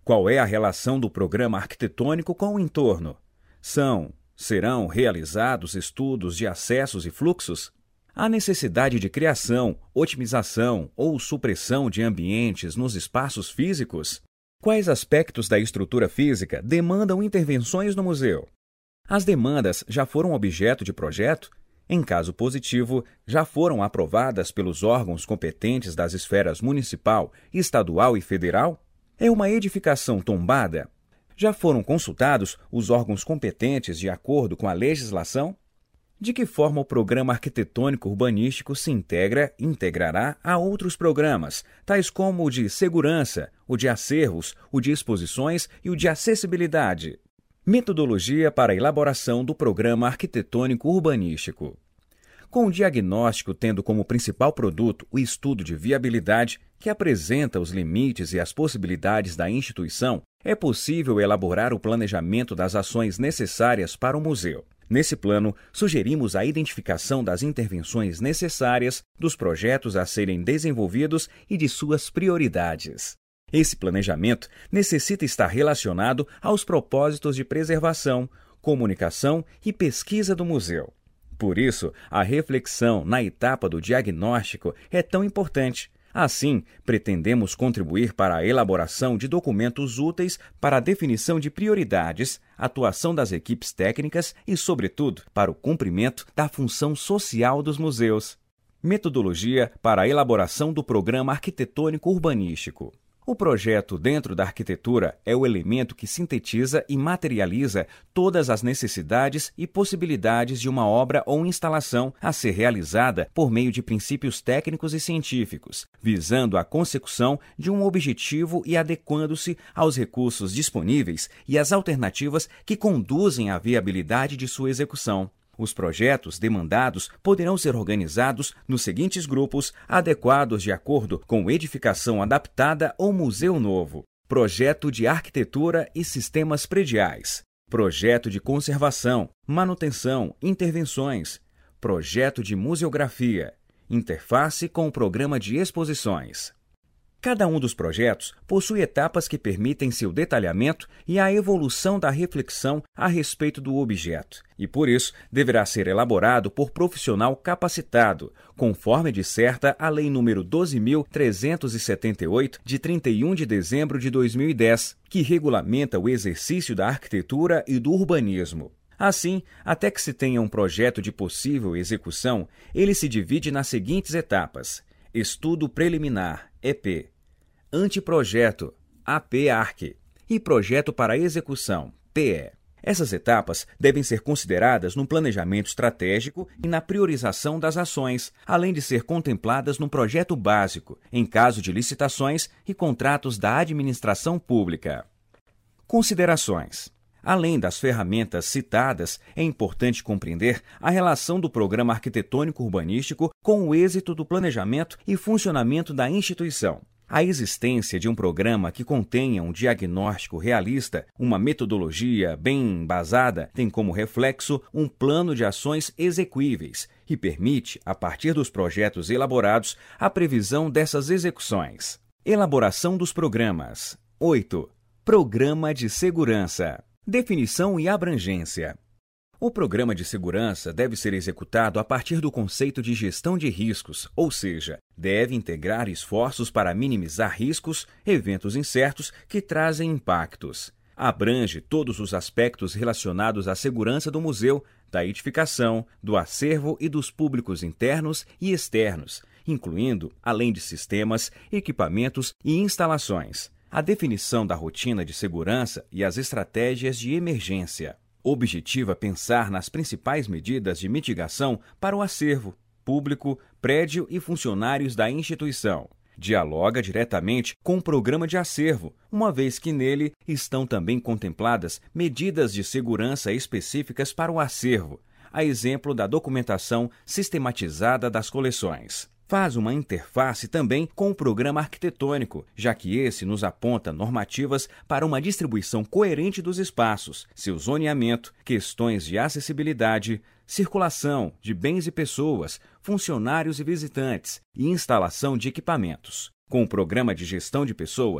Qual é a relação do programa arquitetônico com o entorno? São, serão realizados estudos de acessos e fluxos? Há necessidade de criação, otimização ou supressão de ambientes nos espaços físicos? Quais aspectos da estrutura física demandam intervenções no museu? As demandas já foram objeto de projeto? Em caso positivo, já foram aprovadas pelos órgãos competentes das esferas municipal, estadual e federal? É uma edificação tombada? Já foram consultados os órgãos competentes de acordo com a legislação? De que forma o programa arquitetônico urbanístico se integra e integrará a outros programas, tais como o de segurança, o de acervos, o de exposições e o de acessibilidade? Metodologia para a elaboração do programa arquitetônico urbanístico. Com o diagnóstico tendo como principal produto o estudo de viabilidade, que apresenta os limites e as possibilidades da instituição, é possível elaborar o planejamento das ações necessárias para o museu. Nesse plano, sugerimos a identificação das intervenções necessárias, dos projetos a serem desenvolvidos e de suas prioridades. Esse planejamento necessita estar relacionado aos propósitos de preservação, comunicação e pesquisa do museu. Por isso, a reflexão na etapa do diagnóstico é tão importante. Assim, pretendemos contribuir para a elaboração de documentos úteis para a definição de prioridades, atuação das equipes técnicas e, sobretudo, para o cumprimento da função social dos museus. Metodologia para a elaboração do programa arquitetônico urbanístico. O projeto dentro da arquitetura é o elemento que sintetiza e materializa todas as necessidades e possibilidades de uma obra ou instalação a ser realizada por meio de princípios técnicos e científicos, visando a consecução de um objetivo e adequando-se aos recursos disponíveis e às alternativas que conduzem à viabilidade de sua execução. Os projetos demandados poderão ser organizados nos seguintes grupos, adequados de acordo com edificação adaptada ou museu novo: projeto de arquitetura e sistemas prediais, projeto de conservação, manutenção, intervenções, projeto de museografia, interface com o programa de exposições. Cada um dos projetos possui etapas que permitem seu detalhamento e a evolução da reflexão a respeito do objeto, e por isso deverá ser elaborado por profissional capacitado, conforme disserta a Lei nº doze mil trezentos e setenta e oito, de trinta e um de dezembro de dois mil e dez, que regulamenta o exercício da arquitetura e do urbanismo. Assim, até que se tenha um projeto de possível execução, ele se divide nas seguintes etapas: estudo preliminar, E P, anteprojeto, A P A R C, e projeto para execução, P E. Essas etapas devem ser consideradas no planejamento estratégico e na priorização das ações, além de ser contempladas no projeto básico, em caso de licitações e contratos da administração pública. Considerações. Além das ferramentas citadas, é importante compreender a relação do programa arquitetônico urbanístico com o êxito do planejamento e funcionamento da instituição. A existência de um programa que contenha um diagnóstico realista, uma metodologia bem embasada, tem como reflexo um plano de ações execuíveis e permite, a partir dos projetos elaborados, a previsão dessas execuções. Elaboração dos programas. oito. Programa de segurança. Definição e abrangência. O programa de segurança deve ser executado a partir do conceito de gestão de riscos, ou seja, deve integrar esforços para minimizar riscos, eventos incertos que trazem impactos. Abrange todos os aspectos relacionados à segurança do museu, da edificação, do acervo e dos públicos internos e externos, incluindo, além de sistemas, equipamentos e instalações, a definição da rotina de segurança e as estratégias de emergência. Objetiva pensar nas principais medidas de mitigação para o acervo, público, prédio e funcionários da instituição. Dialoga diretamente com o programa de acervo, uma vez que nele estão também contempladas medidas de segurança específicas para o acervo, a exemplo da documentação sistematizada das coleções. Faz uma interface também com o programa arquitetônico, já que esse nos aponta normativas para uma distribuição coerente dos espaços, seu zoneamento, questões de acessibilidade, circulação de bens e pessoas, funcionários e visitantes e instalação de equipamentos. Com o programa de gestão de pessoas,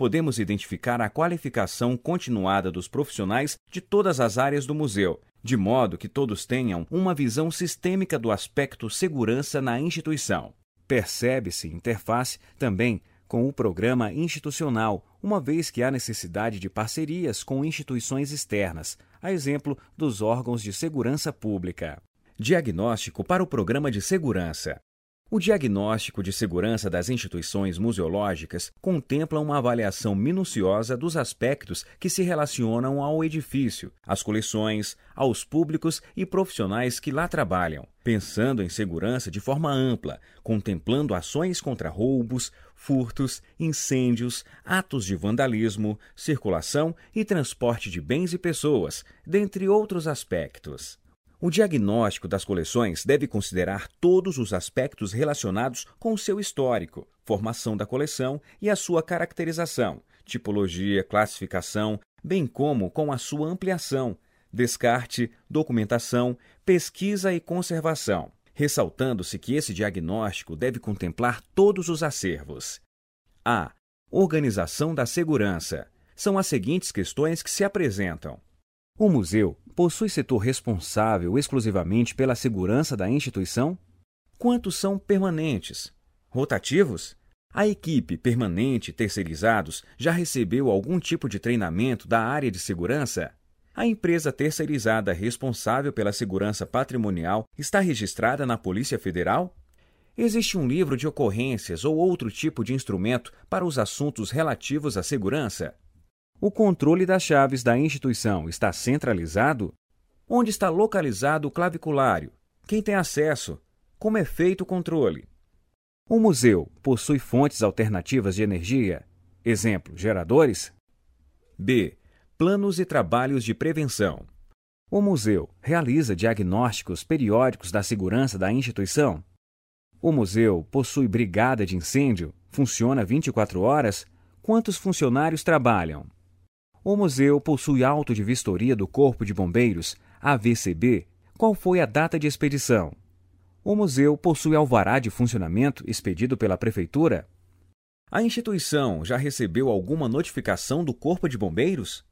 podemos identificar a qualificação continuada dos profissionais de todas as áreas do museu, de modo que todos tenham uma visão sistêmica do aspecto segurança na instituição. Percebe-se interface também com o programa institucional, uma vez que há necessidade de parcerias com instituições externas, a exemplo dos órgãos de segurança pública. Diagnóstico para o programa de segurança. O diagnóstico de segurança das instituições museológicas contempla uma avaliação minuciosa dos aspectos que se relacionam ao edifício, às coleções, aos públicos e profissionais que lá trabalham, pensando em segurança de forma ampla, contemplando ações contra roubos, furtos, incêndios, atos de vandalismo, circulação e transporte de bens e pessoas, dentre outros aspectos. O diagnóstico das coleções deve considerar todos os aspectos relacionados com o seu histórico, formação da coleção e a sua caracterização, tipologia, classificação, bem como com a sua ampliação, descarte, documentação, pesquisa e conservação, ressaltando-se que esse diagnóstico deve contemplar todos os acervos. A. Organização da segurança. São as seguintes questões que se apresentam. O museu possui setor responsável exclusivamente pela segurança da instituição? Quantos são permanentes? Rotativos? A equipe permanente e terceirizados já recebeu algum tipo de treinamento da área de segurança? A empresa terceirizada responsável pela segurança patrimonial está registrada na Polícia Federal? Existe um livro de ocorrências ou outro tipo de instrumento para os assuntos relativos à segurança? O controle das chaves da instituição está centralizado? Onde está localizado o claviculário? Quem tem acesso? Como é feito o controle? O museu possui fontes alternativas de energia? Exemplo, geradores? B. Planos e trabalhos de prevenção. O museu realiza diagnósticos periódicos da segurança da instituição? O museu possui brigada de incêndio? Funciona vinte e quatro horas? Quantos funcionários trabalham? O museu possui auto de vistoria do Corpo de Bombeiros, A V C B. Qual foi a data de expedição? O museu possui alvará de funcionamento expedido pela Prefeitura? A instituição já recebeu alguma notificação do Corpo de Bombeiros?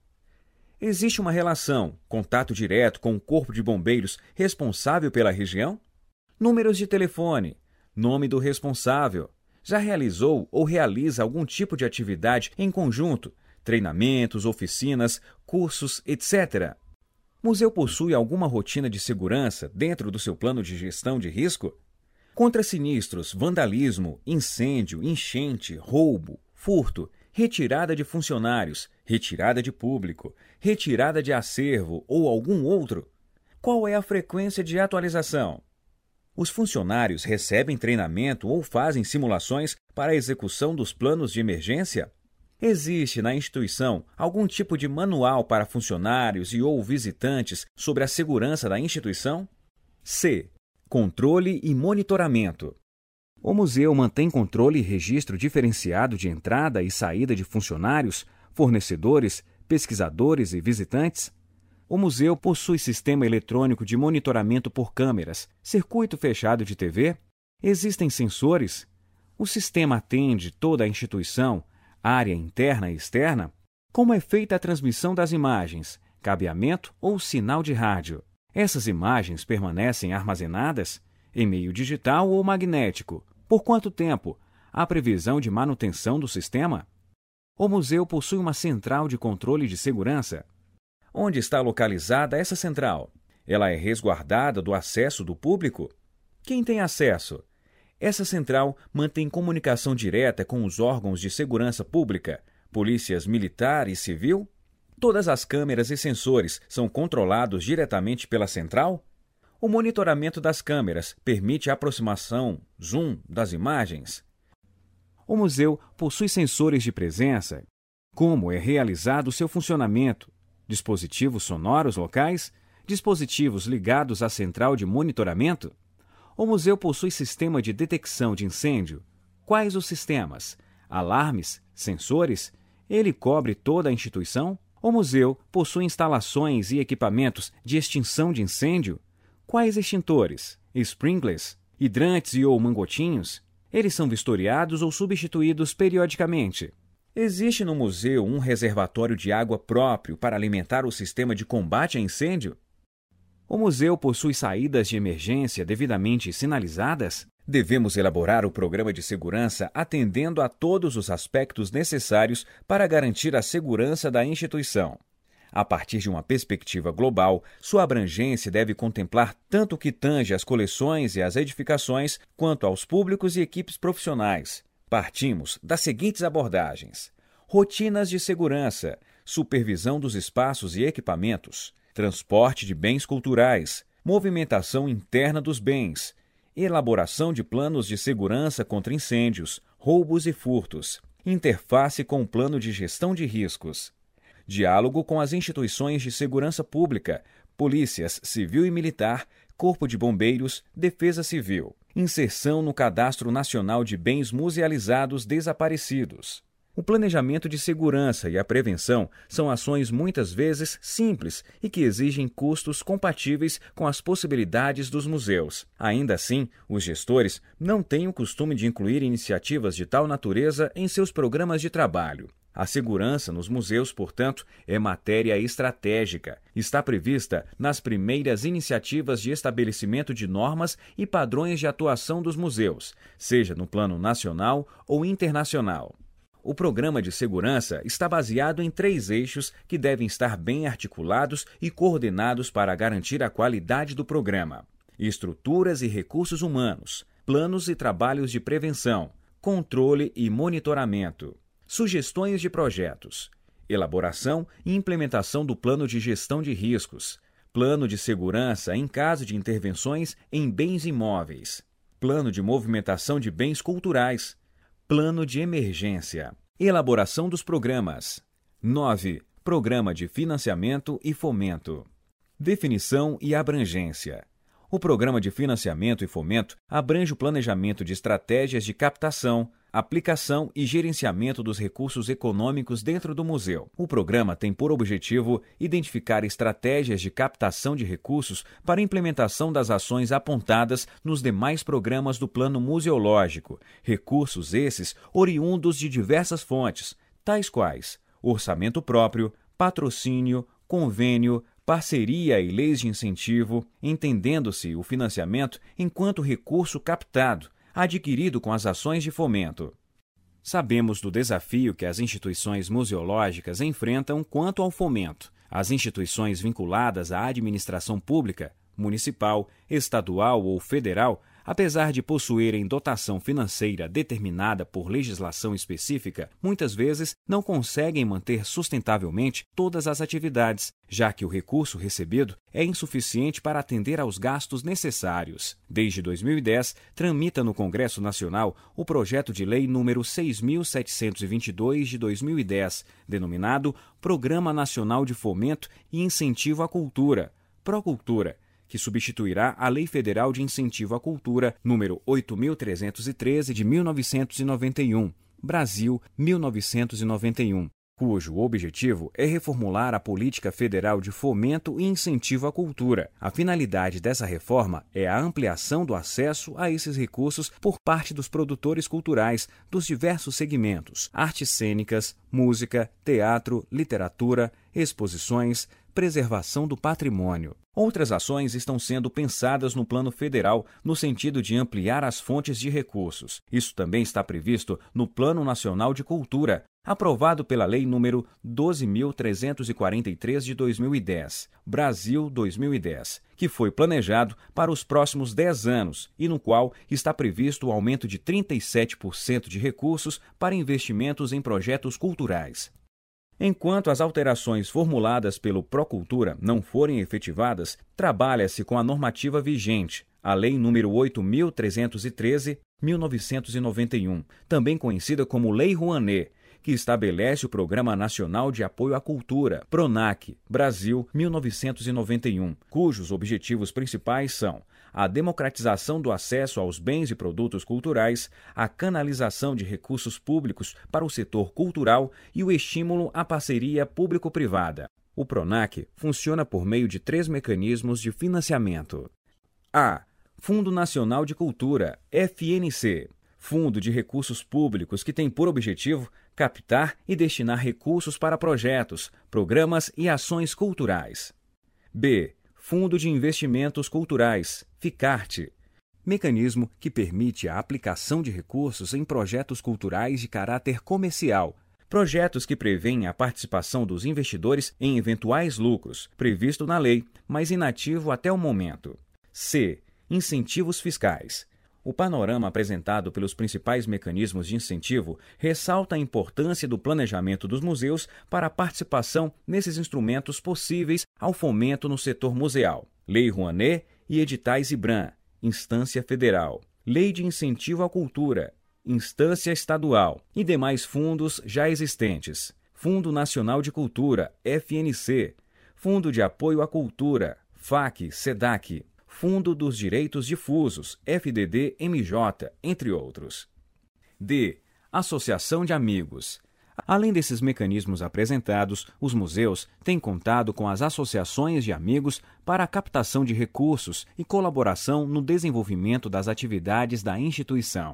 Existe uma relação, contato direto com o Corpo de Bombeiros responsável pela região? Números de telefone, nome do responsável. Já realizou ou realiza algum tipo de atividade em conjunto? Treinamentos, oficinas, cursos, etcétera. O museu possui alguma rotina de segurança dentro do seu plano de gestão de risco? Contra sinistros, vandalismo, incêndio, enchente, roubo, furto, retirada de funcionários, retirada de público, retirada de acervo ou algum outro? Qual é a frequência de atualização? Os funcionários recebem treinamento ou fazem simulações para a execução dos planos de emergência? Existe na instituição algum tipo de manual para funcionários e ou visitantes sobre a segurança da instituição? C. Controle e monitoramento. O museu mantém controle e registro diferenciado de entrada e saída de funcionários, fornecedores, pesquisadores e visitantes? O museu possui sistema eletrônico de monitoramento por câmeras, circuito fechado de T V? Existem sensores? O sistema atende toda a instituição, área interna e externa? Como é feita a transmissão das imagens? Cabeamento ou sinal de rádio? Essas imagens permanecem armazenadas? Em meio digital ou magnético? Por quanto tempo? Há previsão de manutenção do sistema? O museu possui uma central de controle de segurança? Onde está localizada essa central? Ela é resguardada do acesso do público? Quem tem acesso? Essa central mantém comunicação direta com os órgãos de segurança pública, polícias militar e civil? Todas as câmeras e sensores são controlados diretamente pela central? O monitoramento das câmeras permite a aproximação, zoom, das imagens? O museu possui sensores de presença? Como é realizado o seu funcionamento? Dispositivos sonoros locais? Dispositivos ligados à central de monitoramento? O museu possui sistema de detecção de incêndio? Quais os sistemas? Alarmes? Sensores? Ele cobre toda a instituição? O museu possui instalações e equipamentos de extinção de incêndio? Quais extintores? Sprinklers? Hidrantes e ou mangotinhos? Eles são vistoriados ou substituídos periodicamente? Existe no museu um reservatório de água próprio para alimentar o sistema de combate a incêndio? O museu possui saídas de emergência devidamente sinalizadas? Devemos elaborar o programa de segurança atendendo a todos os aspectos necessários para garantir a segurança da instituição. A partir de uma perspectiva global, sua abrangência deve contemplar tanto o que tange às coleções e às edificações, quanto aos públicos e equipes profissionais. Partimos das seguintes abordagens: rotinas de segurança, supervisão dos espaços e equipamentos, transporte de bens culturais, movimentação interna dos bens, elaboração de planos de segurança contra incêndios, roubos e furtos, interface com o plano de gestão de riscos, diálogo com as instituições de segurança pública, polícias civil e militar, corpo de bombeiros, defesa civil, inserção no Cadastro Nacional de Bens Musealizados Desaparecidos. O planejamento de segurança e a prevenção são ações muitas vezes simples e que exigem custos compatíveis com as possibilidades dos museus. Ainda assim, os gestores não têm o costume de incluir iniciativas de tal natureza em seus programas de trabalho. A segurança nos museus, portanto, é matéria estratégica. Está prevista nas primeiras iniciativas de estabelecimento de normas e padrões de atuação dos museus, seja no plano nacional ou internacional. O programa de segurança está baseado em três eixos que devem estar bem articulados e coordenados para garantir a qualidade do programa: estruturas e recursos humanos, planos e trabalhos de prevenção, controle e monitoramento, sugestões de projetos, elaboração e implementação do plano de gestão de riscos, plano de segurança em caso de intervenções em bens imóveis, plano de movimentação de bens culturais, plano de emergência, elaboração dos programas. nove. Programa de financiamento e fomento. Definição e abrangência. O programa de financiamento e fomento abrange o planejamento de estratégias de captação, aplicação e gerenciamento dos recursos econômicos dentro do museu. O programa tem por objetivo identificar estratégias de captação de recursos para a implementação das ações apontadas nos demais programas do Plano Museológico, recursos esses oriundos de diversas fontes, tais quais orçamento próprio, patrocínio, convênio, parceria e leis de incentivo, entendendo-se o financiamento enquanto recurso captado, adquirido com as ações de fomento. Sabemos do desafio que as instituições museológicas enfrentam quanto ao fomento. As instituições vinculadas à administração pública, municipal, estadual ou federal, apesar de possuírem dotação financeira determinada por legislação específica, muitas vezes não conseguem manter sustentavelmente todas as atividades, já que o recurso recebido é insuficiente para atender aos gastos necessários. Desde dois mil e dez, tramita no Congresso Nacional o projeto de lei número seis mil setecentos e vinte e dois de dois mil e dez, denominado Programa Nacional de Fomento e Incentivo à Cultura, Procultura, que substituirá a Lei Federal de Incentivo à Cultura, número oito mil trezentos e treze, de mil novecentos e noventa e um, Brasil, mil novecentos e noventa e um, cujo objetivo é reformular a política federal de fomento e incentivo à cultura. A finalidade dessa reforma é a ampliação do acesso a esses recursos por parte dos produtores culturais dos diversos segmentos: artes cênicas, música, teatro, literatura, exposições, preservação do patrimônio. Outras ações estão sendo pensadas no plano federal no sentido de ampliar as fontes de recursos. Isso também está previsto no Plano Nacional de Cultura, aprovado pela Lei número doze mil trezentos e quarenta e três de dois mil e dez, Brasil dois mil e dez, que foi planejado para os próximos dez anos e no qual está previsto o aumento de trinta e sete por cento de recursos para investimentos em projetos culturais. Enquanto as alterações formuladas pelo Procultura não forem efetivadas, trabalha-se com a normativa vigente, a Lei número oito mil trezentos e treze, de mil novecentos e noventa e um, também conhecida como Lei Rouanet, que estabelece o Programa Nacional de Apoio à Cultura, PRONAC, Brasil, mil novecentos e noventa e um, cujos objetivos principais são a democratização do acesso aos bens e produtos culturais, a canalização de recursos públicos para o setor cultural e o estímulo à parceria público-privada. O PRONAC funciona por meio de três mecanismos de financiamento. A. Fundo Nacional de Cultura, F N C. Fundo de Recursos Públicos que tem por objetivo captar e destinar recursos para projetos, programas e ações culturais. B. Fundo de Investimentos Culturais, FICART, mecanismo que permite a aplicação de recursos em projetos culturais de caráter comercial, projetos que prevêem a participação dos investidores em eventuais lucros, previsto na lei, mas inativo até o momento. C. Incentivos fiscais. O panorama apresentado pelos principais mecanismos de incentivo ressalta a importância do planejamento dos museus para a participação nesses instrumentos possíveis ao fomento no setor museal. Lei Rouanet e editais IBRAM, instância federal. Lei de Incentivo à Cultura, instância estadual, e demais fundos já existentes. Fundo Nacional de Cultura, F N C. Fundo de Apoio à Cultura, FAC, SEDAC. Fundo dos Direitos Difusos, F D D M J, entre outros. D. Associação de Amigos. Além desses mecanismos apresentados, os museus têm contado com as associações de amigos para a captação de recursos e colaboração no desenvolvimento das atividades da instituição.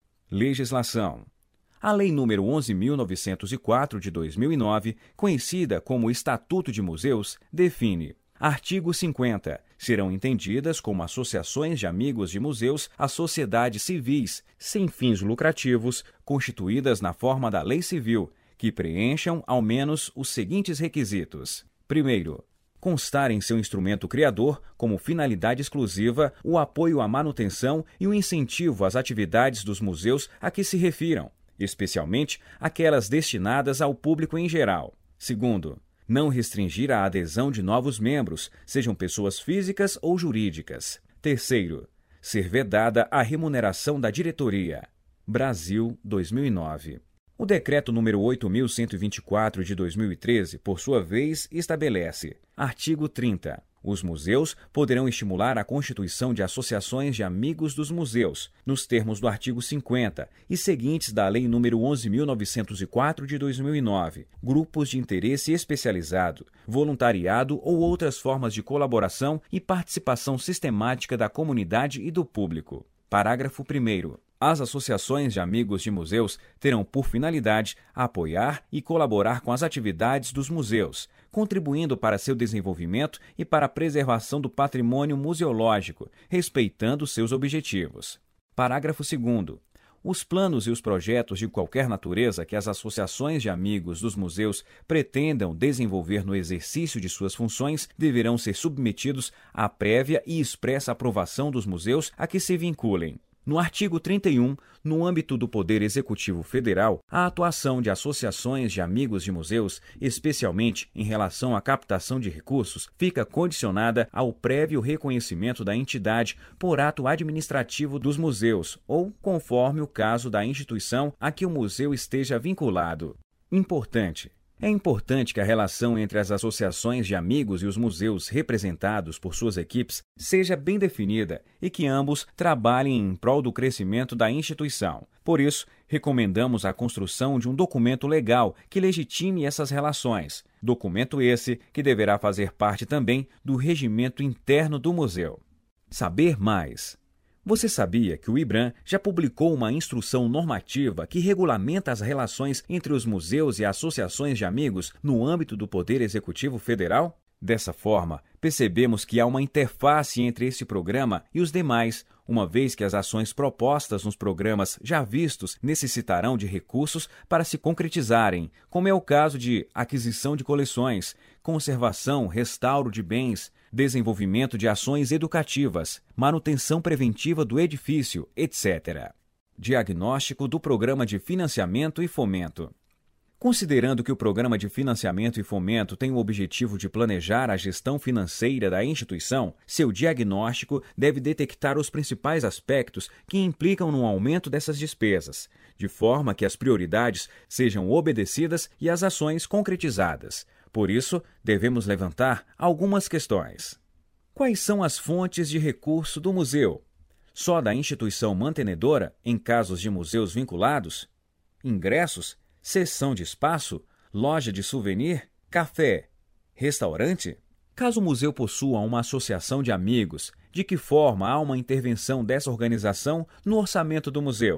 Legislação. A Lei número onze mil novecentos e quatro de dois mil e nove, conhecida como Estatuto de Museus, define: artigo cinquenta. Serão entendidas como associações de amigos de museus as sociedades civis, sem fins lucrativos, constituídas na forma da lei civil, que preencham ao menos os seguintes requisitos. Primeiro, constar em seu instrumento criador, como finalidade exclusiva, o apoio à manutenção e o incentivo às atividades dos museus a que se refiram, especialmente aquelas destinadas ao público em geral. Segundo, não restringir a adesão de novos membros, sejam pessoas físicas ou jurídicas. Terceiro, ser vedada a remuneração da diretoria. Brasil, dois mil e nove. O Decreto número oito mil cento e vinte e quatro de dois mil e treze, por sua vez, estabelece: artigo trinta. Os museus poderão estimular a constituição de associações de amigos dos museus, nos termos do artigo cinquenta e seguintes da Lei número onze mil novecentos e quatro de dois mil e nove, grupos de interesse especializado, voluntariado ou outras formas de colaboração e participação sistemática da comunidade e do público. Parágrafo primeiro. As associações de amigos de museus terão por finalidade apoiar e colaborar com as atividades dos museus, contribuindo para seu desenvolvimento e para a preservação do patrimônio museológico, respeitando seus objetivos. Parágrafo segundo. Os planos e os projetos de qualquer natureza que as associações de amigos dos museus pretendam desenvolver no exercício de suas funções deverão ser submetidos à prévia e expressa aprovação dos museus a que se vinculem. No artigo trinta e um, no âmbito do Poder Executivo Federal, a atuação de associações de amigos de museus, especialmente em relação à captação de recursos, fica condicionada ao prévio reconhecimento da entidade por ato administrativo dos museus ou conforme o caso da instituição a que o museu esteja vinculado. Importante. É importante que a relação entre as associações de amigos e os museus representados por suas equipes seja bem definida e que ambos trabalhem em prol do crescimento da instituição. Por isso, recomendamos a construção de um documento legal que legitime essas relações. Documento esse que deverá fazer parte também do regimento interno do museu. Saber mais. Você sabia que o IBRAM já publicou uma instrução normativa que regulamenta as relações entre os museus e associações de amigos no âmbito do Poder Executivo Federal? Dessa forma, percebemos que há uma interface entre este programa e os demais, uma vez que as ações propostas nos programas já vistos necessitarão de recursos para se concretizarem, como é o caso de aquisição de coleções, conservação, restauro de bens, desenvolvimento de ações educativas, manutenção preventiva do edifício, etcétera. Diagnóstico do Programa de Financiamento e Fomento. Considerando que o Programa de Financiamento e Fomento tem o objetivo de planejar a gestão financeira da instituição, seu diagnóstico deve detectar os principais aspectos que implicam no aumento dessas despesas, de forma que as prioridades sejam obedecidas e as ações concretizadas. Por isso, devemos levantar algumas questões. Quais são as fontes de recurso do museu? Só da instituição mantenedora, em casos de museus vinculados? Ingressos? Cessão de espaço? Loja de souvenir? Café? Restaurante? Caso o museu possua uma associação de amigos, de que forma há uma intervenção dessa organização no orçamento do museu?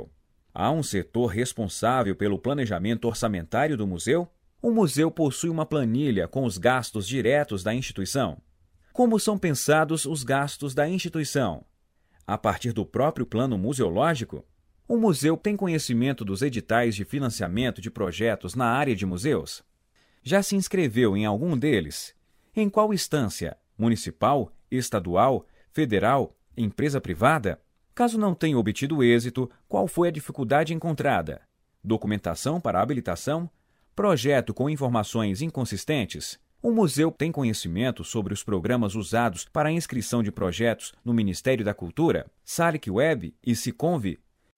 Há um setor responsável pelo planejamento orçamentário do museu? O museu possui uma planilha com os gastos diretos da instituição. Como são pensados os gastos da instituição? A partir do próprio plano museológico? O museu tem conhecimento dos editais de financiamento de projetos na área de museus? Já se inscreveu em algum deles? Em qual instância? Municipal, estadual, federal, empresa privada? Caso não tenha obtido êxito, qual foi a dificuldade encontrada? Documentação para habilitação? Projeto com informações inconsistentes? O museu tem conhecimento sobre os programas usados para a inscrição de projetos no Ministério da Cultura, SALIC-Web e SICONV?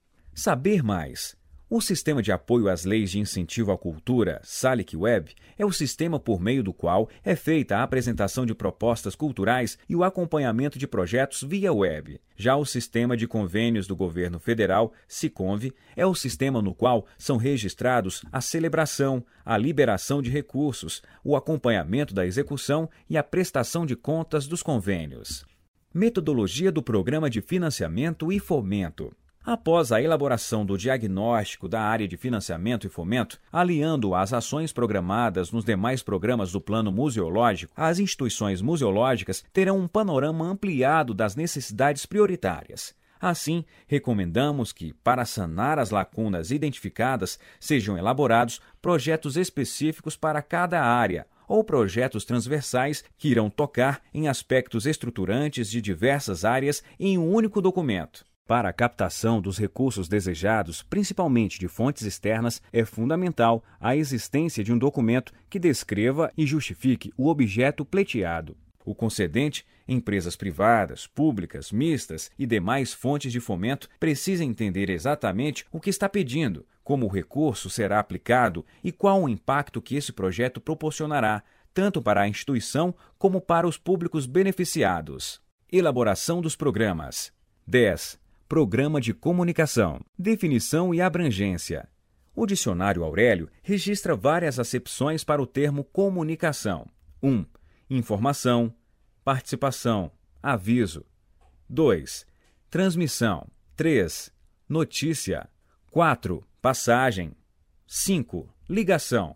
Saber mais. O Sistema de Apoio às Leis de Incentivo à Cultura, SALIC-Web, é o sistema por meio do qual é feita a apresentação de propostas culturais e o acompanhamento de projetos via web. Já o Sistema de Convênios do Governo Federal, SICONV, é o sistema no qual são registrados a celebração, a liberação de recursos, o acompanhamento da execução e a prestação de contas dos convênios. Metodologia do Programa de Financiamento e Fomento. Após a elaboração do diagnóstico da área de financiamento e fomento, aliando às ações programadas nos demais programas do Plano Museológico, as instituições museológicas terão um panorama ampliado das necessidades prioritárias. Assim, recomendamos que, para sanar as lacunas identificadas, sejam elaborados projetos específicos para cada área, ou projetos transversais que irão tocar em aspectos estruturantes de diversas áreas em um único documento. Para a captação dos recursos desejados, principalmente de fontes externas, é fundamental a existência de um documento que descreva e justifique o objeto pleiteado. O concedente, empresas privadas, públicas, mistas e demais fontes de fomento precisa entender exatamente o que está pedindo, como o recurso será aplicado e qual o impacto que esse projeto proporcionará, tanto para a instituição como para os públicos beneficiados. Elaboração dos programas. dez. Programa de comunicação. Definição e abrangência. O dicionário Aurélio registra várias acepções para o termo comunicação. um. Informação, participação, aviso. dois. Transmissão. três. Notícia. quatro. Passagem. cinco. Ligação.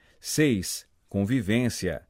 seis. Convivência.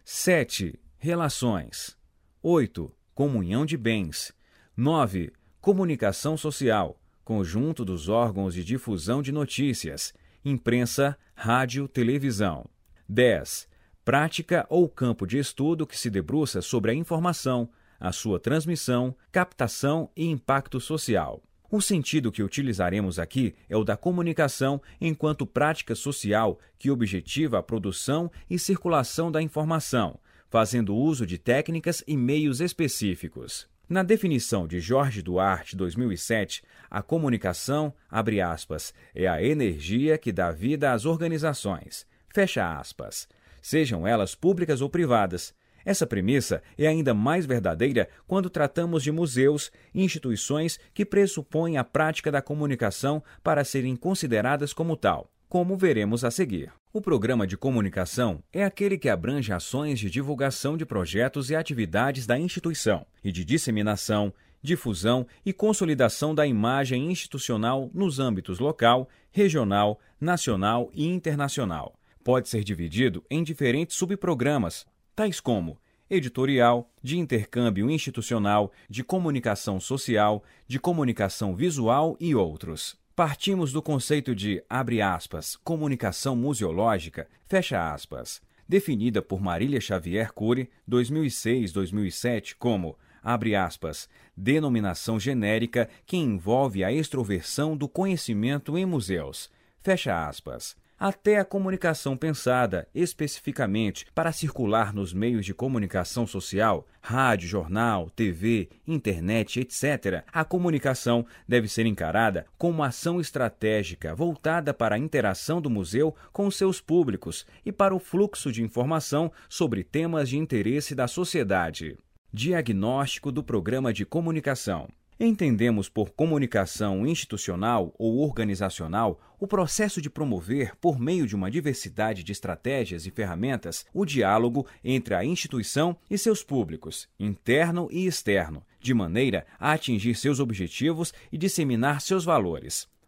sete. Relações. oito. Comunhão de bens. nove. Comunicação social, conjunto dos órgãos de difusão de notícias, imprensa, rádio, televisão. dez. Prática ou campo de estudo que se debruça sobre a informação, a sua transmissão, captação e impacto social. O sentido que utilizaremos aqui é o da comunicação enquanto prática social que objetiva a produção e circulação da informação, fazendo uso de técnicas e meios específicos. Na definição de Jorge Duarte, dois mil e sete, a comunicação, abre aspas, é a energia que dá vida às organizações, fecha aspas, sejam elas públicas ou privadas. Essa premissa é ainda mais verdadeira quando tratamos de museus e instituições que pressupõem a prática da comunicação para serem consideradas como tal, como veremos a seguir. O programa de comunicação é aquele que abrange ações de divulgação de projetos e atividades da instituição e de disseminação, difusão e consolidação da imagem institucional nos âmbitos local, regional, nacional e internacional. Pode ser dividido em diferentes subprogramas, tais como editorial, de intercâmbio institucional, de comunicação social, de comunicação visual e outros. Partimos do conceito de, abre aspas, comunicação museológica, fecha aspas, definida por Marília Xavier Cury, dois mil e seis a dois mil e sete, como, abre aspas, denominação genérica que envolve a extroversão do conhecimento em museus, fecha aspas, até a comunicação pensada especificamente para circular nos meios de comunicação social, rádio, jornal, T V, internet, etcétera. A comunicação deve ser encarada como uma ação estratégica voltada para a interação do museu com seus públicos e para o fluxo de informação sobre temas de interesse da sociedade. Diagnóstico do programa de comunicação. Entendemos por comunicação institucional ou organizacional o processo de promover, por meio de uma diversidade de estratégias e ferramentas, o diálogo entre a instituição e seus públicos, interno e externo, de maneira a atingir seus objetivos e disseminar seus valores.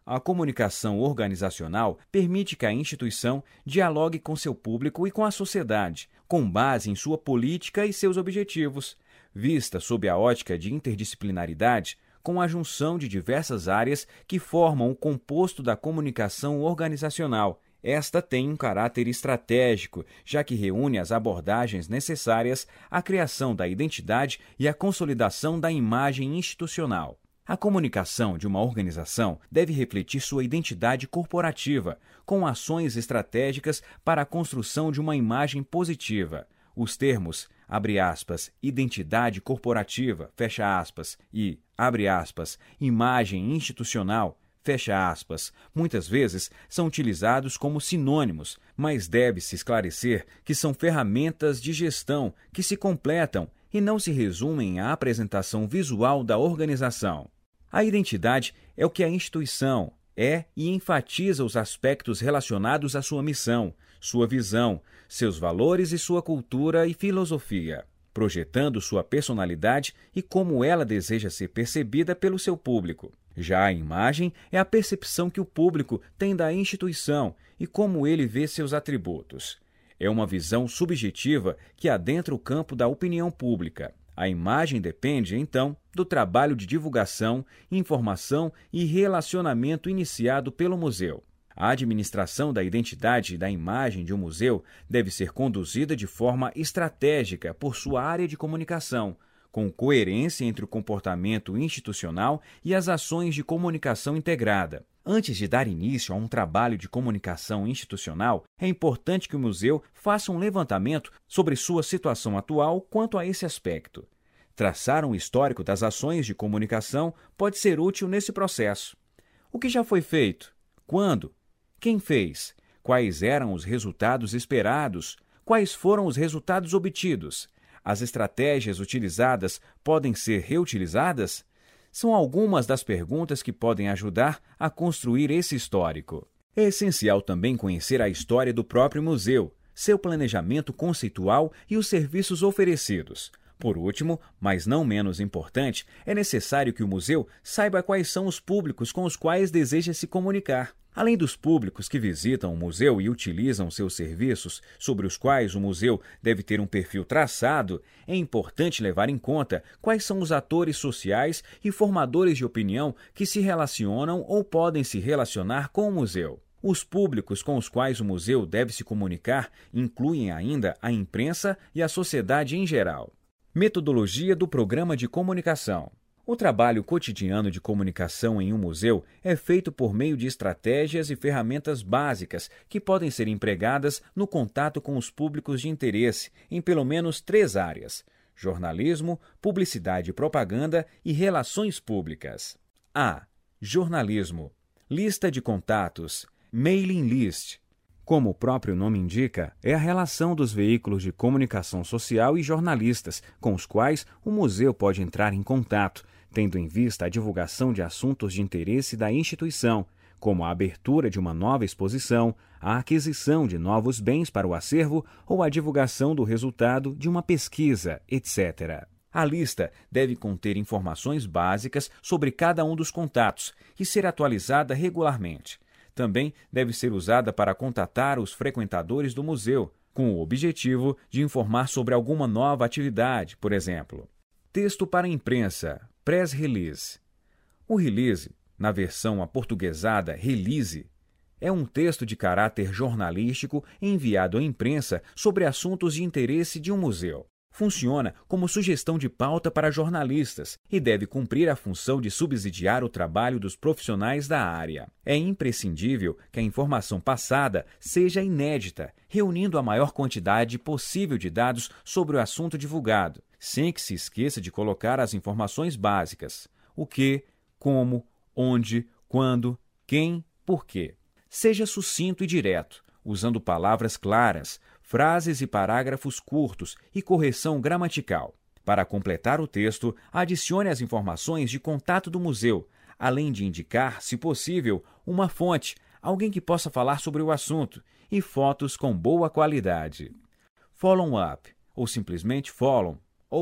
A comunicação organizacional permite que a instituição dialogue com seu público e com a sociedade, com base em sua política e seus objetivos, vista sob a ótica de interdisciplinaridade, com a junção de diversas áreas que formam o composto da comunicação organizacional. Esta tem um caráter estratégico, já que reúne as abordagens necessárias à criação da identidade e à consolidação da imagem institucional. A comunicação de uma organização deve refletir sua identidade corporativa, com ações estratégicas para a construção de uma imagem positiva. Os termos, abre aspas, identidade corporativa, fecha aspas, e, abre aspas, imagem institucional, fecha aspas, muitas vezes são utilizados como sinônimos, mas deve-se esclarecer que são ferramentas de gestão que se completam e não se resumem à apresentação visual da organização. A identidade é o que a instituição é e enfatiza os aspectos relacionados à sua missão, sua visão, seus valores e sua cultura e filosofia, projetando sua personalidade e como ela deseja ser percebida pelo seu público. Já a imagem é a percepção que o público tem da instituição e como ele vê seus atributos. É uma visão subjetiva que adentra o campo da opinião pública. A imagem depende, então, do trabalho de divulgação, informação e relacionamento iniciado pelo museu. A administração da identidade e da imagem de um museu deve ser conduzida de forma estratégica por sua área de comunicação, com coerência entre o comportamento institucional e as ações de comunicação integrada. Antes de dar início a um trabalho de comunicação institucional, é importante que o museu faça um levantamento sobre sua situação atual quanto a esse aspecto. Traçar um histórico das ações de comunicação pode ser útil nesse processo. O que já foi feito? Quando? Quem fez? Quais eram os resultados esperados? Quais foram os resultados obtidos? As estratégias utilizadas podem ser reutilizadas? São algumas das perguntas que podem ajudar a construir esse histórico. É essencial também conhecer a história do próprio museu, seu planejamento conceitual e os serviços oferecidos. Por último, mas não menos importante, é necessário que o museu saiba quais são os públicos com os quais deseja se comunicar. Além dos públicos que visitam o museu e utilizam seus serviços, sobre os quais o museu deve ter um perfil traçado, é importante levar em conta quais são os atores sociais e formadores de opinião que se relacionam ou podem se relacionar com o museu. Os públicos com os quais o museu deve se comunicar incluem ainda a imprensa e a sociedade em geral. Metodologia do programa de comunicação. O trabalho cotidiano de comunicação em um museu é feito por meio de estratégias e ferramentas básicas que podem ser empregadas no contato com os públicos de interesse em pelo menos três áreas: jornalismo, publicidade e propaganda e relações públicas. A. Jornalismo. Lista de contatos. Mailing list. Como o próprio nome indica, é a relação dos veículos de comunicação social e jornalistas com os quais o museu pode entrar em contato, tendo em vista a divulgação de assuntos de interesse da instituição, como a abertura de uma nova exposição, a aquisição de novos bens para o acervo ou a divulgação do resultado de uma pesquisa, etcétera. A lista deve conter informações básicas sobre cada um dos contatos e ser atualizada regularmente. Também deve ser usada para contatar os frequentadores do museu, com o objetivo de informar sobre alguma nova atividade, por exemplo. Texto para a imprensa, press release. O release, na versão aportuguesada release, é um texto de caráter jornalístico enviado à imprensa sobre assuntos de interesse de um museu. Funciona como sugestão de pauta para jornalistas e deve cumprir a função de subsidiar o trabalho dos profissionais da área. É imprescindível que a informação passada seja inédita, reunindo a maior quantidade possível de dados sobre o assunto divulgado, sem que se esqueça de colocar as informações básicas: o que, como, onde, quando, quem, por quê. Seja sucinto e direto, usando palavras claras, frases e parágrafos curtos e correção gramatical. Para completar o texto, adicione as informações de contato do museu, além de indicar, se possível, uma fonte, alguém que possa falar sobre o assunto, e fotos com boa qualidade. Follow-up, ou simplesmente follow, ou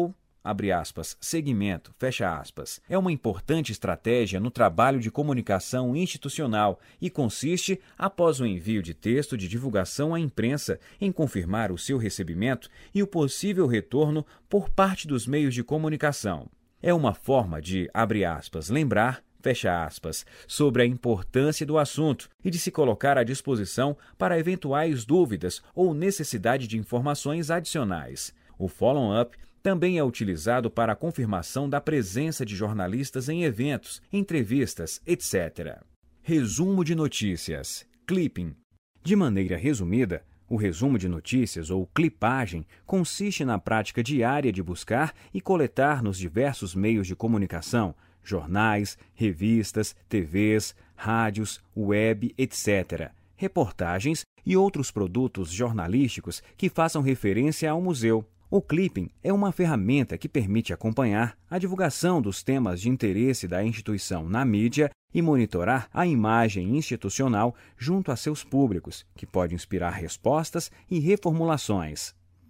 abre aspas, segmento, fecha aspas, é uma importante estratégia no trabalho de comunicação institucional e consiste, após o envio de texto de divulgação à imprensa, em confirmar o seu recebimento e o possível retorno por parte dos meios de comunicação. É uma forma de, abre aspas, lembrar, fecha aspas, sobre a importância do assunto e de se colocar à disposição para eventuais dúvidas ou necessidade de informações adicionais. O follow-up também é utilizado para a confirmação da presença de jornalistas em eventos, entrevistas, etcétera. Resumo de notícias. Clipping. De maneira resumida, o resumo de notícias ou clipagem consiste na prática diária de buscar e coletar nos diversos meios de comunicação, jornais, revistas, T Vs, rádios, web, etcétera, reportagens e outros produtos jornalísticos que façam referência ao museu. O clipping é uma ferramenta que permite acompanhar a divulgação dos temas de interesse da instituição na mídia e monitorar a imagem institucional junto a seus públicos, que pode inspirar respostas e reformulações.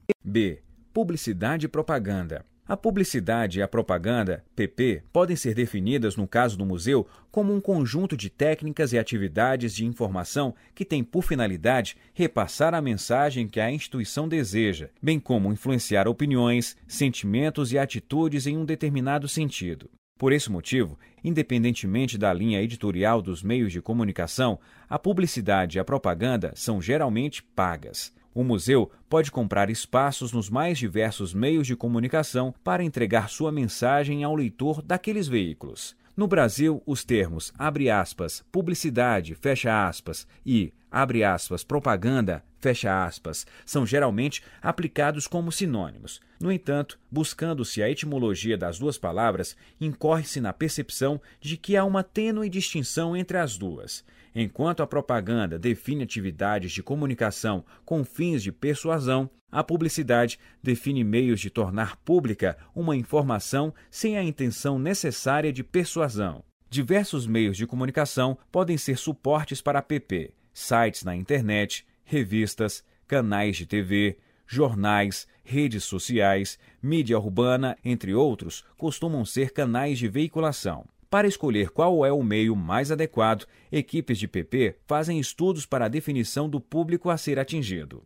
B. Publicidade e propaganda. A publicidade e a propaganda, P P, podem ser definidas, no caso do museu, como um conjunto de técnicas e atividades de informação que tem por finalidade repassar a mensagem que a instituição deseja, bem como influenciar opiniões, sentimentos e atitudes em um determinado sentido. Por esse motivo, independentemente da linha editorial dos meios de comunicação, a publicidade e a propaganda são geralmente pagas. O museu pode comprar espaços nos mais diversos meios de comunicação para entregar sua mensagem ao leitor daqueles veículos. No Brasil, os termos abre aspas, publicidade, fecha aspas e abre aspas, propaganda, fecha aspas, são geralmente aplicados como sinônimos. No entanto, buscando-se a etimologia das duas palavras, incorre-se na percepção de que há uma tênue distinção entre as duas. Enquanto a propaganda define atividades de comunicação com fins de persuasão, a publicidade define meios de tornar pública uma informação sem a intenção necessária de persuasão. Diversos meios de comunicação podem ser suportes para a P P, sites na internet, revistas, canais de T V, jornais, redes sociais, mídia urbana, entre outros, costumam ser canais de veiculação. Para escolher qual é o meio mais adequado, equipes de P P fazem estudos para a definição do público a ser atingido.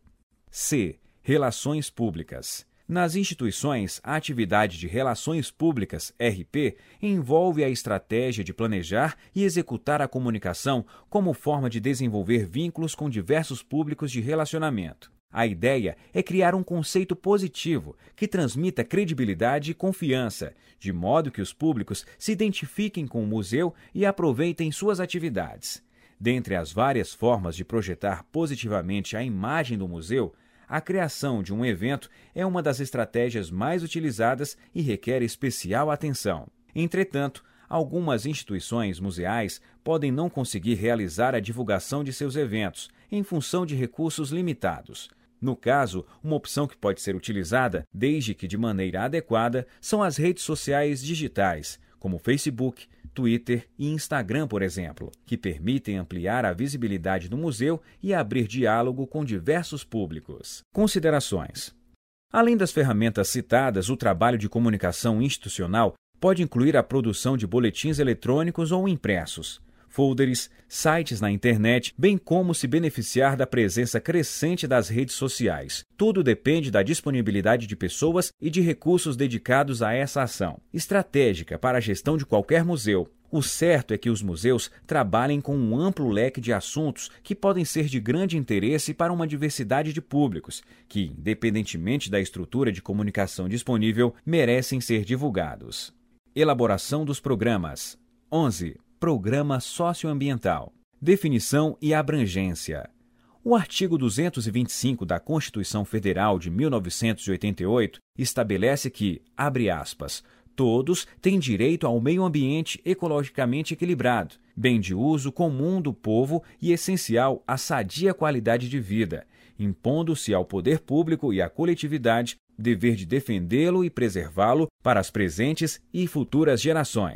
C. Relações públicas. Nas instituições, a atividade de relações públicas, R P, envolve a estratégia de planejar e executar a comunicação como forma de desenvolver vínculos com diversos públicos de relacionamento. A ideia é criar um conceito positivo que transmita credibilidade e confiança, de modo que os públicos se identifiquem com o museu e aproveitem suas atividades. Dentre as várias formas de projetar positivamente a imagem do museu, a criação de um evento é uma das estratégias mais utilizadas e requer especial atenção. Entretanto, algumas instituições museais podem não conseguir realizar a divulgação de seus eventos, em função de recursos limitados. No caso, uma opção que pode ser utilizada, desde que de maneira adequada, são as redes sociais digitais, como Facebook, Twitter e Instagram, por exemplo, que permitem ampliar a visibilidade do museu e abrir diálogo com diversos públicos. Considerações. Além das ferramentas citadas, o trabalho de comunicação institucional pode incluir a produção de boletins eletrônicos ou impressos, folders, sites na internet, bem como se beneficiar da presença crescente das redes sociais. Tudo depende da disponibilidade de pessoas e de recursos dedicados a essa ação, estratégica para a gestão de qualquer museu. O certo é que os museus trabalhem com um amplo leque de assuntos que podem ser de grande interesse para uma diversidade de públicos, que, independentemente da estrutura de comunicação disponível, merecem ser divulgados. Elaboração dos programas. onze. Programa socioambiental. Definição e abrangência. O artigo duzentos e vinte e cinco da Constituição Federal de mil novecentos e oitenta e oito estabelece que, abre aspas, todos têm direito ao meio ambiente ecologicamente equilibrado, bem de uso comum do povo e essencial à sadia qualidade de vida, impondo-se ao poder público e à coletividade dever de defendê-lo e preservá-lo para as presentes e futuras gerações.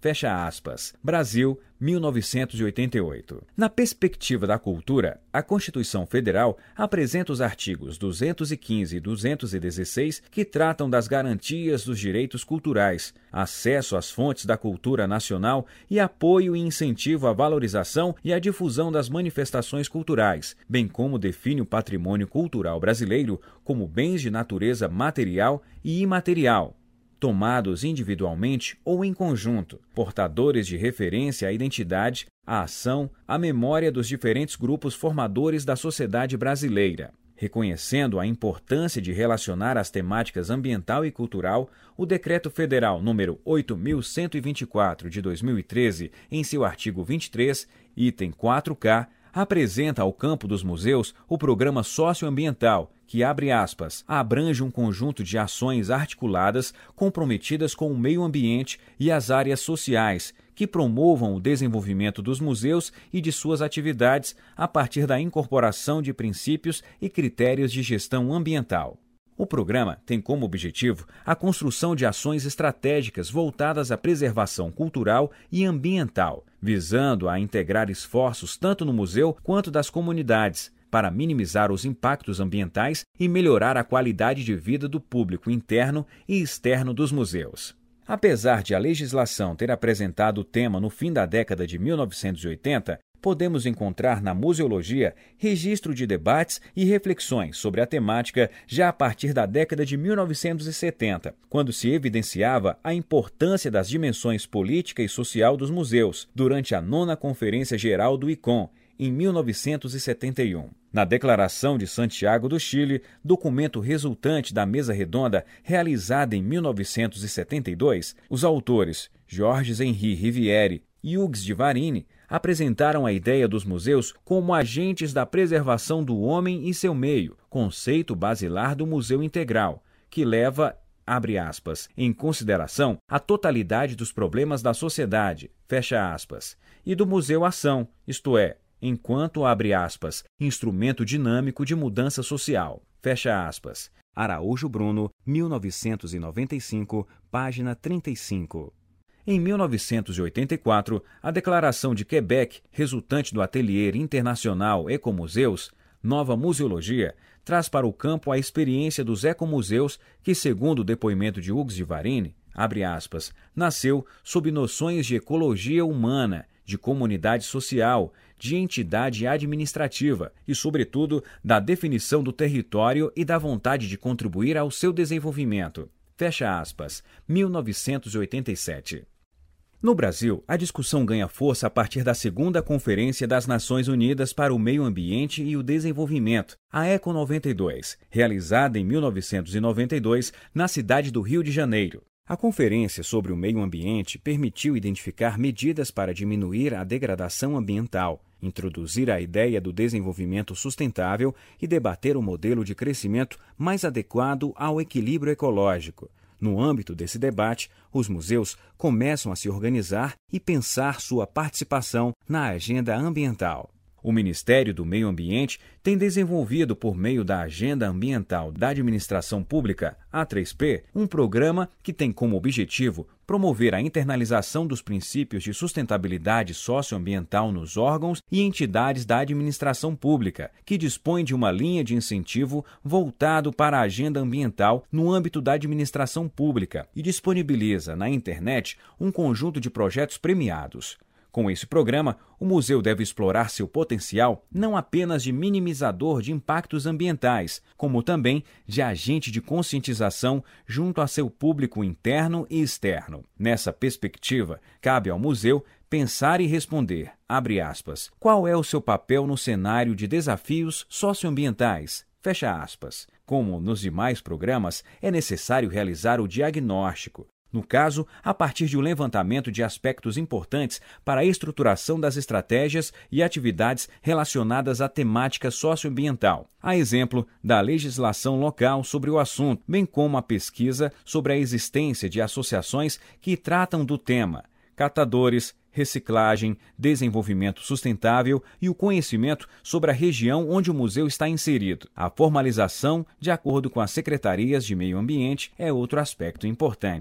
fecha aspas, Brasil, mil novecentos e oitenta e oito. Na perspectiva da cultura, a Constituição Federal apresenta os artigos duzentos e quinze e duzentos e dezesseis que tratam das garantias dos direitos culturais, acesso às fontes da cultura nacional e apoio e incentivo à valorização e à difusão das manifestações culturais, bem como define o patrimônio cultural brasileiro como bens de natureza material e imaterial, tomados individualmente ou em conjunto, portadores de referência à identidade, à ação, à memória dos diferentes grupos formadores da sociedade brasileira. Reconhecendo a importância de relacionar as temáticas ambiental e cultural, o Decreto Federal número oito mil cento e vinte e quatro de dois mil e treze, em seu artigo vinte e três, item quatro K, apresenta ao campo dos museus o programa socioambiental, que, abre aspas, abrange um conjunto de ações articuladas comprometidas com o meio ambiente e as áreas sociais, que promovam o desenvolvimento dos museus e de suas atividades a partir da incorporação de princípios e critérios de gestão ambiental. O programa tem como objetivo a construção de ações estratégicas voltadas à preservação cultural e ambiental, visando a integrar esforços tanto no museu quanto das comunidades, para minimizar os impactos ambientais e melhorar a qualidade de vida do público interno e externo dos museus. Apesar de a legislação ter apresentado o tema no fim da década de mil novecentos e oitenta, podemos encontrar na museologia registro de debates e reflexões sobre a temática já a partir da década de mil novecentos e setenta, quando se evidenciava a importância das dimensões política e social dos museus, durante a nona Conferência Geral do I C O M, em mil novecentos e setenta e um. Na Declaração de Santiago do Chile, documento resultante da mesa redonda realizada em mil novecentos e setenta e dois, os autores Jorge Henri Riviere e Hugues de Varine apresentaram a ideia dos museus como agentes da preservação do homem e seu meio, conceito basilar do museu integral, que leva, abre aspas, em consideração a totalidade dos problemas da sociedade, fecha aspas, e do museu ação, isto é, enquanto, abre aspas, instrumento dinâmico de mudança social, fecha aspas. Araújo Bruno, mil novecentos e noventa e cinco, página trinta e cinco. Em mil novecentos e oitenta e quatro, a Declaração de Quebec, resultante do Ateliê Internacional Ecomuseus, Nova Museologia, traz para o campo a experiência dos ecomuseus que, segundo o depoimento de Hugues de Varine, abre aspas, nasceu sob noções de ecologia humana, de comunidade social, de entidade administrativa e, sobretudo, da definição do território e da vontade de contribuir ao seu desenvolvimento. Fecha aspas, mil novecentos e oitenta e sete. No Brasil, a discussão ganha força a partir da segunda Conferência das Nações Unidas para o Meio Ambiente e o Desenvolvimento, a ECO noventa e dois, realizada em mil novecentos e noventa e dois na cidade do Rio de Janeiro. A conferência sobre o meio ambiente permitiu identificar medidas para diminuir a degradação ambiental, introduzir a ideia do desenvolvimento sustentável e debater o modelo de crescimento mais adequado ao equilíbrio ecológico. No âmbito desse debate, os museus começam a se organizar e pensar sua participação na agenda ambiental. O Ministério do Meio Ambiente tem desenvolvido, por meio da Agenda Ambiental da Administração Pública, A três P, um programa que tem como objetivo promover a internalização dos princípios de sustentabilidade socioambiental nos órgãos e entidades da administração pública, que dispõe de uma linha de incentivo voltado para a agenda ambiental no âmbito da administração pública e disponibiliza na internet um conjunto de projetos premiados. Com esse programa, o museu deve explorar seu potencial não apenas de minimizador de impactos ambientais, como também de agente de conscientização junto a seu público interno e externo. Nessa perspectiva, cabe ao museu pensar e responder, abre aspas, qual é o seu papel no cenário de desafios socioambientais, fecha aspas. Como nos demais programas, é necessário realizar o diagnóstico, no caso, a partir de um levantamento de aspectos importantes para a estruturação das estratégias e atividades relacionadas à temática socioambiental, a exemplo da legislação local sobre o assunto, bem como a pesquisa sobre a existência de associações que tratam do tema, catadores, reciclagem, desenvolvimento sustentável e o conhecimento sobre a região onde o museu está inserido. A formalização, de acordo com as secretarias de meio ambiente, é outro aspecto importante.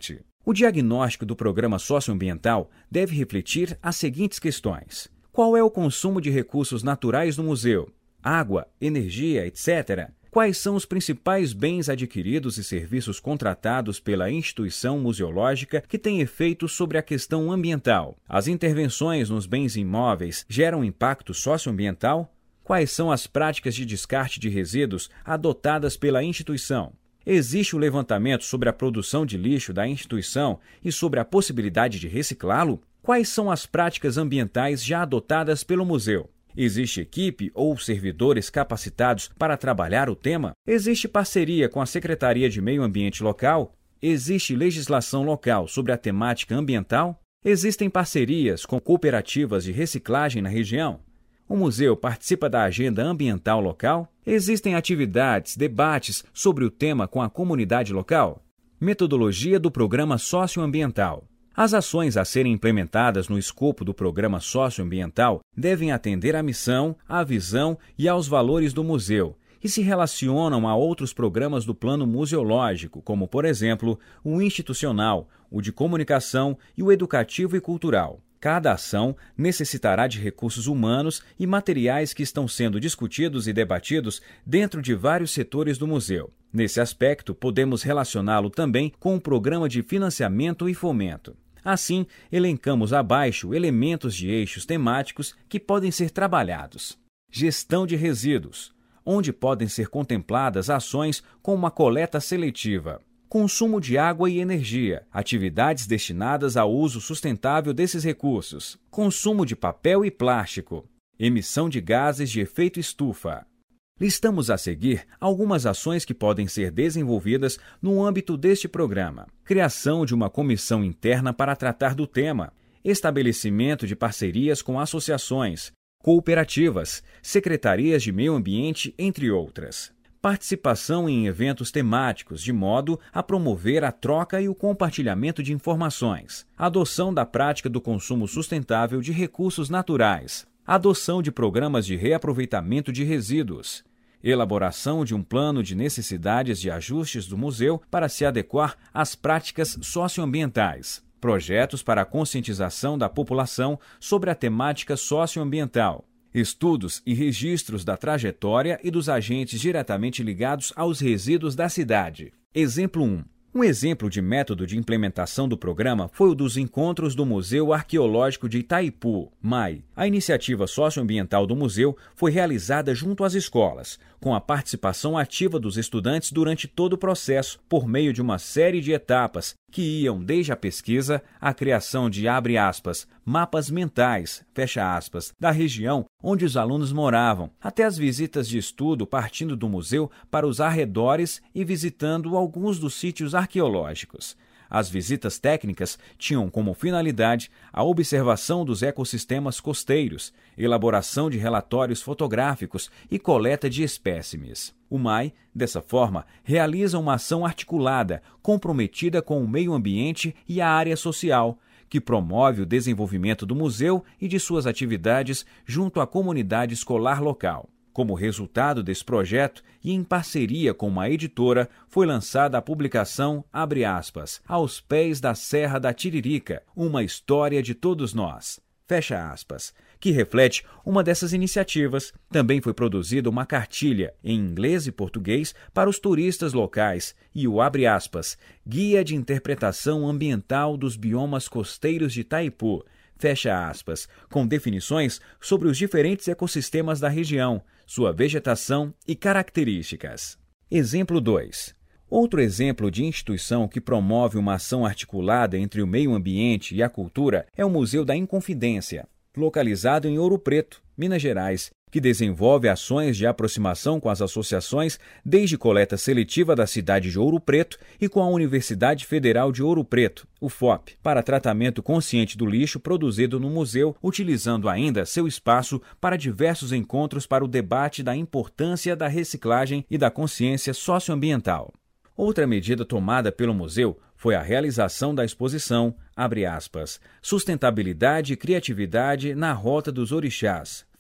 O diagnóstico do programa socioambiental deve refletir as seguintes questões: qual é o consumo de recursos naturais no museu? Água, energia, etcétera. Quais são os principais bens adquiridos e serviços contratados pela instituição museológica que têm efeito sobre a questão ambiental? As intervenções nos bens imóveis geram impacto socioambiental? Quais são as práticas de descarte de resíduos adotadas pela instituição? Existe o levantamento sobre a produção de lixo da instituição e sobre a possibilidade de reciclá-lo? Quais são as práticas ambientais já adotadas pelo museu? Existe equipe ou servidores capacitados para trabalhar o tema? Existe parceria com a Secretaria de Meio Ambiente local? Existe legislação local sobre a temática ambiental? Existem parcerias com cooperativas de reciclagem na região? O museu participa da agenda ambiental local? Existem atividades, debates sobre o tema com a comunidade local? Metodologia do programa socioambiental. As ações a serem implementadas no escopo do programa socioambiental devem atender à missão, à visão e aos valores do museu e se relacionam a outros programas do plano museológico, como, por exemplo, o institucional, o de comunicação e o educativo e cultural. Cada ação necessitará de recursos humanos e materiais que estão sendo discutidos e debatidos dentro de vários setores do museu. Nesse aspecto, podemos relacioná-lo também com o programa de financiamento e fomento. Assim, elencamos abaixo elementos de eixos temáticos que podem ser trabalhados. Gestão de resíduos, onde podem ser contempladas ações como a coleta seletiva. Consumo de água e energia, atividades destinadas ao uso sustentável desses recursos. Consumo de papel e plástico. Emissão de gases de efeito estufa. Listamos a seguir algumas ações que podem ser desenvolvidas no âmbito deste programa: criação de uma comissão interna para tratar do tema, estabelecimento de parcerias com associações, cooperativas, secretarias de meio ambiente, entre outras. Participação em eventos temáticos, de modo a promover a troca e o compartilhamento de informações. Adoção da prática do consumo sustentável de recursos naturais. Adoção de programas de reaproveitamento de resíduos. Elaboração de um plano de necessidades de ajustes do museu para se adequar às práticas socioambientais. Projetos para a conscientização da população sobre a temática socioambiental. Estudos e registros da trajetória e dos agentes diretamente ligados aos resíduos da cidade. Exemplo um. Um exemplo de método de implementação do programa foi o dos encontros do Museu Arqueológico de Itaipu, M A I. A iniciativa socioambiental do museu foi realizada junto às escolas, com a participação ativa dos estudantes durante todo o processo, por meio de uma série de etapas que iam desde a pesquisa, a criação de, abre aspas, mapas mentais, fecha aspas, da região onde os alunos moravam, até as visitas de estudo partindo do museu para os arredores e visitando alguns dos sítios arqueológicos. As visitas técnicas tinham como finalidade a observação dos ecossistemas costeiros, elaboração de relatórios fotográficos e coleta de espécimes. O M A I, dessa forma, realiza uma ação articulada, comprometida com o meio ambiente e a área social, que promove o desenvolvimento do museu e de suas atividades junto à comunidade escolar local. Como resultado desse projeto, e em parceria com uma editora, foi lançada a publicação, abre aspas, Aos Pés da Serra da Tiririca, uma história de todos nós, fecha aspas, que reflete uma dessas iniciativas. Também foi produzida uma cartilha em inglês e português para os turistas locais e o, abre aspas, Guia de Interpretação Ambiental dos Biomas Costeiros de Itaipu, fecha aspas, com definições sobre os diferentes ecossistemas da região, sua vegetação e características. Exemplo dois. Outro exemplo de instituição que promove uma ação articulada entre o meio ambiente e a cultura é o Museu da Inconfidência, localizado em Ouro Preto, Minas Gerais, que desenvolve ações de aproximação com as associações, desde coleta seletiva da cidade de Ouro Preto e com a Universidade Federal de Ouro Preto, U F O P, para tratamento consciente do lixo produzido no museu, utilizando ainda seu espaço para diversos encontros para o debate da importância da reciclagem e da consciência socioambiental. Outra medida tomada pelo museu foi a realização da exposição, abre aspas, Sustentabilidade e Criatividade na Rota dos Orixás,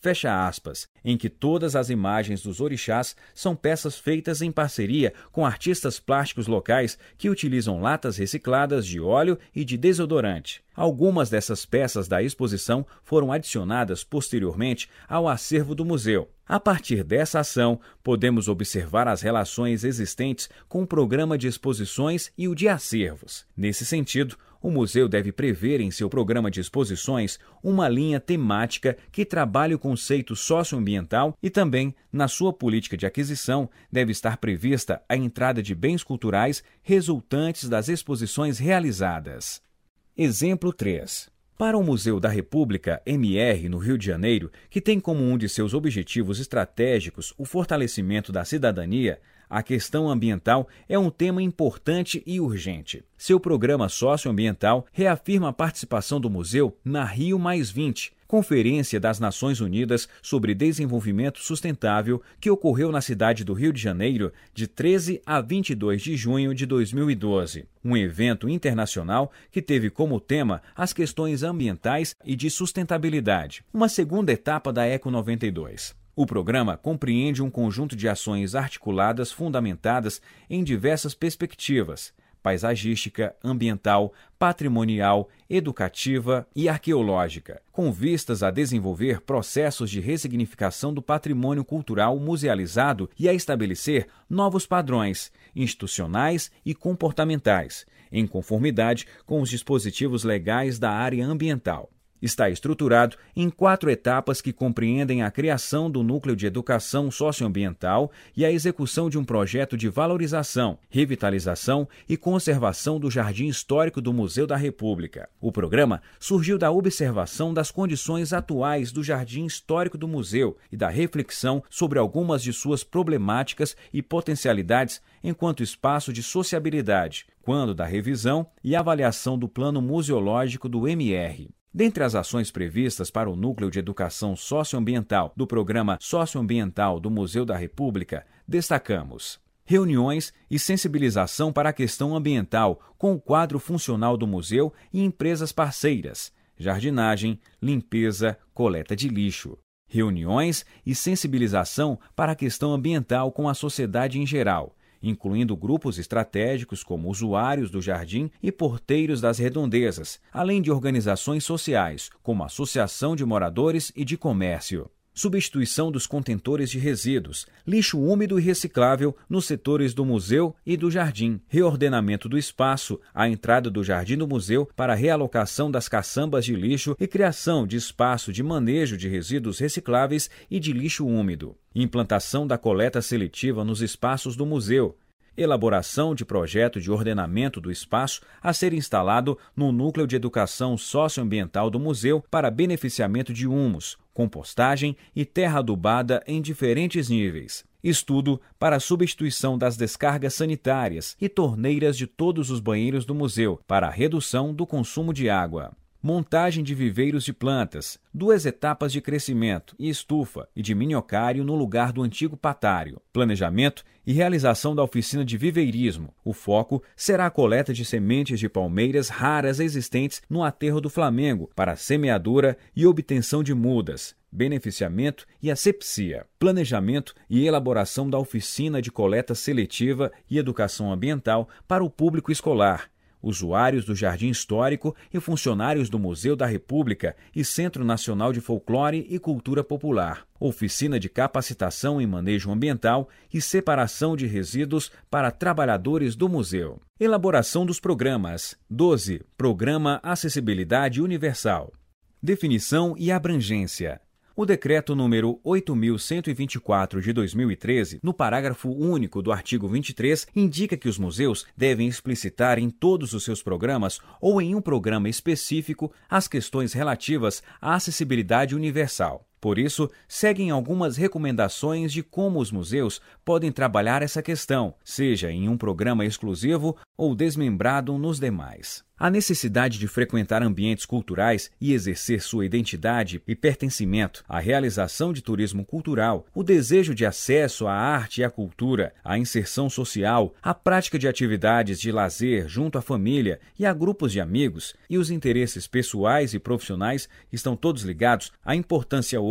fecha aspas, em que todas as imagens dos orixás são peças feitas em parceria com artistas plásticos locais que utilizam latas recicladas de óleo e de desodorante. Algumas dessas peças da exposição foram adicionadas posteriormente ao acervo do museu. A partir dessa ação, podemos observar as relações existentes com o programa de exposições e o de acervos. Nesse sentido, o museu deve prever em seu programa de exposições uma linha temática que trabalhe o conceito socioambiental e também, na sua política de aquisição, deve estar prevista a entrada de bens culturais resultantes das exposições realizadas. Exemplo três. Para o Museu da República, M R, no Rio de Janeiro, que tem como um de seus objetivos estratégicos o fortalecimento da cidadania, a questão ambiental é um tema importante e urgente. Seu programa socioambiental reafirma a participação do museu na Rio mais vinte, Conferência das Nações Unidas sobre Desenvolvimento Sustentável, que ocorreu na cidade do Rio de Janeiro de treze a vinte e dois de junho de dois mil e doze. Um evento internacional que teve como tema as questões ambientais e de sustentabilidade. Uma segunda etapa da Eco noventa e dois. O programa compreende um conjunto de ações articuladas fundamentadas em diversas perspectivas: paisagística, ambiental, patrimonial, educativa e arqueológica, com vistas a desenvolver processos de ressignificação do patrimônio cultural musealizado e a estabelecer novos padrões institucionais e comportamentais, em conformidade com os dispositivos legais da área ambiental. Está estruturado em quatro etapas que compreendem a criação do Núcleo de Educação Socioambiental e a execução de um projeto de valorização, revitalização e conservação do Jardim Histórico do Museu da República. O programa surgiu da observação das condições atuais do Jardim Histórico do Museu e da reflexão sobre algumas de suas problemáticas e potencialidades enquanto espaço de sociabilidade, quando da revisão e avaliação do plano museológico do M R. Dentre as ações previstas para o Núcleo de Educação Socioambiental do Programa Socioambiental do Museu da República, destacamos reuniões e sensibilização para a questão ambiental com o quadro funcional do museu e empresas parceiras, jardinagem, limpeza, coleta de lixo. Reuniões e sensibilização para a questão ambiental com a sociedade em geral, incluindo grupos estratégicos como usuários do jardim e porteiros das redondezas, além de organizações sociais, como Associação de Moradores e de Comércio. Substituição dos contentores de resíduos, lixo úmido e reciclável nos setores do museu e do jardim, reordenamento do espaço, a entrada do jardim do museu para a realocação das caçambas de lixo e criação de espaço de manejo de resíduos recicláveis e de lixo úmido. Implantação da coleta seletiva nos espaços do museu. Elaboração de projeto de ordenamento do espaço a ser instalado no Núcleo de Educação Socioambiental do museu para beneficiamento de humus, compostagem e terra adubada em diferentes níveis. Estudo para a substituição das descargas sanitárias e torneiras de todos os banheiros do museu para a redução do consumo de água. Montagem de viveiros de plantas, duas etapas de crescimento e estufa e de minhocário no lugar do antigo patário. Planejamento e realização da oficina de viveirismo. O foco será a coleta de sementes de palmeiras raras existentes no aterro do Flamengo para semeadura e obtenção de mudas, beneficiamento e asepsia. Planejamento e elaboração da oficina de coleta seletiva e educação ambiental para o público escolar. Usuários do Jardim Histórico e funcionários do Museu da República e Centro Nacional de Folclore e Cultura Popular. Oficina de capacitação em manejo ambiental e separação de resíduos para trabalhadores do museu. Elaboração dos programas. doze. Programa Acessibilidade Universal. Definição e abrangência. O Decreto número oito mil cento e vinte e quatro de dois mil e treze, no parágrafo único do artigo vinte e três, indica que os museus devem explicitar em todos os seus programas ou em um programa específico as questões relativas à acessibilidade universal. Por isso, seguem algumas recomendações de como os museus podem trabalhar essa questão, seja em um programa exclusivo ou desmembrado nos demais. A necessidade de frequentar ambientes culturais e exercer sua identidade e pertencimento, a realização de turismo cultural, o desejo de acesso à arte e à cultura, a inserção social, a prática de atividades de lazer junto à família e a grupos de amigos, e os interesses pessoais e profissionais estão todos ligados à importância hoje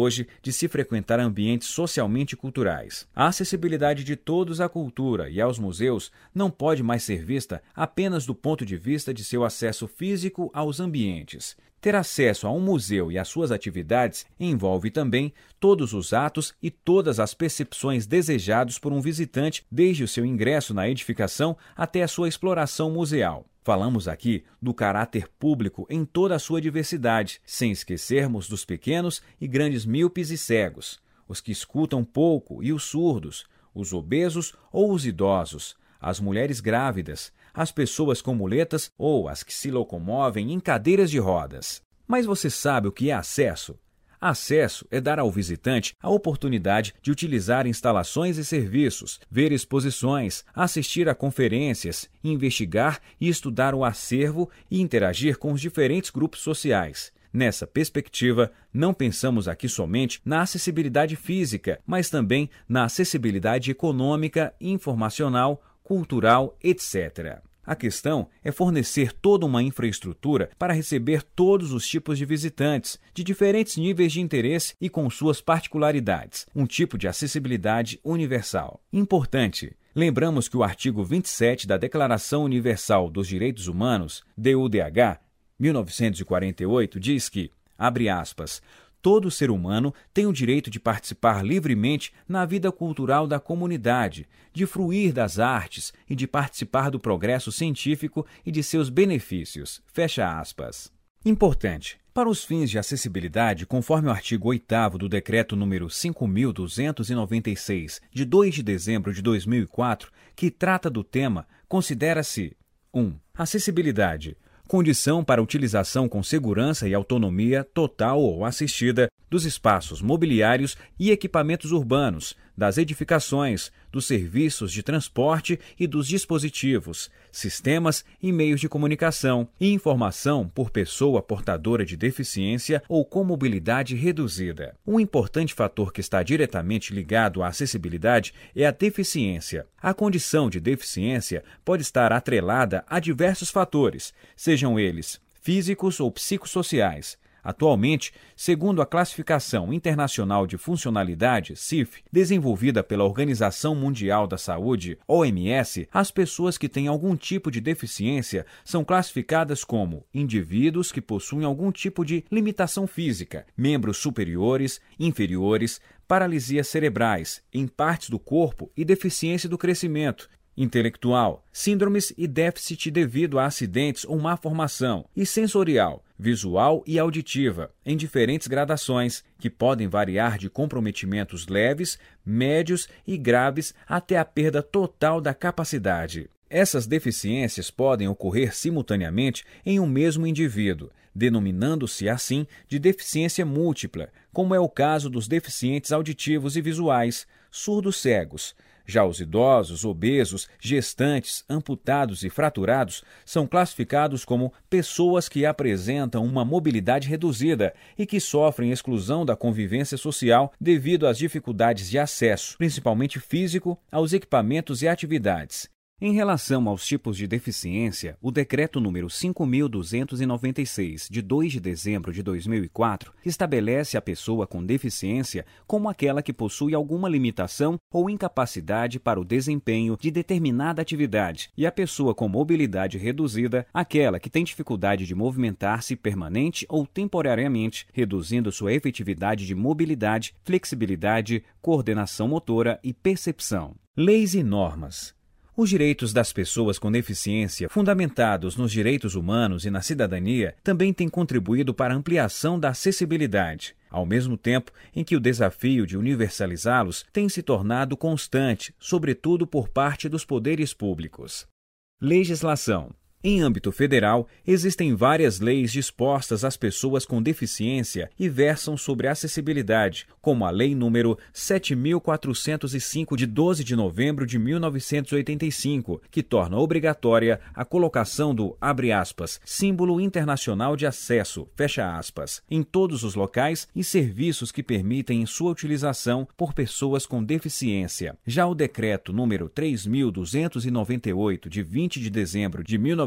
hoje de se frequentar ambientes socialmente culturais. A acessibilidade de todos à cultura e aos museus não pode mais ser vista apenas do ponto de vista de seu acesso físico aos ambientes. Ter acesso a um museu e às suas atividades envolve também todos os atos e todas as percepções desejados por um visitante, desde o seu ingresso na edificação até a sua exploração museal. Falamos aqui do caráter público em toda a sua diversidade, sem esquecermos dos pequenos e grandes míopes e cegos, os que escutam pouco e os surdos, os obesos ou os idosos, as mulheres grávidas, as pessoas com muletas ou as que se locomovem em cadeiras de rodas. Mas você sabe o que é acesso? Acesso é dar ao visitante a oportunidade de utilizar instalações e serviços, ver exposições, assistir a conferências, investigar e estudar o acervo e interagir com os diferentes grupos sociais. Nessa perspectiva, não pensamos aqui somente na acessibilidade física, mas também na acessibilidade econômica, informacional, cultural, etcétera. A questão é fornecer toda uma infraestrutura para receber todos os tipos de visitantes, de diferentes níveis de interesse e com suas particularidades, um tipo de acessibilidade universal. Importante, lembramos que o artigo vinte e sete da Declaração Universal dos Direitos Humanos, D U D H, mil novecentos e quarenta e oito, diz que, abre aspas, todo ser humano tem o direito de participar livremente na vida cultural da comunidade, de fruir das artes e de participar do progresso científico e de seus benefícios. Fecha aspas. Importante. Para os fins de acessibilidade, conforme o artigo oitavo do Decreto número cinco mil duzentos e noventa e seis, de dois de dezembro de dois mil e quatro, que trata do tema, considera-se um. Acessibilidade. Condição para utilização com segurança e autonomia total ou assistida dos espaços mobiliários e equipamentos urbanos, das edificações, dos serviços de transporte e dos dispositivos, sistemas e meios de comunicação e informação por pessoa portadora de deficiência ou com mobilidade reduzida. Um importante fator que está diretamente ligado à acessibilidade é a deficiência. A condição de deficiência pode estar atrelada a diversos fatores, sejam eles físicos ou psicossociais. Atualmente, segundo a Classificação Internacional de Funcionalidade, C I F, desenvolvida pela Organização Mundial da Saúde, O M S, as pessoas que têm algum tipo de deficiência são classificadas como indivíduos que possuem algum tipo de limitação física, membros superiores, inferiores, paralisias cerebrais, em partes do corpo e deficiência do crescimento, intelectual, síndromes e déficit devido a acidentes ou má formação, e sensorial, visual e auditiva, em diferentes gradações, que podem variar de comprometimentos leves, médios e graves até a perda total da capacidade. Essas deficiências podem ocorrer simultaneamente em um mesmo indivíduo, denominando-se assim de deficiência múltipla, como é o caso dos deficientes auditivos e visuais, surdos-cegos. Já os idosos, obesos, gestantes, amputados e fraturados são classificados como pessoas que apresentam uma mobilidade reduzida e que sofrem exclusão da convivência social devido às dificuldades de acesso, principalmente físico, aos equipamentos e atividades. Em relação aos tipos de deficiência, o Decreto número cinco mil duzentos e noventa e seis, de dois de dezembro de dois mil e quatro, estabelece a pessoa com deficiência como aquela que possui alguma limitação ou incapacidade para o desempenho de determinada atividade, e a pessoa com mobilidade reduzida, aquela que tem dificuldade de movimentar-se permanente ou temporariamente, reduzindo sua efetividade de mobilidade, flexibilidade, coordenação motora e percepção. Leis e normas. Os direitos das pessoas com deficiência, fundamentados nos direitos humanos e na cidadania, também têm contribuído para a ampliação da acessibilidade, ao mesmo tempo em que o desafio de universalizá-los tem se tornado constante, sobretudo por parte dos poderes públicos. Legislação. Em âmbito federal, existem várias leis dispostas às pessoas com deficiência e versam sobre acessibilidade, como a Lei número sete mil quatrocentos e cinco, de doze de novembro de mil novecentos e oitenta e cinco, que torna obrigatória a colocação do, abre aspas, símbolo internacional de acesso, fecha aspas, em todos os locais e serviços que permitem sua utilização por pessoas com deficiência. Já o Decreto número três mil duzentos e noventa e oito, de vinte de dezembro de mil novecentos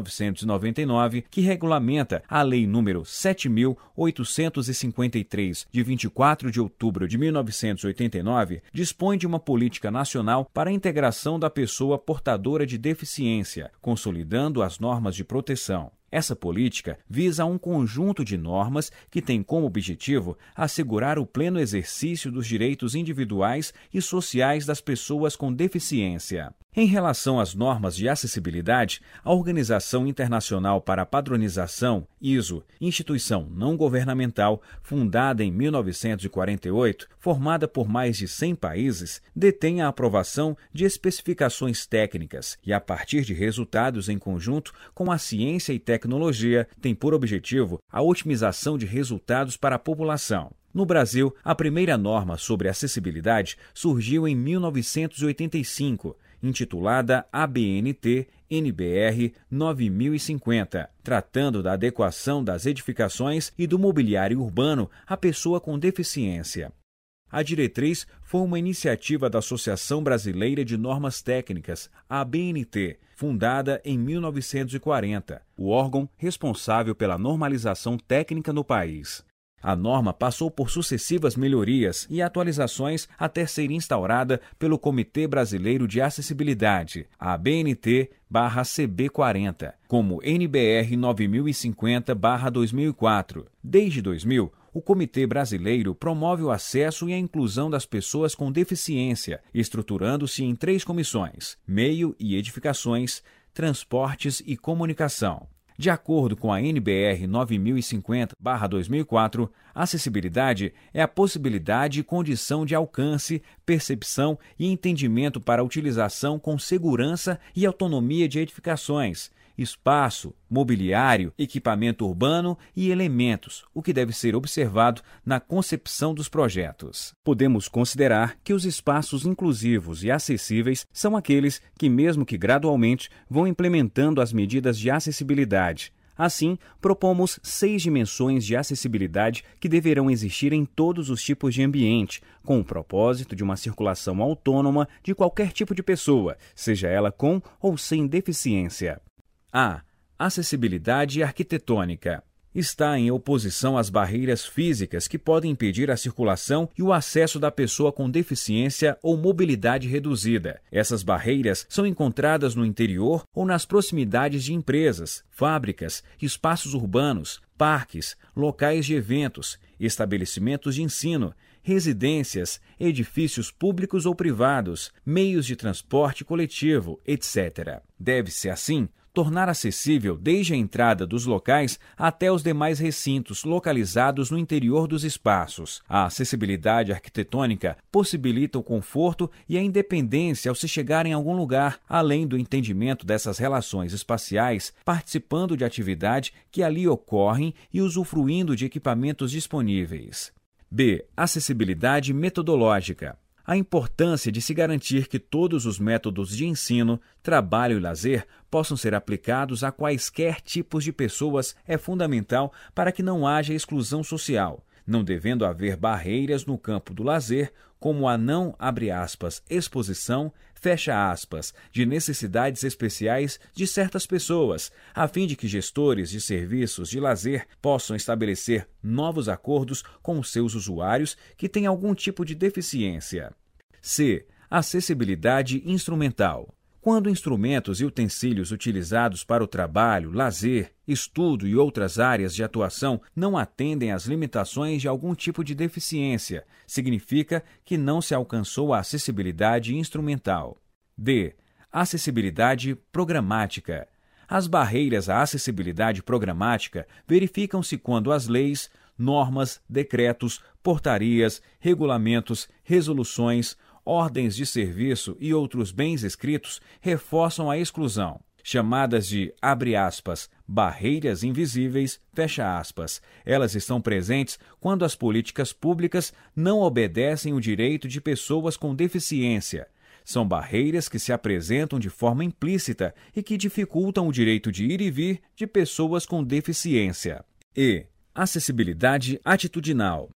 novecentos e noventa e nove, que regulamenta a Lei número sete mil oitocentos e cinquenta e três, de vinte e quatro de outubro de mil novecentos e oitenta e nove, dispõe de uma política nacional para a integração da pessoa portadora de deficiência, consolidando as normas de proteção. Essa política visa um conjunto de normas que tem como objetivo assegurar o pleno exercício dos direitos individuais e sociais das pessoas com deficiência. Em relação às normas de acessibilidade, a Organização Internacional para a Padronização, I S O, instituição não governamental fundada em mil novecentos e quarenta e oito, formada por mais de cem países, detém a aprovação de especificações técnicas e, a partir de resultados em conjunto com a ciência e tecnologia, tem por objetivo a otimização de resultados para a população. No Brasil, a primeira norma sobre acessibilidade surgiu em mil novecentos e oitenta e cinco, intitulada A B N T N B R nove mil e cinquenta, tratando da adequação das edificações e do mobiliário urbano à pessoa com deficiência. A diretriz foi uma iniciativa da Associação Brasileira de Normas Técnicas, A B N T, fundada em mil novecentos e quarenta, o órgão responsável pela normalização técnica no país. A norma passou por sucessivas melhorias e atualizações até ser instaurada pelo Comitê Brasileiro de Acessibilidade, a B N T C B quarenta, como N B R nove mil e cinquenta dois mil e quatro. Desde dois mil, o Comitê Brasileiro promove o acesso e a inclusão das pessoas com deficiência, estruturando-se em três comissões: meio e edificações, transportes e comunicação. De acordo com a N B R nove mil e cinquenta dois mil e quatro, acessibilidade é a possibilidade e condição de alcance, percepção e entendimento para a utilização com segurança e autonomia de edificações, espaço, mobiliário, equipamento urbano e elementos, o que deve ser observado na concepção dos projetos. Podemos considerar que os espaços inclusivos e acessíveis são aqueles que, mesmo que gradualmente, vão implementando as medidas de acessibilidade. Assim, propomos seis dimensões de acessibilidade que deverão existir em todos os tipos de ambiente, com o propósito de uma circulação autônoma de qualquer tipo de pessoa, seja ela com ou sem deficiência. A. Acessibilidade arquitetônica. Está em oposição às barreiras físicas que podem impedir a circulação e o acesso da pessoa com deficiência ou mobilidade reduzida. Essas barreiras são encontradas no interior ou nas proximidades de empresas, fábricas, espaços urbanos, parques, locais de eventos, estabelecimentos de ensino, residências, edifícios públicos ou privados, meios de transporte coletivo, etcétera. Deve-se, assim, tornar acessível desde a entrada dos locais até os demais recintos localizados no interior dos espaços. A acessibilidade arquitetônica possibilita o conforto e a independência ao se chegar em algum lugar, além do entendimento dessas relações espaciais, participando de atividades que ali ocorrem e usufruindo de equipamentos disponíveis. B. Acessibilidade metodológica. A importância de se garantir que todos os métodos de ensino, trabalho e lazer possam ser aplicados a quaisquer tipos de pessoas é fundamental para que não haja exclusão social, não devendo haver barreiras no campo do lazer, como a não, abre aspas, exposição, fecha aspas, de necessidades especiais de certas pessoas, a fim de que gestores de serviços de lazer possam estabelecer novos acordos com os seus usuários que têm algum tipo de deficiência. C. Acessibilidade instrumental. Quando instrumentos e utensílios utilizados para o trabalho, lazer, estudo e outras áreas de atuação não atendem às limitações de algum tipo de deficiência, significa que não se alcançou a acessibilidade instrumental. D. Acessibilidade programática. As barreiras à acessibilidade programática verificam-se quando as leis, normas, decretos, portarias, regulamentos, resoluções, ordens de serviço e outros bens escritos reforçam a exclusão, chamadas de, abre aspas, barreiras invisíveis, fecha aspas. Elas estão presentes quando as políticas públicas não obedecem o direito de pessoas com deficiência. São barreiras que se apresentam de forma implícita e que dificultam o direito de ir e vir de pessoas com deficiência. E. Acessibilidade atitudinal.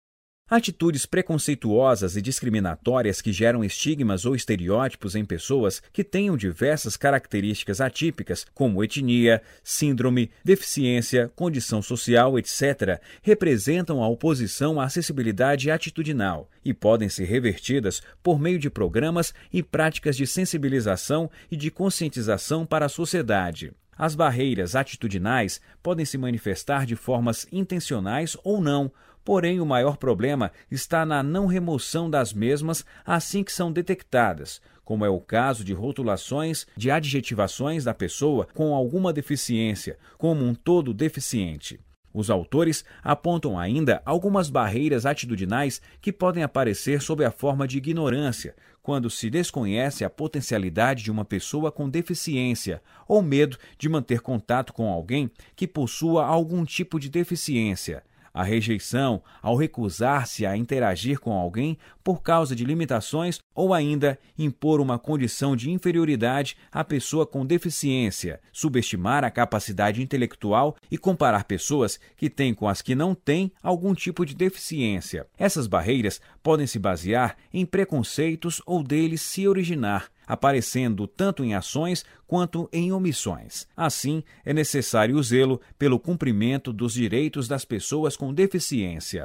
Atitudes preconceituosas e discriminatórias que geram estigmas ou estereótipos em pessoas que tenham diversas características atípicas, como etnia, síndrome, deficiência, condição social, etcétera, representam a oposição à acessibilidade atitudinal e podem ser revertidas por meio de programas e práticas de sensibilização e de conscientização para a sociedade. As barreiras atitudinais podem se manifestar de formas intencionais ou não, porém o maior problema está na não remoção das mesmas assim que são detectadas, como é o caso de rotulações de adjetivações da pessoa com alguma deficiência, como um todo deficiente. Os autores apontam ainda algumas barreiras atitudinais que podem aparecer sob a forma de ignorância, quando se desconhece a potencialidade de uma pessoa com deficiência, ou medo de manter contato com alguém que possua algum tipo de deficiência. A rejeição ao recusar-se a interagir com alguém por causa de limitações ou ainda impor uma condição de inferioridade à pessoa com deficiência, subestimar a capacidade intelectual e comparar pessoas que têm com as que não têm algum tipo de deficiência. Essas barreiras podem se basear em preconceitos ou deles se originar, aparecendo tanto em ações quanto em omissões. Assim, é necessário o zelo pelo cumprimento dos direitos das pessoas com deficiência.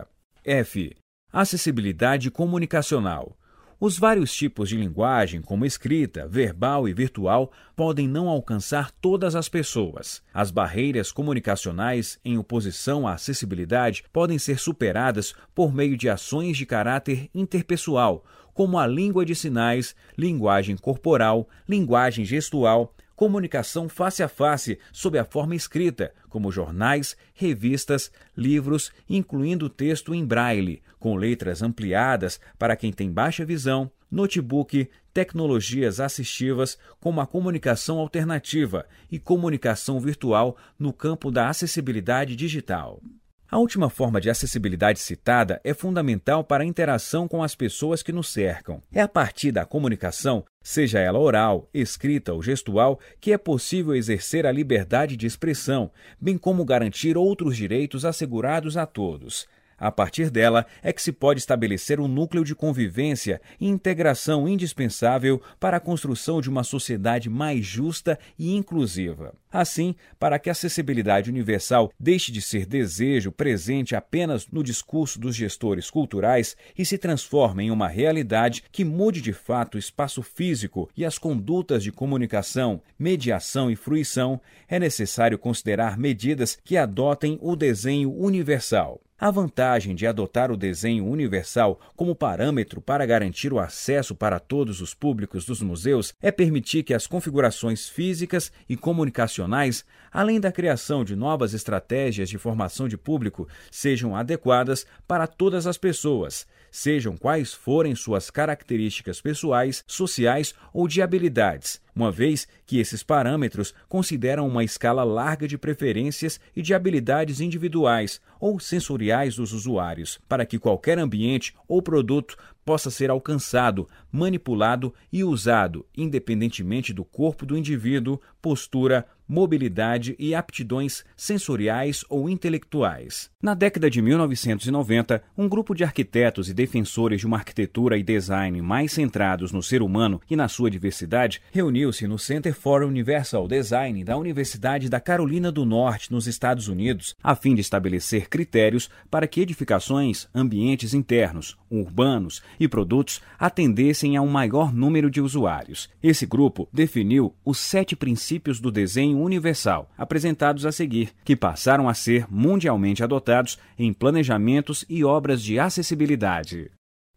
F. Acessibilidade comunicacional. Os vários tipos de linguagem, como escrita, verbal e virtual, podem não alcançar todas as pessoas. As barreiras comunicacionais em oposição à acessibilidade podem ser superadas por meio de ações de caráter interpessoal, como a língua de sinais, linguagem corporal, linguagem gestual, comunicação face a face sob a forma escrita, como jornais, revistas, livros, incluindo texto em braille, com letras ampliadas para quem tem baixa visão, notebook, tecnologias assistivas, como a comunicação alternativa e comunicação virtual no campo da acessibilidade digital. A última forma de acessibilidade citada é fundamental para a interação com as pessoas que nos cercam. É a partir da comunicação, seja ela oral, escrita ou gestual, que é possível exercer a liberdade de expressão, bem como garantir outros direitos assegurados a todos. A partir dela é que se pode estabelecer um núcleo de convivência e integração indispensável para a construção de uma sociedade mais justa e inclusiva. Assim, para que a acessibilidade universal deixe de ser desejo presente apenas no discurso dos gestores culturais e se transforme em uma realidade que mude de fato o espaço físico e as condutas de comunicação, mediação e fruição, é necessário considerar medidas que adotem o desenho universal. A vantagem de adotar o desenho universal como parâmetro para garantir o acesso para todos os públicos dos museus é permitir que as configurações físicas e comunicacionais, além da criação de novas estratégias de formação de público, sejam adequadas para todas as pessoas, sejam quais forem suas características pessoais, sociais ou de habilidades, uma vez que esses parâmetros consideram uma escala larga de preferências e de habilidades individuais ou sensoriais dos usuários, para que qualquer ambiente ou produto possa ser alcançado, manipulado e usado, independentemente do corpo do indivíduo, postura, mobilidade e aptidões sensoriais ou intelectuais. Na década de mil novecentos e noventa, um grupo de arquitetos e defensores de uma arquitetura e design mais centrados no ser humano e na sua diversidade reuniu-se no Center for Universal Design da Universidade da Carolina do Norte, nos Estados Unidos, a fim de estabelecer critérios para que edificações, ambientes internos, urbanos e produtos atendessem a um maior número de usuários. Esse grupo definiu os sete princípios do desenho universal, apresentados a seguir, que passaram a ser mundialmente adotados em planejamentos e obras de acessibilidade.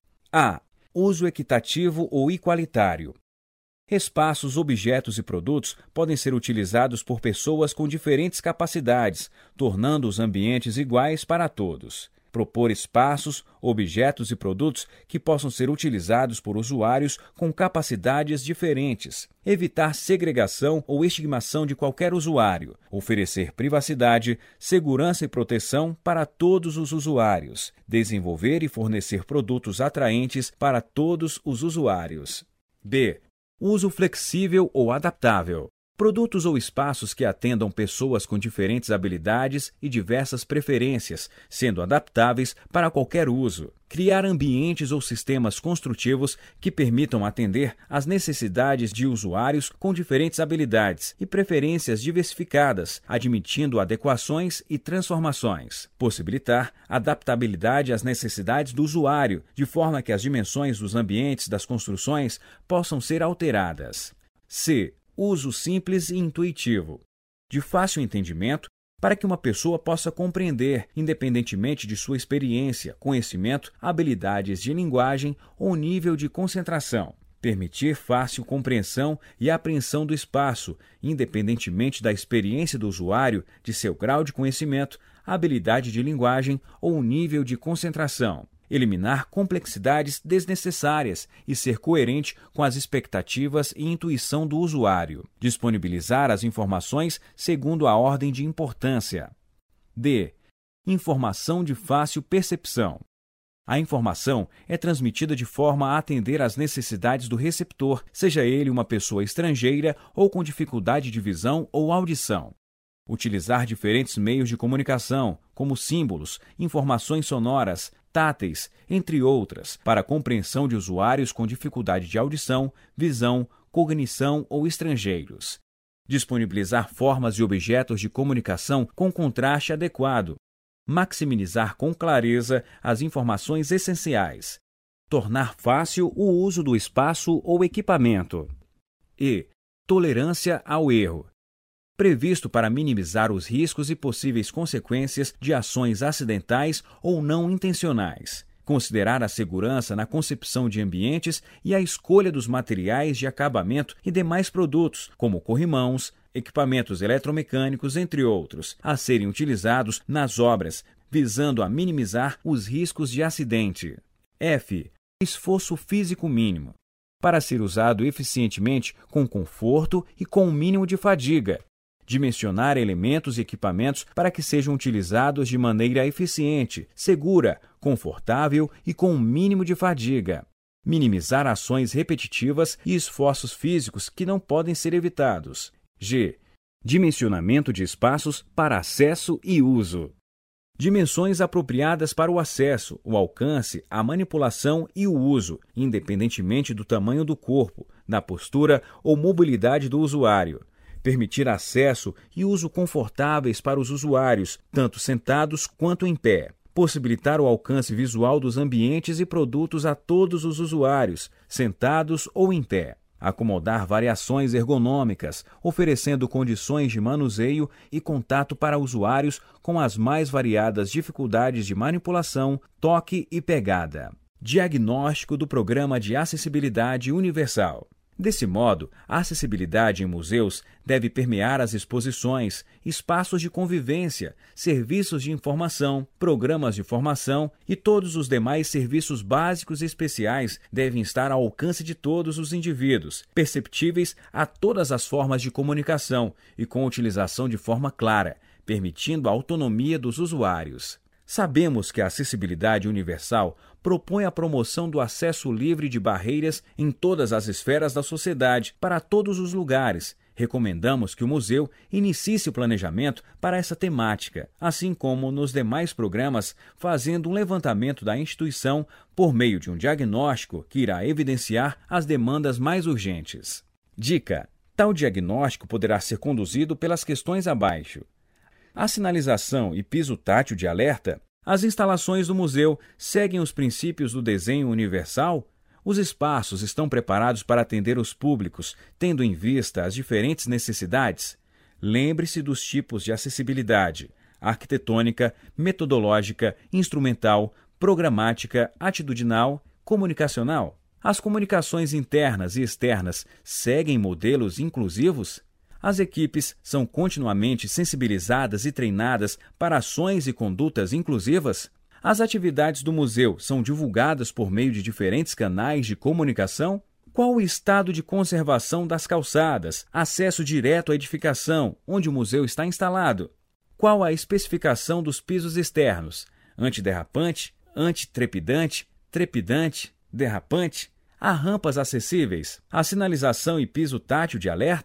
A. Uso equitativo ou igualitário. Espaços, objetos e produtos podem ser utilizados por pessoas com diferentes capacidades, tornando os ambientes iguais para todos. Propor espaços, objetos e produtos que possam ser utilizados por usuários com capacidades diferentes. Evitar segregação ou estigmação de qualquer usuário. Oferecer privacidade, segurança e proteção para todos os usuários. Desenvolver e fornecer produtos atraentes para todos os usuários. B. Uso flexível ou adaptável. Produtos ou espaços que atendam pessoas com diferentes habilidades e diversas preferências, sendo adaptáveis para qualquer uso. Criar ambientes ou sistemas construtivos que permitam atender às necessidades de usuários com diferentes habilidades e preferências diversificadas, admitindo adequações e transformações. Possibilitar adaptabilidade às necessidades do usuário, de forma que as dimensões dos ambientes das construções possam ser alteradas. C. Uso simples e intuitivo, de fácil entendimento, para que uma pessoa possa compreender, independentemente de sua experiência, conhecimento, habilidades de linguagem ou nível de concentração. Permitir fácil compreensão e apreensão do espaço, independentemente da experiência do usuário, de seu grau de conhecimento, habilidade de linguagem ou nível de concentração. Eliminar complexidades desnecessárias e ser coerente com as expectativas e intuição do usuário. Disponibilizar as informações segundo a ordem de importância. D. Informação de fácil percepção. A informação é transmitida de forma a atender às necessidades do receptor, seja ele uma pessoa estrangeira ou com dificuldade de visão ou audição. Utilizar diferentes meios de comunicação, como símbolos, informações sonoras, táteis, entre outras, para a compreensão de usuários com dificuldade de audição, visão, cognição ou estrangeiros. Disponibilizar formas e objetos de comunicação com contraste adequado. Maximizar com clareza as informações essenciais. Tornar fácil o uso do espaço ou equipamento. E. Tolerância ao erro. Previsto para minimizar os riscos e possíveis consequências de ações acidentais ou não intencionais. Considerar a segurança na concepção de ambientes e a escolha dos materiais de acabamento e demais produtos, como corrimãos, equipamentos eletromecânicos, entre outros, a serem utilizados nas obras, visando a minimizar os riscos de acidente. F. Esforço físico mínimo. Para ser usado eficientemente, com conforto e com o mínimo de fadiga. Dimensionar elementos e equipamentos para que sejam utilizados de maneira eficiente, segura, confortável e com um mínimo de fadiga. Minimizar ações repetitivas e esforços físicos que não podem ser evitados. G. Dimensionamento de espaços para acesso e uso. Dimensões apropriadas para o acesso, o alcance, a manipulação e o uso, independentemente do tamanho do corpo, da postura ou mobilidade do usuário. Permitir acesso e uso confortáveis para os usuários, tanto sentados quanto em pé. Possibilitar o alcance visual dos ambientes e produtos a todos os usuários, sentados ou em pé. Acomodar variações ergonômicas, oferecendo condições de manuseio e contato para usuários com as mais variadas dificuldades de manipulação, toque e pegada. Diagnóstico do Programa de Acessibilidade Universal. Desse modo, a acessibilidade em museus deve permear as exposições, espaços de convivência, serviços de informação, programas de formação e todos os demais serviços básicos e especiais devem estar ao alcance de todos os indivíduos, perceptíveis a todas as formas de comunicação e com utilização de forma clara, permitindo a autonomia dos usuários. Sabemos que a acessibilidade universal propõe a promoção do acesso livre de barreiras em todas as esferas da sociedade, para todos os lugares. Recomendamos que o museu inicie seu planejamento para essa temática, assim como nos demais programas, fazendo um levantamento da instituição por meio de um diagnóstico que irá evidenciar as demandas mais urgentes. Dica: tal diagnóstico poderá ser conduzido pelas questões abaixo. A sinalização e piso tátil de alerta. As instalações do museu seguem os princípios do desenho universal? Os espaços estão preparados para atender os públicos, tendo em vista as diferentes necessidades? Lembre-se dos tipos de acessibilidade: arquitetônica, metodológica, instrumental, programática, atitudinal, comunicacional. As comunicações internas e externas seguem modelos inclusivos? As equipes são continuamente sensibilizadas e treinadas para ações e condutas inclusivas? As atividades do museu são divulgadas por meio de diferentes canais de comunicação? Qual o estado de conservação das calçadas, acesso direto à edificação, onde o museu está instalado? Qual a especificação dos pisos externos? Antiderrapante, antitrepidante, trepidante, derrapante? Há rampas acessíveis? A sinalização e piso tátil de alerta?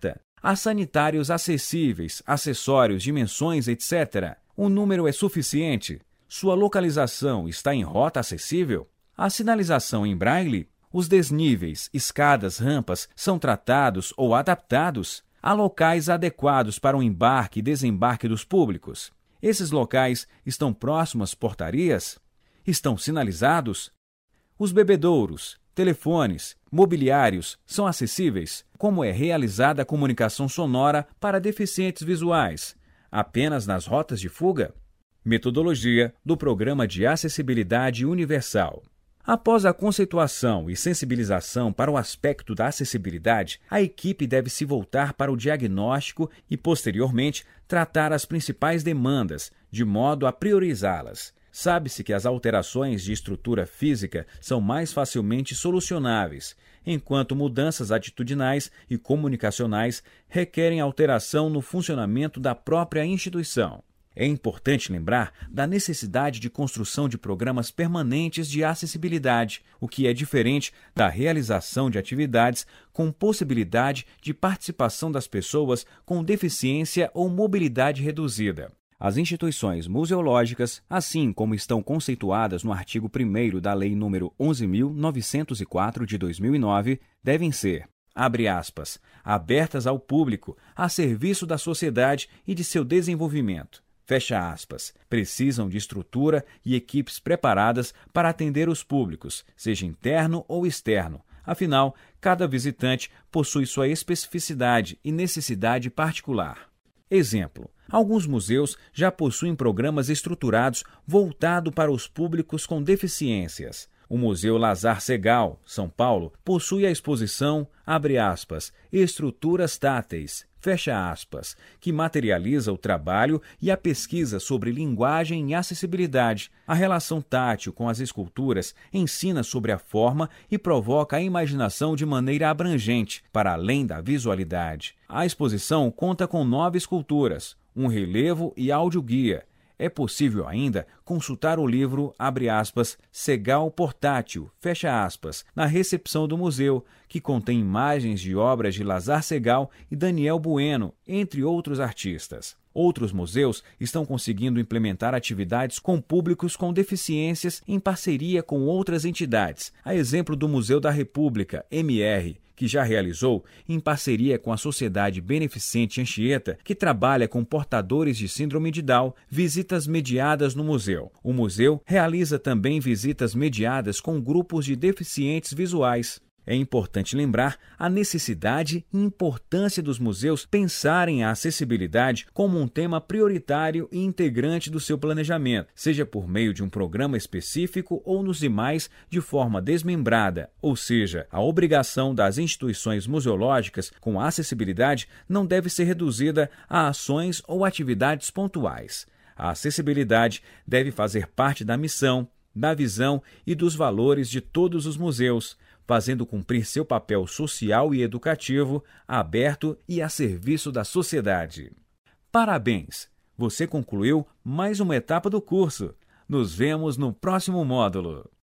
Há sanitários acessíveis, acessórios, dimensões, etcétera. O número é suficiente? Sua localização está em rota acessível? A sinalização em braille? Os desníveis, escadas, rampas são tratados ou adaptados? Há locais adequados para o embarque e desembarque dos públicos? Esses locais estão próximos às portarias? Estão sinalizados? Os bebedouros, telefones, mobiliários são acessíveis? Como é realizada a comunicação sonora para deficientes visuais? Apenas nas rotas de fuga? Metodologia do Programa de Acessibilidade Universal. Após a conceituação e sensibilização para o aspecto da acessibilidade, a equipe deve se voltar para o diagnóstico e, posteriormente, tratar as principais demandas, de modo a priorizá-las. Sabe-se que as alterações de estrutura física são mais facilmente solucionáveis, enquanto mudanças atitudinais e comunicacionais requerem alteração no funcionamento da própria instituição. É importante lembrar da necessidade de construção de programas permanentes de acessibilidade, o que é diferente da realização de atividades com possibilidade de participação das pessoas com deficiência ou mobilidade reduzida. As instituições museológicas, assim como estão conceituadas no artigo primeiro da Lei nº onze mil novecentos e quatro de dois mil e nove, devem ser, abre aspas, abertas ao público, a serviço da sociedade e de seu desenvolvimento. Fecha aspas, precisam de estrutura e equipes preparadas para atender os públicos, seja interno ou externo. Afinal, cada visitante possui sua especificidade e necessidade particular. Exemplo, alguns museus já possuem programas estruturados voltados para os públicos com deficiências. O Museu Lazar Segal, São Paulo, possui a exposição, abre aspas, Estruturas Táteis, fecha aspas, que materializa o trabalho e a pesquisa sobre linguagem e acessibilidade. A relação tátil com as esculturas ensina sobre a forma e provoca a imaginação de maneira abrangente, para além da visualidade. A exposição conta com nove esculturas, um relevo e áudio-guia. É possível ainda consultar o livro, abre aspas, Segal Portátil, fecha aspas, na recepção do museu, que contém imagens de obras de Lazar Segal e Daniel Bueno, entre outros artistas. Outros museus estão conseguindo implementar atividades com públicos com deficiências em parceria com outras entidades, a exemplo do Museu da República, M R, que já realizou, em parceria com a Sociedade Beneficente Anchieta, que trabalha com portadores de síndrome de Down, visitas mediadas no museu. O museu realiza também visitas mediadas com grupos de deficientes visuais. É importante lembrar a necessidade e importância dos museus pensarem a acessibilidade como um tema prioritário e integrante do seu planejamento, seja por meio de um programa específico ou nos demais de forma desmembrada, ou seja, a obrigação das instituições museológicas com acessibilidade não deve ser reduzida a ações ou atividades pontuais. A acessibilidade deve fazer parte da missão, da visão e dos valores de todos os museus, fazendo cumprir seu papel social e educativo, aberto e a serviço da sociedade. Parabéns! Você concluiu mais uma etapa do curso. Nos vemos no próximo módulo.